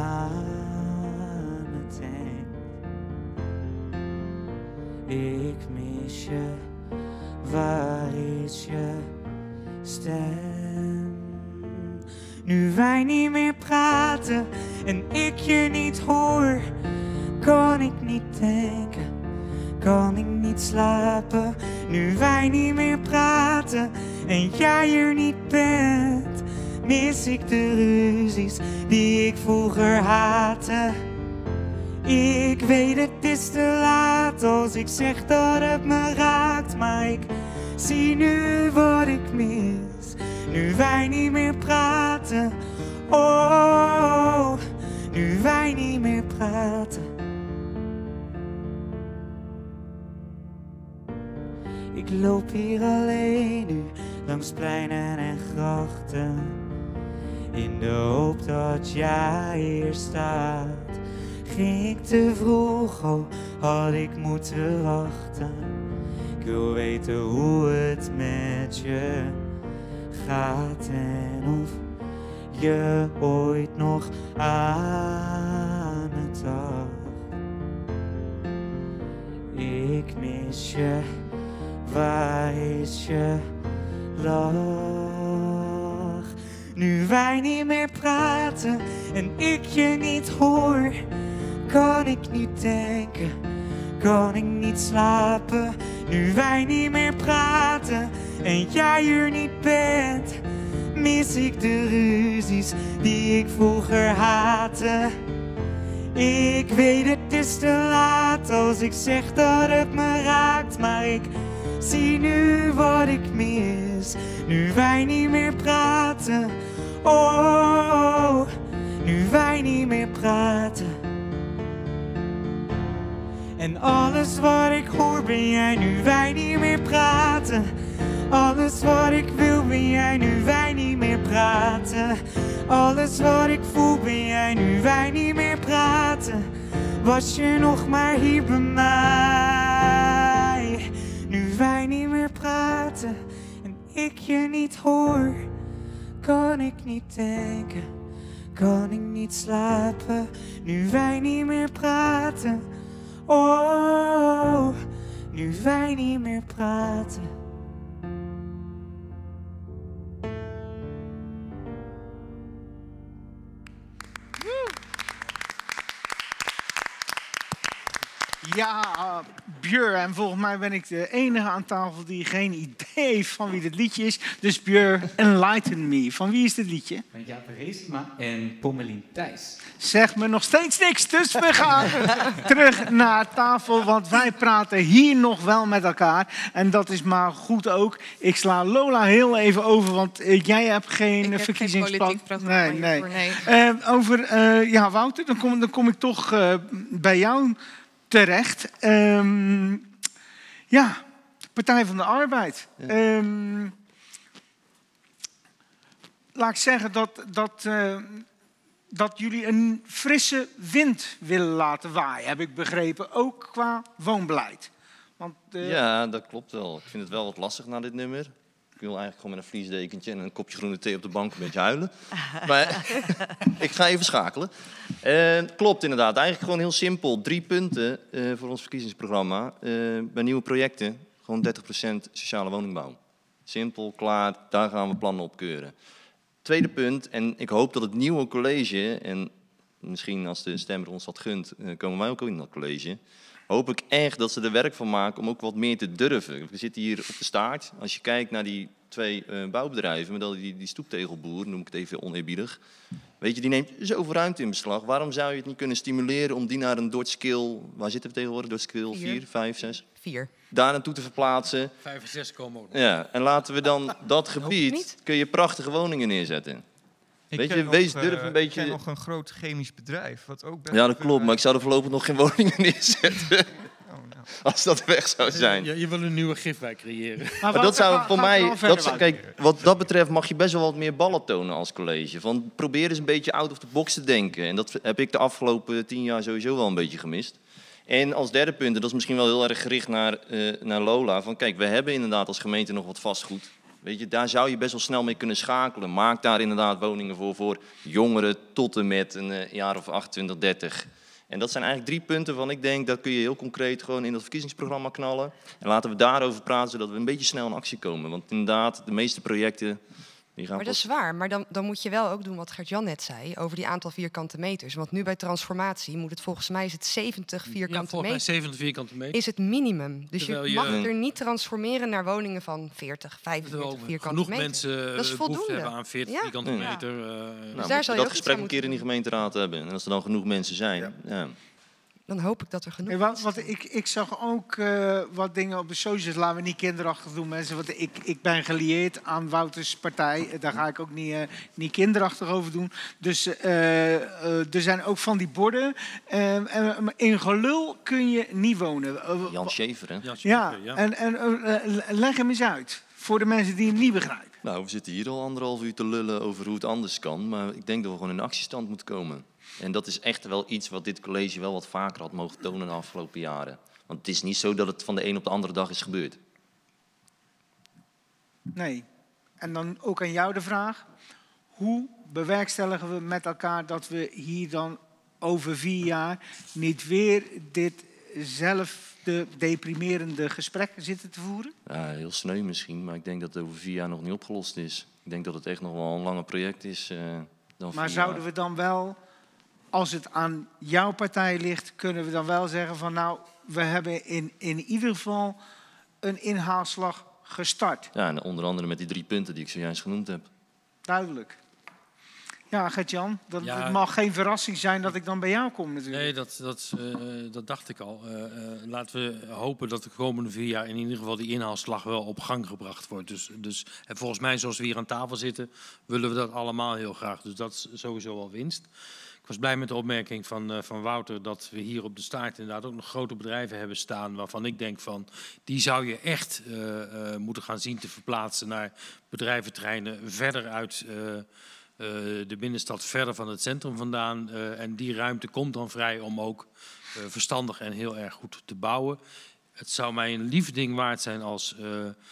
aan me denkt. Ik mis je. Waar is je stem? Nu wij niet meer praten en ik je niet hoor, kan ik niet denken, kan ik niet slapen. Nu wij niet meer praten en jij er niet bent, mis ik de ruzies die ik vroeger haatte. Ik weet het is te laat als ik zeg dat het me raakt, maar ik zie nu wat ik mis, nu wij niet meer praten. Oh, nu wij niet meer praten. Ik loop hier alleen nu langs pleinen en grachten, in de hoop dat jij hier staat. Ging ik te vroeg, oh, had ik moeten wachten. Ik wil weten hoe het met je gaat en of je ooit nog aan het dacht. Ik mis je, waar is je lach? Nu wij niet meer praten en ik je niet hoor, kan ik niet denken, kan ik niet slapen. Nu wij niet meer praten en jij er niet bent, mis ik de ruzies die ik vroeger haatte. Ik weet het is te laat als ik zeg dat het me raakt, maar ik zie nu wat ik mis, nu wij niet meer praten. Oh, nu wij niet meer praten. En alles wat ik hoor ben jij, nu wij niet meer praten. Alles wat ik wil ben jij, nu wij niet meer praten. Alles wat ik voel ben jij, nu wij niet meer praten. Was je nog maar hier bij mij. Nu wij niet meer praten en ik je niet hoor, kan ik niet denken, kan ik niet slapen. Nu wij niet meer praten. Oh, nu wij niet meer praten. Ja, uh, Björ, en volgens mij ben ik de enige aan tafel die geen idee heeft van wie dit liedje is. Dus Björ, enlighten me. Van wie is dit liedje? Van Jaap Reesema en Pommelien Thijs. Zeg me nog steeds niks, dus we gaan terug naar tafel, want wij praten hier nog wel met elkaar. En dat is maar goed ook. Ik sla Lola heel even over, want uh, jij hebt geen Ik verkiezingsplan. heb geen politiek programma nee, nee. hiervoor, nee. Uh, over, uh, ja, Wouter, dan kom, dan kom ik toch uh, bij jou terecht. Um, ja, Partij van de Arbeid. Ja. Um, laat ik zeggen dat, dat, uh, dat jullie een frisse wind willen laten waaien, heb ik begrepen, ook qua woonbeleid. Want, uh... Ja, dat klopt wel. Ik vind het wel wat lastig na dit nummer. Ik wil eigenlijk gewoon met een vliesdekentje en een kopje groene thee op de bank een beetje huilen. Maar ik ga even schakelen. Uh, klopt inderdaad. Eigenlijk gewoon heel simpel. Drie punten uh, voor ons verkiezingsprogramma. Uh, bij nieuwe projecten gewoon dertig procent sociale woningbouw. Simpel, klaar. Daar gaan we plannen op keuren. Tweede punt, en ik hoop dat het nieuwe college, en misschien als de stemmer ons dat gunt, uh, komen wij ook in dat college, hoop ik echt dat ze er werk van maken om ook wat meer te durven. We zitten hier op de staart. Als je kijkt naar die twee uh, bouwbedrijven, met al die, die stoeptegelboer, noem ik het even oneerbiedig. Weet je, die neemt zoveel ruimte in beslag. Waarom zou je het niet kunnen stimuleren om die naar een Dodge-Skill, waar zitten we tegenwoordig, Dodge-Skill, vier, vijf, zes? Vier. Daar naartoe te verplaatsen. Vijf en zes komen ook. Ja, en laten we dan dat gebied, kun je prachtige woningen neerzetten. Ik Weet ken je, nog, wees uh, durf een beetje... Ik ken nog een groot chemisch bedrijf, wat ook best... Ja, dat klopt, maar ik zou er voorlopig nog geen woningen neerzetten. Oh, nou. Als dat weg zou zijn. Je, je wil een nieuwe gifwijk creëren. Maar Maar dat zou voor mij, dat, zou, kijk, wat dat betreft mag je best wel wat meer ballen tonen als college. Van probeer eens een beetje out of the box te denken. En dat heb ik de afgelopen tien jaar sowieso wel een beetje gemist. En als derde punt, en dat is misschien wel heel erg gericht naar, uh, naar Lola. Van kijk, we hebben inderdaad als gemeente nog wat vastgoed. Weet je, daar zou je best wel snel mee kunnen schakelen. Maak daar inderdaad woningen voor, voor jongeren tot en met een uh, jaar of achtentwintig, dertig. En dat zijn eigenlijk drie punten van ik denk, dat kun je heel concreet gewoon in dat verkiezingsprogramma knallen. En laten we daarover praten, zodat we een beetje snel in actie komen. Want inderdaad, de meeste projecten... Die gaan maar dat is waar, maar dan, dan moet je wel ook doen wat Gert-Jan net zei over die aantal vierkante meters. Want nu bij transformatie moet het volgens mij is het zeventig vierkante ja, volgens meters. mij zeventig vierkante meter. Is het minimum. Dus je, je mag het er niet transformeren naar woningen van veertig, vijfenveertig vierkante genoeg meters. mensen dat is voldoende hebben aan veertig ja. vierkante ja. meter. Uh, nou, dus daar zal je dat ook gesprek een keer in die gemeenteraad hebben. En als er dan genoeg mensen zijn. Ja. Ja. Dan hoop ik dat er genoeg hey, wat, wat, ik, ik zag ook uh, wat dingen op de socials. Laten we niet kinderachtig doen, mensen. Want ik, ik ben gelieerd aan Wouters partij. Daar ga ik ook niet, uh, niet kinderachtig over doen. Dus uh, uh, er zijn ook van die borden. Uh, uh, in gelul kun je niet wonen. Uh, Jan Schever, hè? Jan Schever, ja, ja. en, en uh, leg hem eens uit. Voor de mensen die hem niet begrijpen. Nou, we zitten hier al anderhalf uur te lullen over hoe het anders kan. Maar ik denk dat we gewoon in actiestand moeten komen. En dat is echt wel iets wat dit college wel wat vaker had mogen tonen de afgelopen jaren. Want het is niet zo dat het van de een op de andere dag is gebeurd. Nee. En dan ook aan jou de vraag. Hoe bewerkstelligen we met elkaar dat we hier dan over vier jaar niet weer ditzelfde deprimerende gesprek zitten te voeren? Ja, heel sneu misschien, maar ik denk dat het over vier jaar nog niet opgelost is. Ik denk dat het echt nog wel een langer project is uh, dan Maar vier zouden jaar. we dan wel... Als het aan jouw partij ligt, kunnen we dan wel zeggen van nou, we hebben in, in ieder geval een inhaalslag gestart. Ja, en onder andere met die drie punten die ik zojuist genoemd heb. Duidelijk. Ja, Gert-Jan, dat, Ja. het mag geen verrassing zijn dat ik dan bij jou kom natuurlijk. Nee, dat, dat, uh, dat dacht ik al. Uh, uh, laten we hopen dat de komende vier jaar in ieder geval die inhaalslag wel op gang gebracht wordt. Dus, dus, en volgens mij, zoals we hier aan tafel zitten, willen we dat allemaal heel graag. Dus dat is sowieso wel winst. Ik was blij met de opmerking van, uh, van Wouter dat we hier op de staart inderdaad ook nog grote bedrijven hebben staan waarvan ik denk van, die zou je echt uh, uh, moeten gaan zien te verplaatsen naar bedrijventerreinen verder uit uh, Uh, de binnenstad verder van het centrum vandaan. Uh, en die ruimte komt dan vrij om ook uh, verstandig en heel erg goed te bouwen. Het zou mij een lief ding waard zijn als uh,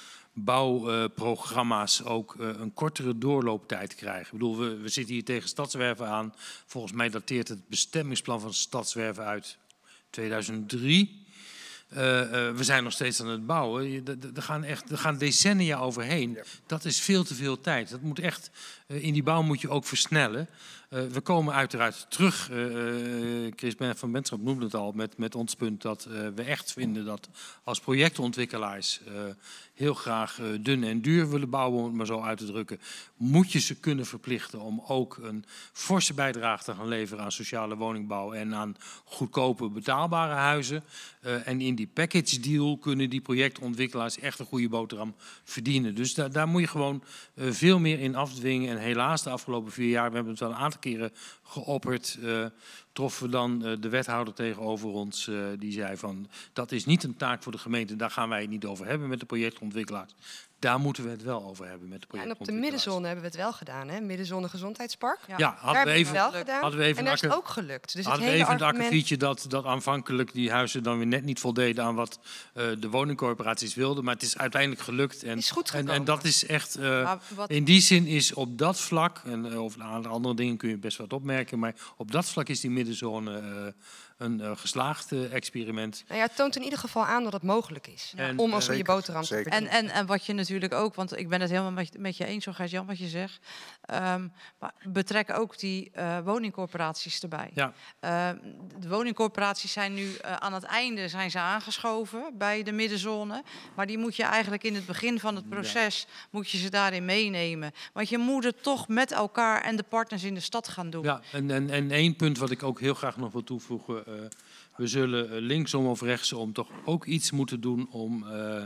bouwprogramma's uh, ook uh, een kortere doorlooptijd krijgen. Ik bedoel, we, we zitten hier tegen stadswerven aan. Volgens mij dateert het bestemmingsplan van stadswerven uit tweeduizend drie. Uh, uh, we zijn nog steeds aan het bouwen. Er gaan echt, er gaan decennia overheen. Ja. Dat is veel te veel tijd. Dat moet echt, uh, in die bouw moet je ook versnellen. Uh, we komen uiteraard terug. Uh, Chris van Benschop noemde het al met, met ons punt dat uh, we echt vinden dat als projectontwikkelaars uh, heel graag uh, dun en duur willen bouwen, om het maar zo uit te drukken, moet je ze kunnen verplichten om ook een forse bijdrage te gaan leveren aan sociale woningbouw en aan goedkope betaalbare huizen. Uh, en in die package deal kunnen die projectontwikkelaars echt een goede boterham verdienen. Dus da daar moet je gewoon uh, veel meer in afdwingen. En helaas de afgelopen vier jaar, we hebben het wel een aantal keren geopperd, uh, troffen we dan uh, de wethouder tegenover ons. Uh, die zei van, dat is niet een taak voor de gemeente, daar gaan wij het niet over hebben met de projectontwikkelaars. Daar moeten we het wel over hebben met de projectontwikkelaars. En op de middenzone hebben we het wel gedaan, hè? Middenzone Gezondheidspark. Ja, ja hadden we even, wel gedaan. Hadden we even en daar is het ook gelukt. Dus hadden het we hele even argument... een akkefietje dat, dat aanvankelijk die huizen dan weer net niet voldeden aan wat uh, de woningcorporaties wilden. Maar het is uiteindelijk gelukt. En, is goed en, en dat is echt, uh, wat... in die zin is op dat vlak, en uh, over aan andere dingen kun je best wat opmerken, maar op dat vlak is die middenzone uh, een uh, geslaagd uh, experiment. Nou ja, het toont in ieder geval aan dat het mogelijk is. Ja. En, om als uh, we je boterham te En, verdienen. en, en wat je natuurlijk ook, want ik ben het helemaal met, met je eens, zo Gert-Jan, wat je zegt. Um, maar betrek ook die uh, woningcorporaties erbij. Ja. Uh, de woningcorporaties zijn nu uh, aan het einde zijn ze aangeschoven bij de middenzone. Maar die moet je eigenlijk in het begin van het proces, ja. moet je ze daarin meenemen. Want je moet het toch met elkaar en de partners in de stad gaan doen. Ja, en, en, en één punt wat ik ook heel graag nog wil toevoegen. Uh, we zullen linksom of rechtsom toch ook iets moeten doen om uh,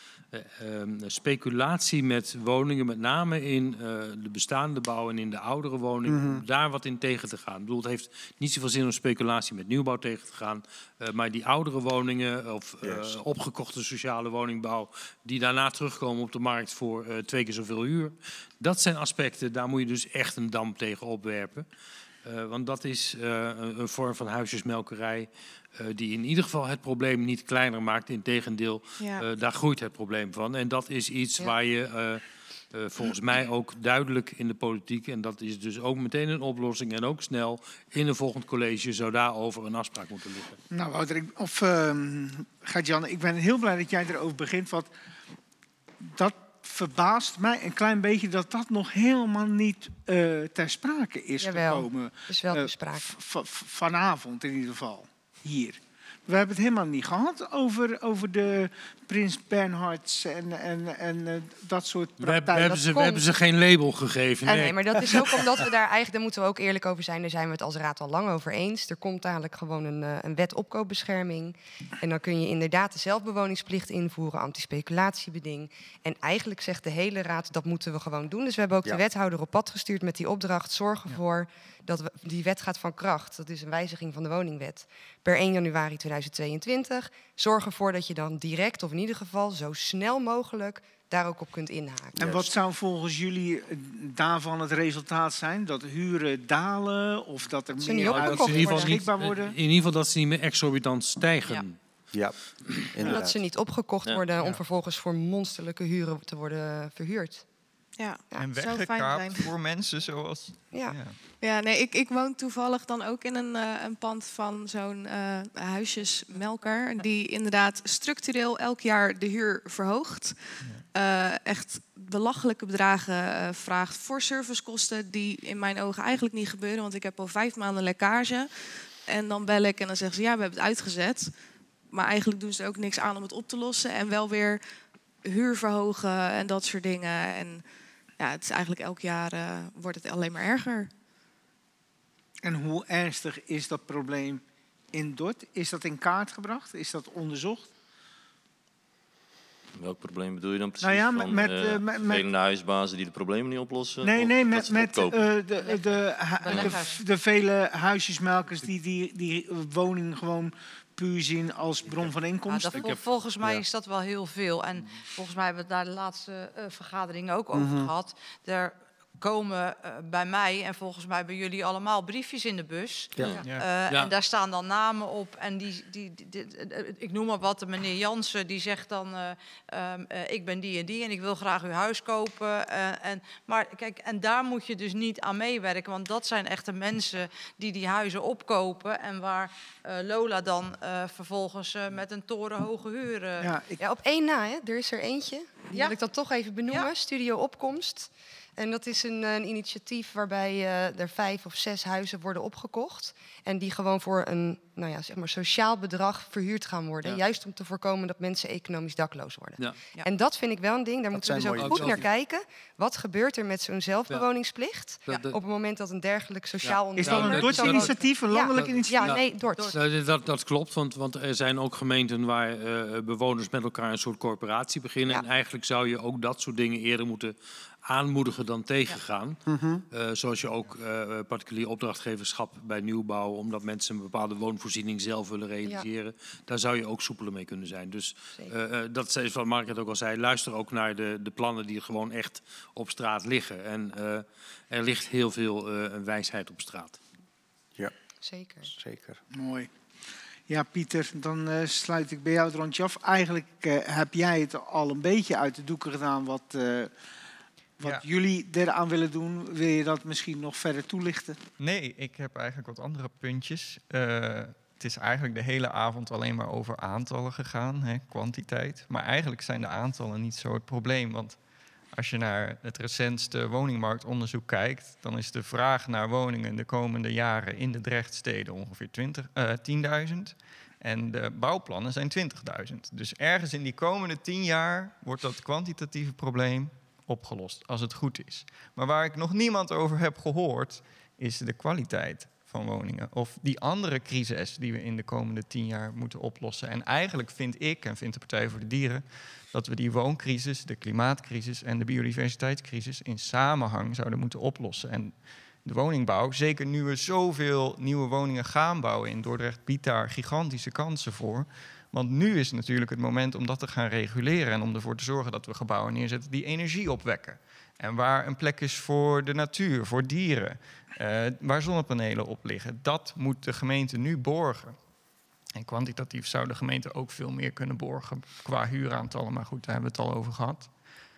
uh, uh, speculatie met woningen, met name in uh, de bestaande bouw en in de oudere woningen, mm-hmm. om daar wat in tegen te gaan. Ik bedoel, het heeft niet zoveel zin om speculatie met nieuwbouw tegen te gaan, uh, maar die oudere woningen of uh, yes. opgekochte sociale woningbouw die daarna terugkomen op de markt voor uh, twee keer zoveel huur. Dat zijn aspecten, daar moet je dus echt een dam tegen opwerpen. Uh, want dat is uh, een vorm van huisjesmelkerij uh, die in ieder geval het probleem niet kleiner maakt. Integendeel, ja. uh, daar groeit het probleem van. En dat is iets ja. waar je uh, uh, volgens mij ook duidelijk in de politiek, en dat is dus ook meteen een oplossing en ook snel, in een volgend college zou daarover een afspraak moeten liggen. Nou Wouter, ik, of uh, Gert-Jan, ik ben heel blij dat jij erover begint. Want dat verbaast mij een klein beetje dat dat nog helemaal niet uh, ter sprake is Jawel, gekomen. is wel uh, ter sprake. Vanavond in ieder geval, hier. We hebben het helemaal niet gehad over, over de Prins Bernhards en, en, en uh, dat soort praktijken. We, we, hebben ze, we hebben ze geen label gegeven. Nee. En nee, maar dat is ook omdat we daar eigenlijk, daar moeten we ook eerlijk over zijn, daar zijn we het als raad al lang over eens. Er komt dadelijk gewoon een, uh, een wet opkoopbescherming. En dan kun je inderdaad de zelfbewoningsplicht invoeren, antispeculatiebeding. En eigenlijk zegt de hele raad, dat moeten we gewoon doen. Dus we hebben ook ja. de wethouder op pad gestuurd met die opdracht. Zorg ervoor ja. dat we, die wet gaat van kracht. Dat is een wijziging van de woningwet. Per één januari tweeduizend tweeëntwintig. Zorg ervoor dat je dan direct, of in ieder geval zo snel mogelijk, daar ook op kunt inhaken. En wat zou volgens jullie daarvan het resultaat zijn? Dat huren dalen of dat er dat meer huizen beschikbaar worden? In ieder geval dat ze niet meer exorbitant stijgen. Ja. Ja, dat ze niet opgekocht ja. worden om ja. vervolgens voor monsterlijke huren te worden verhuurd. Ja, ja, en weggekaapt voor mensen zoals... Ja, ja. ja nee, ik, ik woon toevallig dan ook in een, uh, een pand van zo'n uh, huisjesmelker... die inderdaad structureel elk jaar de huur verhoogt. Ja. Uh, echt belachelijke bedragen uh, vraagt voor servicekosten... die in mijn ogen eigenlijk niet gebeuren... want ik heb al vijf maanden lekkage. En dan bel ik en dan zeggen ze, ja, we hebben het uitgezet... maar eigenlijk doen ze er ook niks aan om het op te lossen. En wel weer huur verhogen en dat soort dingen. En ja, het is eigenlijk elk jaar uh, wordt het alleen maar erger. En hoe ernstig is dat probleem in Dort? Is dat in kaart gebracht? Is dat onderzocht? Welk probleem bedoel je dan precies? Nou ja, met, van, met, uh, uh, met, vervelende huisbazen die de problemen niet oplossen? Nee, nee, met, met uh, de, de, de, de, de vele huisjesmelkers die die, die woning gewoon puur zien als bron van inkomsten. Ja, dat, volgens mij is dat wel heel veel. En volgens mij hebben we het daar de laatste uh, vergadering ook over mm-hmm. gehad. Er komen uh, bij mij en volgens mij bij jullie allemaal briefjes in de bus. Ja. Ja. Uh, ja. En daar staan dan namen op. En die, die, die, die, ik noem maar wat, de meneer Jansen, die zegt dan... Uh, um, uh, ik ben die en die en ik wil graag uw huis kopen. Uh, en, maar kijk, en daar moet je dus niet aan meewerken. Want dat zijn echte mensen die die huizen opkopen. En waar uh, Lola dan uh, vervolgens uh, met een torenhoge huur... Uh, ja, ik... ja, op één na, hè. Er is er eentje. Die ja? wil ik dan toch even benoemen. Ja. Studio Opkomst. En dat is een, een initiatief waarbij uh, er vijf of zes huizen worden opgekocht. En die gewoon voor een nou ja, zeg maar sociaal bedrag verhuurd gaan worden. Ja. Juist om te voorkomen dat mensen economisch dakloos worden. Ja. Ja. En dat vind ik wel een ding. Daar dat moeten we dus ook goed naar kijken. Wat gebeurt er met zo'n zelfbewoningsplicht? Ja. Ja. Op het moment dat een dergelijk sociaal ja. ondernemer... Is dat een Dordts initiatief, een landelijk ja. initiatief? Ja, nee, Dordts. Dat, dat, dat klopt, want, want er zijn ook gemeenten waar uh, bewoners met elkaar een soort corporatie beginnen. Ja. En eigenlijk zou je ook dat soort dingen eerder moeten... aanmoedigen dan tegengaan. Ja. Mm-hmm. Uh, zoals je ook uh, particulier opdrachtgeverschap bij nieuwbouw... omdat mensen een bepaalde woonvoorziening zelf willen realiseren... Ja. daar zou je ook soepeler mee kunnen zijn. Dus uh, uh, dat is wat Mark het ook al zei... luister ook naar de, de plannen die gewoon echt op straat liggen. En uh, er ligt heel veel uh, wijsheid op straat. Ja, zeker. zeker. Mooi. Ja, Pieter, dan uh, sluit ik bij jou het rondje af. Eigenlijk uh, heb jij het al een beetje uit de doeken gedaan... wat... Uh, Wat ja. jullie eraan willen doen, wil je dat misschien nog verder toelichten? Nee, ik heb eigenlijk wat andere puntjes. Uh, het is eigenlijk de hele avond alleen maar over aantallen gegaan, hè, kwantiteit. Maar eigenlijk zijn de aantallen niet zo het probleem. Want als je naar het recentste woningmarktonderzoek kijkt... dan is de vraag naar woningen de komende jaren in de Drechtsteden ongeveer uh, tienduizend. En de bouwplannen zijn twintigduizend. Dus ergens in die komende tien jaar wordt dat kwantitatieve probleem... opgelost, als het goed is. Maar waar ik nog niemand over heb gehoord... is de kwaliteit van woningen. Of die andere crisis die we in de komende tien jaar moeten oplossen. En eigenlijk vind ik, en vindt de Partij voor de Dieren... dat we die wooncrisis, de klimaatcrisis en de biodiversiteitscrisis... in samenhang zouden moeten oplossen. En de woningbouw, zeker nu we zoveel nieuwe woningen gaan bouwen... in Dordrecht biedt daar gigantische kansen voor... Want nu is natuurlijk het moment om dat te gaan reguleren... en om ervoor te zorgen dat we gebouwen neerzetten die energie opwekken. En waar een plek is voor de natuur, voor dieren... Uh, waar zonnepanelen op liggen. Dat moet de gemeente nu borgen. En kwantitatief zou de gemeente ook veel meer kunnen borgen... qua huuraantallen, maar goed, daar hebben we het al over gehad.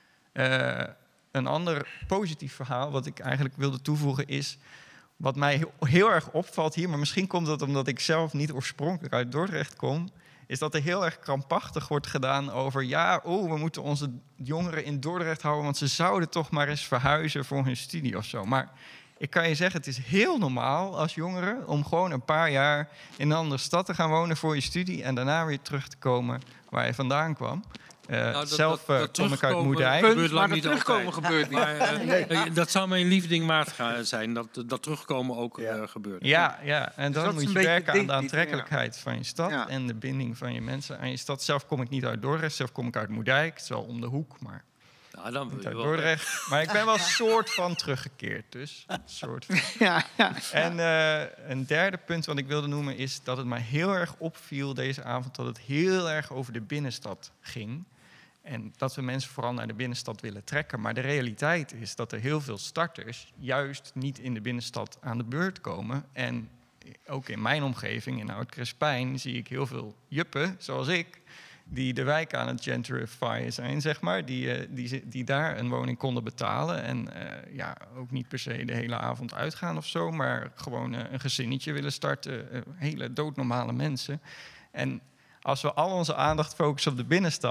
Uh, een ander positief verhaal wat ik eigenlijk wilde toevoegen is... wat mij heel, heel erg opvalt hier... maar misschien komt dat omdat ik zelf niet oorspronkelijk uit Dordrecht kom... is dat er heel erg krampachtig wordt gedaan over... ja, oh, we moeten onze jongeren in Dordrecht houden... want ze zouden toch maar eens verhuizen voor hun studie of zo. Maar ik kan je zeggen, het is heel normaal als jongere... om gewoon een paar jaar in een andere stad te gaan wonen voor je studie... en daarna weer terug te komen waar je vandaan kwam. Uh, nou, dat, zelf uh, dat, dat kom ik uit Moerdijk. Gebeurt lang niet terugkomen gebeurt niet. Maar, uh, nee. Dat zou mijn liefding maat zijn, dat, dat terugkomen ook ja. uh, gebeurt. Ja, ja. en dan dus moet je werken aan de aantrekkelijkheid ja. van je stad... Ja. en de binding van je mensen aan je stad. Zelf kom ik niet uit Dordrecht, zelf kom ik uit Moerdijk. Het is wel om de hoek, maar... Nou, dan niet uit Dordrecht. Maar ik ben wel een soort van teruggekeerd, dus. Soort van. Ja, ja. En uh, een derde punt wat ik wilde noemen is dat het mij heel erg opviel deze avond... dat het heel erg over de binnenstad ging... En dat we mensen vooral naar de binnenstad willen trekken. Maar de realiteit is dat er heel veel starters... juist niet in de binnenstad aan de beurt komen. En ook in mijn omgeving, in Oud-Crespijn... zie ik heel veel juppen, zoals ik... die de wijk aan het gentrifyen zijn, zeg maar. Die, die, die daar een woning konden betalen. En uh, ja, ook niet per se de hele avond uitgaan of zo... maar gewoon uh, een gezinnetje willen starten. Uh, hele doodnormale mensen. En als we al onze aandacht focussen op de binnenstad...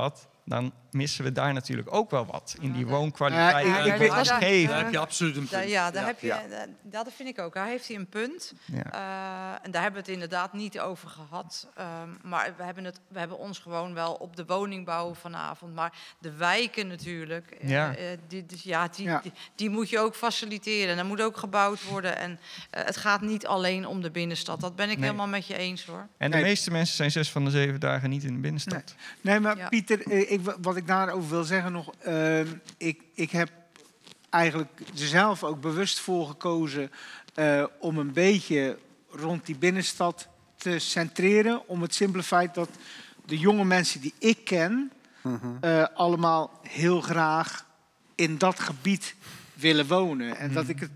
dan missen we daar natuurlijk ook wel wat. In die woonkwaliteit Ja, die ja, we ja, als daar- geven. Daar heb je absoluut een Da- punt. ja, daar Ja. Heb je, Ja. da- dat vind ik ook. Daar heeft hij een punt. Ja. Uh, en daar hebben we het inderdaad niet over gehad. Um, maar we hebben, het, we hebben ons gewoon wel op de woningbouw vanavond. Maar de wijken natuurlijk, uh, Ja. uh, die, dus ja, die, Ja. Die, die moet je ook faciliteren. En er moet ook gebouwd worden. En uh, het gaat niet alleen om de binnenstad. Dat ben ik Nee. helemaal met je eens, hoor. En de Nee. meeste mensen zijn zes van de zeven dagen niet in de binnenstad. Nee, maar Ja. Pieter, eh, ik, wat ik daarover wil zeggen nog... eh, ik, ik heb eigenlijk er zelf ook bewust voor gekozen... eh, om een beetje rond die binnenstad te centreren. Om het simpele feit dat de jonge mensen die ik ken... eh, allemaal heel graag in dat gebied willen wonen. En dat ik het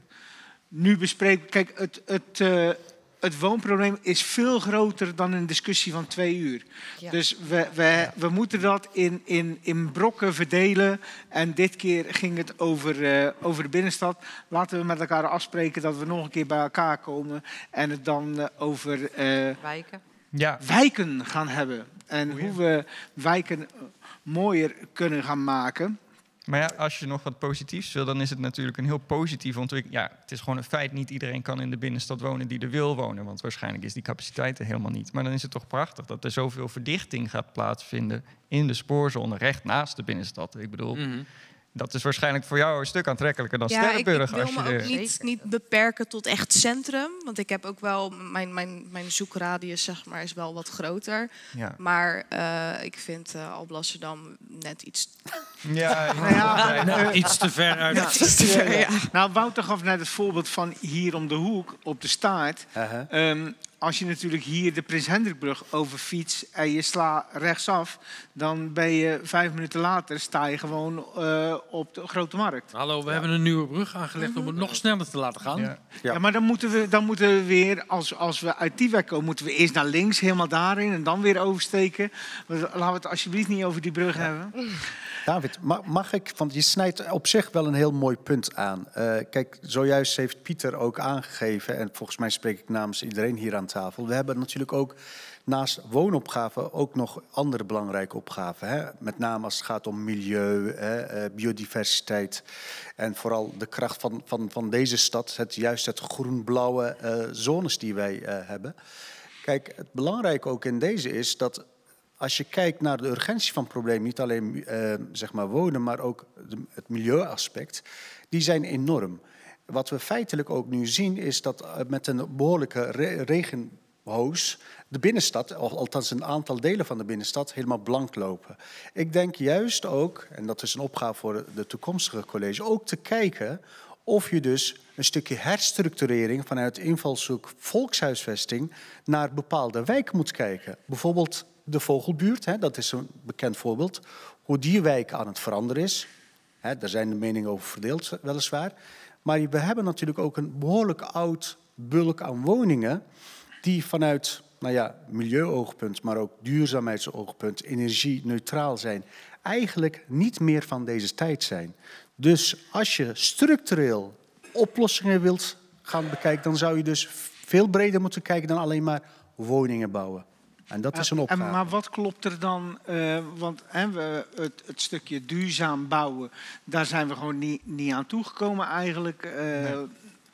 nu bespreek... Kijk, het... het eh, Het woonprobleem is veel groter dan een discussie van twee uur. Ja. Dus we, we, we moeten dat in, in, in brokken verdelen. En dit keer ging het over, uh, over de binnenstad. Laten we met elkaar afspreken dat we nog een keer bij elkaar komen. En het dan uh, over uh, Wijken. Ja. wijken gaan hebben. En Goeie. hoe we wijken mooier kunnen gaan maken. Maar ja, als je nog wat positiefs wil, dan is het natuurlijk een heel positieve ontwikkeling. Ja, het is gewoon een feit, niet iedereen kan in de binnenstad wonen die er wil wonen. Want waarschijnlijk is die capaciteit er helemaal niet. Maar dan is het toch prachtig dat er zoveel verdichting gaat plaatsvinden in de spoorzone, recht naast de binnenstad. Ik bedoel, Mhm. dat is waarschijnlijk voor jou een stuk aantrekkelijker dan Ja, ik, ik Sterrenburg. wil als je me ook er... niet, niet beperken tot echt centrum. Want ik heb ook wel... Mijn, mijn, mijn zoekradius zeg maar, is wel wat groter. Ja. Maar uh, ik vind uh, Alblasserdam net iets... Ja, Nou ja, Net eh, iets te ver uit. Net iets te ver, ja. Nou, Wouter gaf net het voorbeeld van hier om de hoek, op de staart. Uh-huh. Um, als je natuurlijk hier de Prins Hendrikbrug over fiets en je slaat rechtsaf, dan ben je vijf minuten later sta je gewoon uh, op de Grote Markt. Hallo, we hebben een nieuwe brug aangelegd om het nog sneller te laten gaan. Ja. Ja, ja maar dan moeten we, dan moeten we weer, als, als we uit die weg komen, moeten we eerst naar links, helemaal daarin en dan weer oversteken. Laten we het alsjeblieft niet over die brug hebben. David, mag, mag ik, want je snijdt op zich wel een heel mooi punt aan. Uh, kijk, zojuist heeft Pieter ook aangegeven, en volgens mij spreek ik namens iedereen hier aan tafel. We hebben natuurlijk ook naast woonopgaven ook nog andere belangrijke opgaven. Hè? Met name als het gaat om milieu, hè, biodiversiteit en vooral de kracht van, van, van deze stad. Het, juist het groen-blauwe uh, zones die wij uh, hebben. Kijk, het belangrijke ook in deze is dat als je kijkt naar de urgentie van het probleem, niet alleen uh, zeg maar wonen, maar ook de, het milieuaspect, die zijn enorm. Wat we feitelijk ook nu zien is dat uh, met een behoorlijke re regenhoos de binnenstad, althans een aantal delen van de binnenstad, helemaal blank lopen. Ik denk juist ook, en dat is een opgave voor de toekomstige college, ook te kijken of je dus een stukje herstructurering vanuit invalshoek volkshuisvesting naar bepaalde wijken moet kijken. Bijvoorbeeld de Vogelbuurt, hè, dat is een bekend voorbeeld. Hoe die wijk aan het veranderen is. Hè, daar zijn de meningen over verdeeld, weliswaar. Maar we hebben natuurlijk ook een behoorlijk oud bulk aan woningen die vanuit nou ja, milieuoogpunt, maar ook duurzaamheidsoogpunt, energie-neutraal zijn, eigenlijk niet meer van deze tijd zijn. Dus als je structureel oplossingen wilt gaan bekijken, dan zou je dus veel breder moeten kijken dan alleen maar woningen bouwen. En dat is een opgave. En, maar wat klopt er dan? Uh, want hè, we, het, het stukje duurzaam bouwen, daar zijn we gewoon niet, niet aan toegekomen eigenlijk. Uh, nee.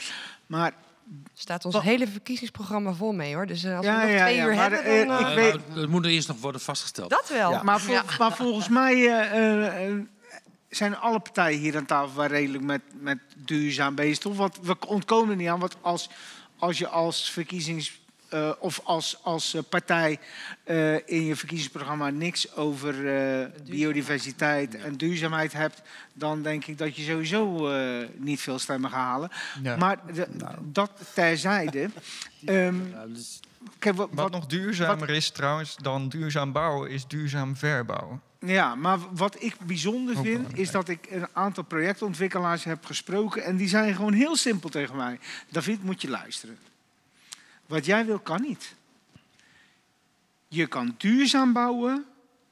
Maar staat ons wat, hele verkiezingsprogramma vol mee, hoor. Dus uh, als ja, we nog ja, twee ja, uur maar, hebben, uh, dan... Uh, ik weet, uh, het moet er eerst nog worden vastgesteld. Dat wel. Ja. Maar, vol, ja. maar volgens mij uh, uh, zijn alle partijen hier aan tafel wel redelijk met, met duurzaam bezig. Toch? Want we ontkomen er niet aan. Want als, als je als verkiezings... Uh, of als, als uh, partij uh, in je verkiezingsprogramma niks over uh, biodiversiteit en duurzaamheid hebt, dan denk ik dat je sowieso uh, niet veel stemmen gaat halen. Ja. Maar de, nou. dat terzijde. Um, ja, dus kijk, wat, wat nog duurzamer wat, is trouwens dan duurzaam bouwen, is duurzaam verbouwen. Ja, maar wat ik bijzonder Ook vind, is dat ik een aantal projectontwikkelaars heb gesproken en die zijn gewoon heel simpel tegen mij. David, moet je luisteren. Wat jij wil, kan niet. Je kan duurzaam bouwen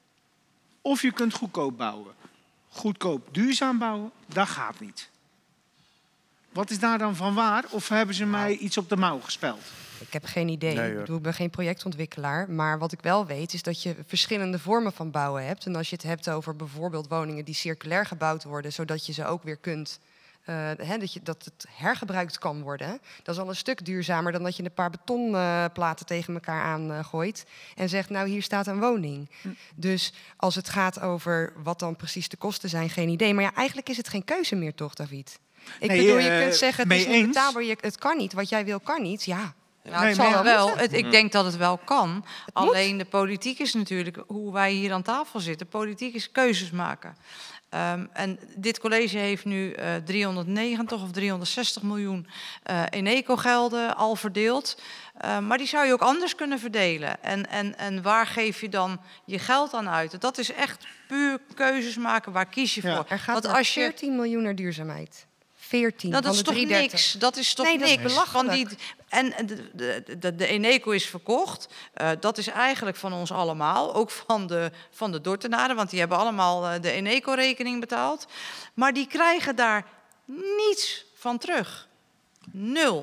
of je kunt goedkoop bouwen. Goedkoop duurzaam bouwen, dat gaat niet. Wat is daar dan van waar? Of hebben ze mij iets op de mouw gespeld? Ik heb geen idee. Nee, ik, hoor. bedoel, ik ben geen projectontwikkelaar. Maar wat ik wel weet is dat je verschillende vormen van bouwen hebt. En als je het hebt over bijvoorbeeld woningen die circulair gebouwd worden, zodat je ze ook weer kunt, uh, hè, dat, je, dat het hergebruikt kan worden. Dat is al een stuk duurzamer dan dat je een paar betonplaten uh, tegen elkaar aan uh, gooit en zegt, nou hier staat een woning. Hm. Dus als het gaat over wat dan precies de kosten zijn, geen idee. Maar ja, eigenlijk is het geen keuze meer toch, David? Ik nee, bedoel, je uh, kunt zeggen, het is niet eens? betaalbaar, je, het kan niet. Wat jij wil, kan niet, ja. Nou, Nee, het zal maar- wel. Het, ik denk dat het wel kan. Het Alleen de politiek is natuurlijk hoe wij hier aan tafel zitten. Politiek is keuzes maken. Um, en dit college heeft nu uh, driehonderdnegentig of driehonderdzestig miljoen uh, Eneco-gelden al verdeeld. Uh, maar die zou je ook anders kunnen verdelen. En, en, en waar geef je dan je geld aan uit? Dat is echt puur keuzes maken. Waar kies je Ja. voor? Er gaat Want maar als je veertien miljoen naar duurzaamheid. veertien Nou, dat van is de toch drieëndertig. niks? Dat is toch Nee, dat is niks? belachelijk. Van die, en de, de, de, de Eneco is verkocht. Uh, dat is eigenlijk van ons allemaal. Ook van de, van de Dordtenaren, want die hebben allemaal uh, de Eneco-rekening betaald. Maar die krijgen daar niets van terug. Nul.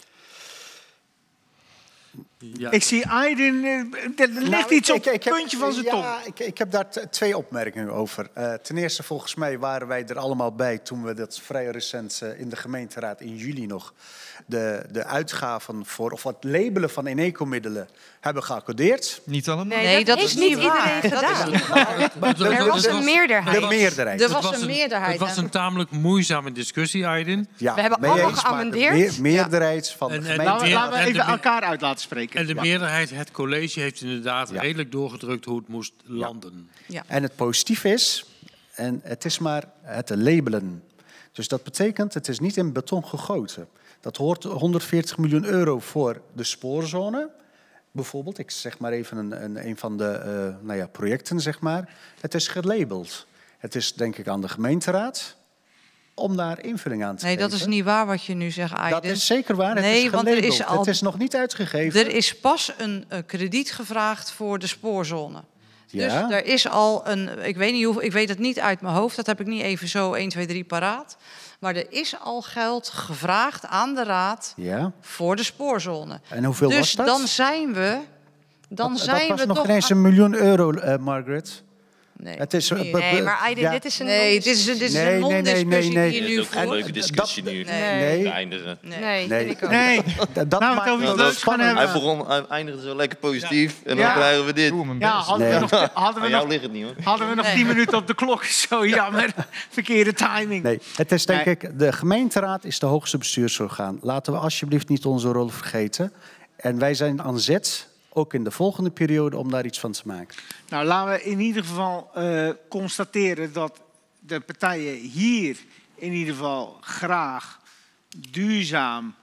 Ja. Ik zie Aiden, eh, er ligt Nou, iets ik- op ik- het ik heb- puntje van zijn ja, tong. Ik, ik heb daar t- twee opmerkingen over. Uh, ten eerste, volgens mij waren wij er allemaal bij toen we dat vrij recent uh, in de gemeenteraad in juli nog de, de uitgaven voor, of het labelen van Eneco-middelen hebben geaccordeerd. Niet allemaal? Nee, dat heeft is niet iedereen waar. Dat is gedaan. niet waar. Er was een meerderheid. De meerderheid. Er Het was een meerderheid. Het was en- een tamelijk moeizame discussie, Aiden. Ja, We hebben mee allemaal eens, maar de geamendeerd. meer- meerderheid van de En- en- gemeente. Laten we, Ja, laten we en de even me- elkaar uit laten spreken. En de Ja. meerderheid, het college, heeft inderdaad Ja. redelijk doorgedrukt hoe het moest landen. Ja. En het positieve is, en het is maar het labelen. Dus dat betekent, het is niet in beton gegoten. Dat hoort honderdveertig miljoen euro voor de spoorzone. Bijvoorbeeld, ik zeg maar even een, een, een van de uh, nou ja, projecten, zeg maar. Het is gelabeld. Het is denk ik aan de gemeenteraad om daar invulling aan te Nee, geven. dat is niet waar wat je nu zegt, Aiden. Dat is zeker waar, het Nee, is want er gelabeld. is al- Het is nog niet uitgegeven. Er is pas een uh, krediet gevraagd voor de spoorzone. Ja. Dus er is al een, ik weet niet hoe, ik weet het niet uit mijn hoofd, dat heb ik niet even zo één, twee, drie paraat. Maar er is al geld gevraagd aan de raad Ja. voor de spoorzone. En hoeveel dus was dat? dan zijn we, dan dat, zijn dat was we nog toch. ineens een miljoen euro, uh, Margaret. Nee, Het is, uh, meer. be- Nee, maar Aiden, ja. dit is een... nee, dit is, dit is Nee, een nee, nee, non-discussie nee, nee. die je Het nu is ook een voert. leuke discussie dat- nu. Nee. Nee. Te eindigen. Nee. Nee, Nee. vind ik ook. Nee, Dat, dat Nou, we maakt het over het iets wel leuks gaan spannend. hebben. Hij, begon, hij eindigde zo lekker positief en dan Ja. krijgen we dit. Doe mijn ja, best. hadden we Nee. nog, hadden we Aan jou nog, ligt het niet hoor. hadden we nog Nee. tien minuten op de klok. Zo jammer. Verkeerde timing. Nee, het is denk Nee. ik, de gemeenteraad is de hoogste bestuursorgaan. Laten we alsjeblieft niet onze rol vergeten. En wij zijn aan zet, ook in de volgende periode, om daar iets van te maken. Nou, laten we in ieder geval uh, constateren dat de partijen hier in ieder geval graag duurzaam,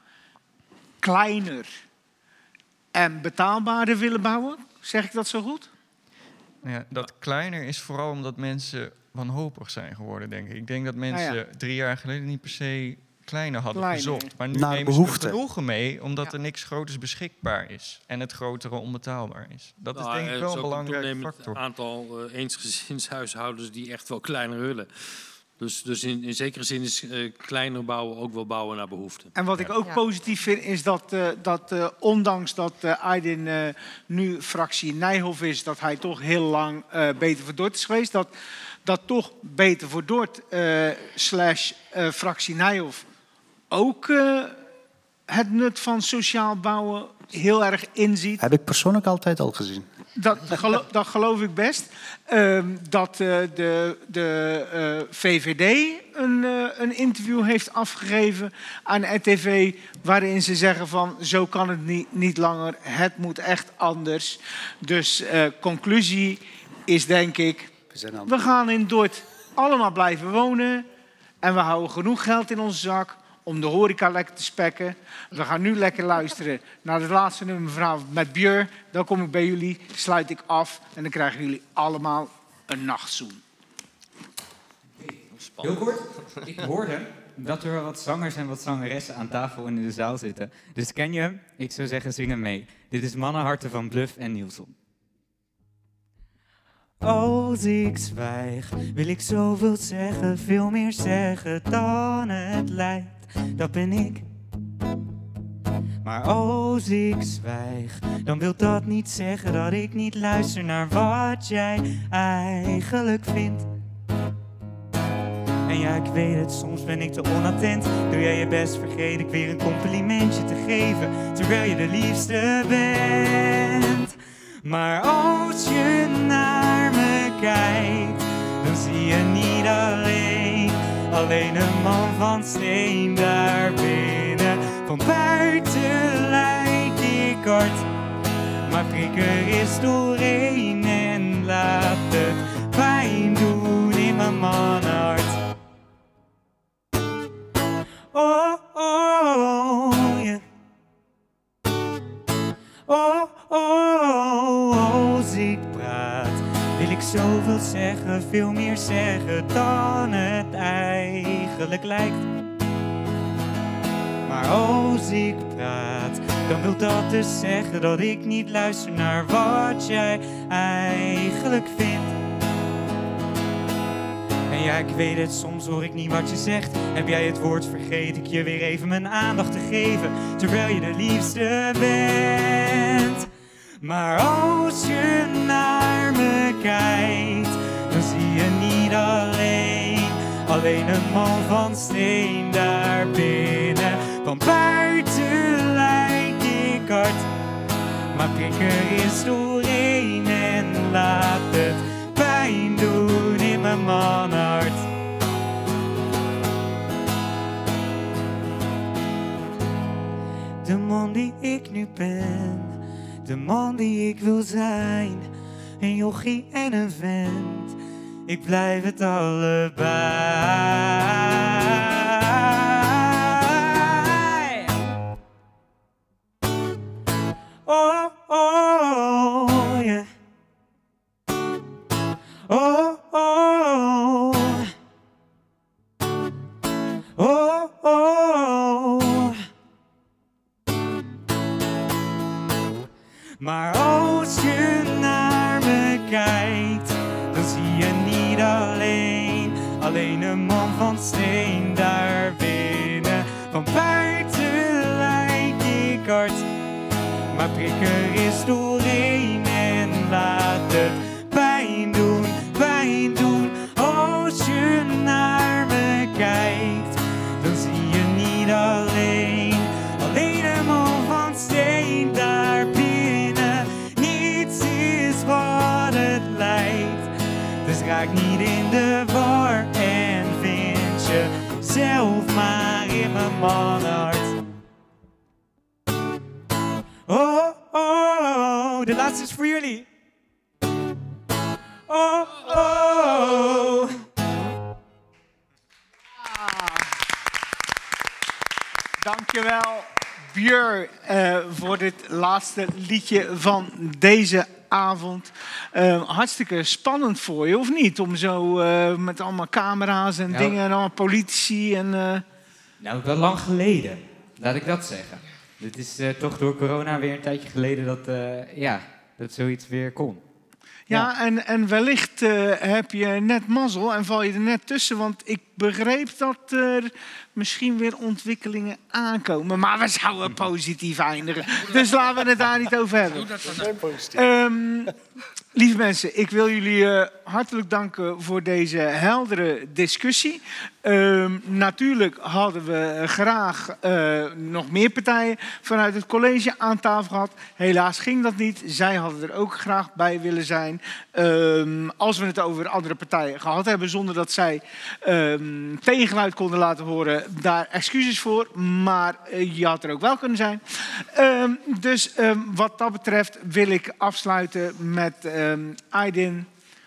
kleiner en betaalbaarder willen bouwen. Zeg ik dat zo goed? Ja, dat kleiner is vooral omdat mensen wanhopig zijn geworden, denk ik. Ik denk dat mensen Ah, ja. drie jaar geleden niet per se kleiner hadden Kleiner. gezocht. Maar nu Naar nemen behoefte. ze er genoegen mee, omdat Ja. er niks groters beschikbaar is. En het grotere onbetaalbaar is. Dat is Nou, denk ik er wel is een ook belangrijke toenemend factor. aantal uh, eensgezinshuishoudens die echt wel kleiner willen. Dus, dus in, in zekere zin is uh, kleiner bouwen ook wel bouwen naar behoefte. En wat ik ook Ja. positief vind is dat, uh, dat uh, ondanks dat uh, Aiden uh, nu fractie Nijhoff is, dat hij toch heel lang uh, Beter voor Dort is geweest. Dat, dat toch Beter voor Dort uh, slash uh, fractie Nijhoff ook uh, het nut van sociaal bouwen heel erg inziet. Heb ik persoonlijk altijd al gezien. Dat, gelo dat geloof ik best. Um, dat uh, de, de uh, V V D een, uh, een interview heeft afgegeven aan R T V... waarin ze zeggen van zo kan het niet, niet langer, het moet echt anders. Dus uh, conclusie is denk ik, We zijn aan we gaan in Dort allemaal blijven wonen... en we houden genoeg geld in onze zak om de horeca lekker te spekken. We gaan nu lekker luisteren naar het laatste nummer vanavond met Björ. Dan kom ik bij jullie, sluit ik af en dan krijgen jullie allemaal een nachtzoen. Heel kort, ik hoorde dat er wat zangers en wat zangeressen aan tafel en in de zaal zitten. Dus ken je hem? Ik zou zeggen, zing hem mee. Dit is Mannenharten van Bluff en Nielsen. Als ik zwijg, wil ik zoveel zeggen, veel meer zeggen dan het lijkt. Dat ben ik. Maar als als ik zwijg, dan wil dat niet zeggen dat ik niet luister naar wat jij eigenlijk vindt. En ja, ik weet het, soms ben ik te onattent. Doe jij je best, vergeet ik weer een complimentje te geven, terwijl je de liefste bent. Maar als je naar me kijkt, dan zie je niet alleen, alleen een man van steen daar binnen. Van buiten lijk ik hard, maar prik er eens doorheen en laat het pijn doen in mijn mannenhart. Oh, oh, yeah. Oh, oh, als ik praat, wil ik zoveel zeggen, veel meer zeggen dan het eigenlijk lijkt. Maar als ik praat, dan wil dat dus zeggen dat ik niet luister naar wat jij eigenlijk vindt. En ja, ik weet het, soms hoor ik niet wat je zegt. Heb jij het woord, vergeet ik je weer even mijn aandacht te geven, terwijl je de liefste bent. Maar als je naar me kijkt, dan zie je niet alleen, alleen een man van steen daar binnen. Van buiten lijk ik hard, maar prik er eens doorheen en laat het pijn doen in mijn mannenhart. De man die ik nu ben, de man die ik wil zijn, een jochie en een vent, ik blijf het allebei. Oh, oh, yeah. Oh, oh, oh, oh. Maar als je naar me kijkt, dan zie je niet alleen, alleen een man van steen daar binnen. Van buiten lijk ik hard, maar prik er eens doorheen en laat het pijn doen, pijn doen. Als je naar me kijkt, dan zie je niet alleen, alleen een man van steen daar binnen. Niets is wat het lijkt, dus raak niet in de war en vind je zelf maar in mijn mannenhart. Oh, oh, de laatste is voor jullie. Oh, oh. Dankjewel, Björ, uh, voor dit laatste liedje van deze avond. Uh, hartstikke spannend voor je, of niet? Om zo uh, met allemaal camera's en nou, dingen en allemaal politici en... Uh... Nou, wel lang geleden, laat ik dat zeggen. Het is uh, toch door corona weer een tijdje geleden dat, uh, ja, dat zoiets weer kon. Ja, Ja. En, en wellicht uh, heb je net mazzel en val je er net tussen. Want ik begreep dat er misschien weer ontwikkelingen aankomen. Maar we zouden positief eindigen. Dus laten we het daar niet over hebben. Um, lieve mensen, ik wil jullie uh, hartelijk danken voor deze heldere discussie. Um, natuurlijk hadden we graag uh, nog meer partijen vanuit het college aan tafel gehad. Helaas ging dat niet. Zij hadden er ook graag bij willen zijn. Um, als we het over andere partijen gehad hebben zonder dat zij um, tegengeluid konden laten horen, daar excuses voor. Maar uh, je had er ook wel kunnen zijn. Um, dus um, wat dat betreft wil ik afsluiten met um, Aydin,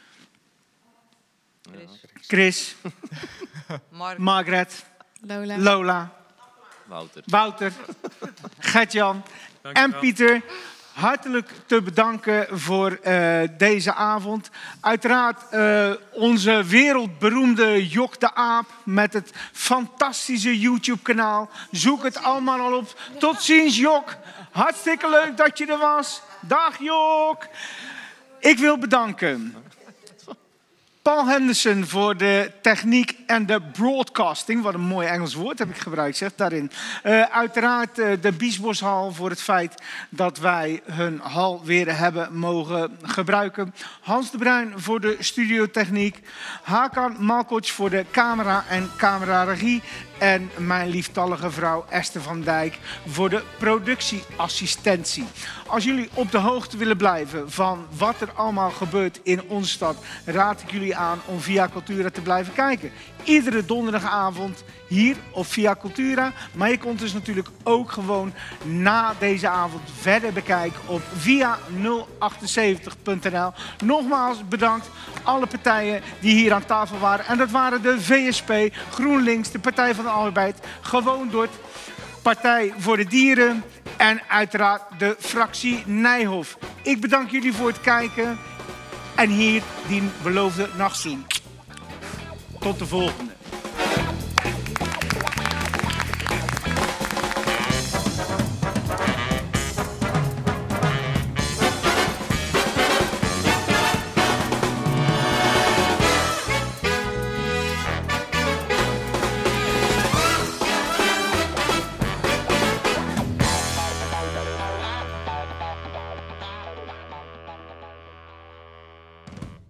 Chris, Mark. Margaret, Lola, Lola, Wouter. Wouter, Gert-Jan en Pieter. Hartelijk te bedanken voor uh, deze avond. Uiteraard uh, onze wereldberoemde Jok de Aap met het fantastische YouTube-kanaal. Zoek het allemaal al op. Tot ziens, Jok. Hartstikke leuk dat je er was. Dag, Jok. Ik wil bedanken Paul Henderson voor de techniek en de broadcasting. Wat een mooi Engels woord heb ik gebruikt, zeg, daarin. Uh, uiteraard uh, de Biesboshal voor het feit dat wij hun hal weer hebben mogen gebruiken. Hans de Bruin voor de studiotechniek. Hakan Malkoç voor de camera en cameraregie. En mijn lieftallige vrouw Esther van Dijk voor de productieassistentie. Als jullie op de hoogte willen blijven van wat er allemaal gebeurt in onze stad, raad ik jullie aan om Via Cultura te blijven kijken. Iedere donderdagavond hier op Via Cultura. Maar je kunt dus natuurlijk ook gewoon na deze avond verder bekijken op via nul achtenzeventig punt n l. Nogmaals bedankt alle partijen die hier aan tafel waren. En dat waren de V S P, GroenLinks, de Partij van de Arbeid, Gewoon Dort, Partij voor de Dieren en uiteraard de fractie Nijhoff. Ik bedank jullie voor het kijken en hier die beloofde nachtzoen. Tot de volgende.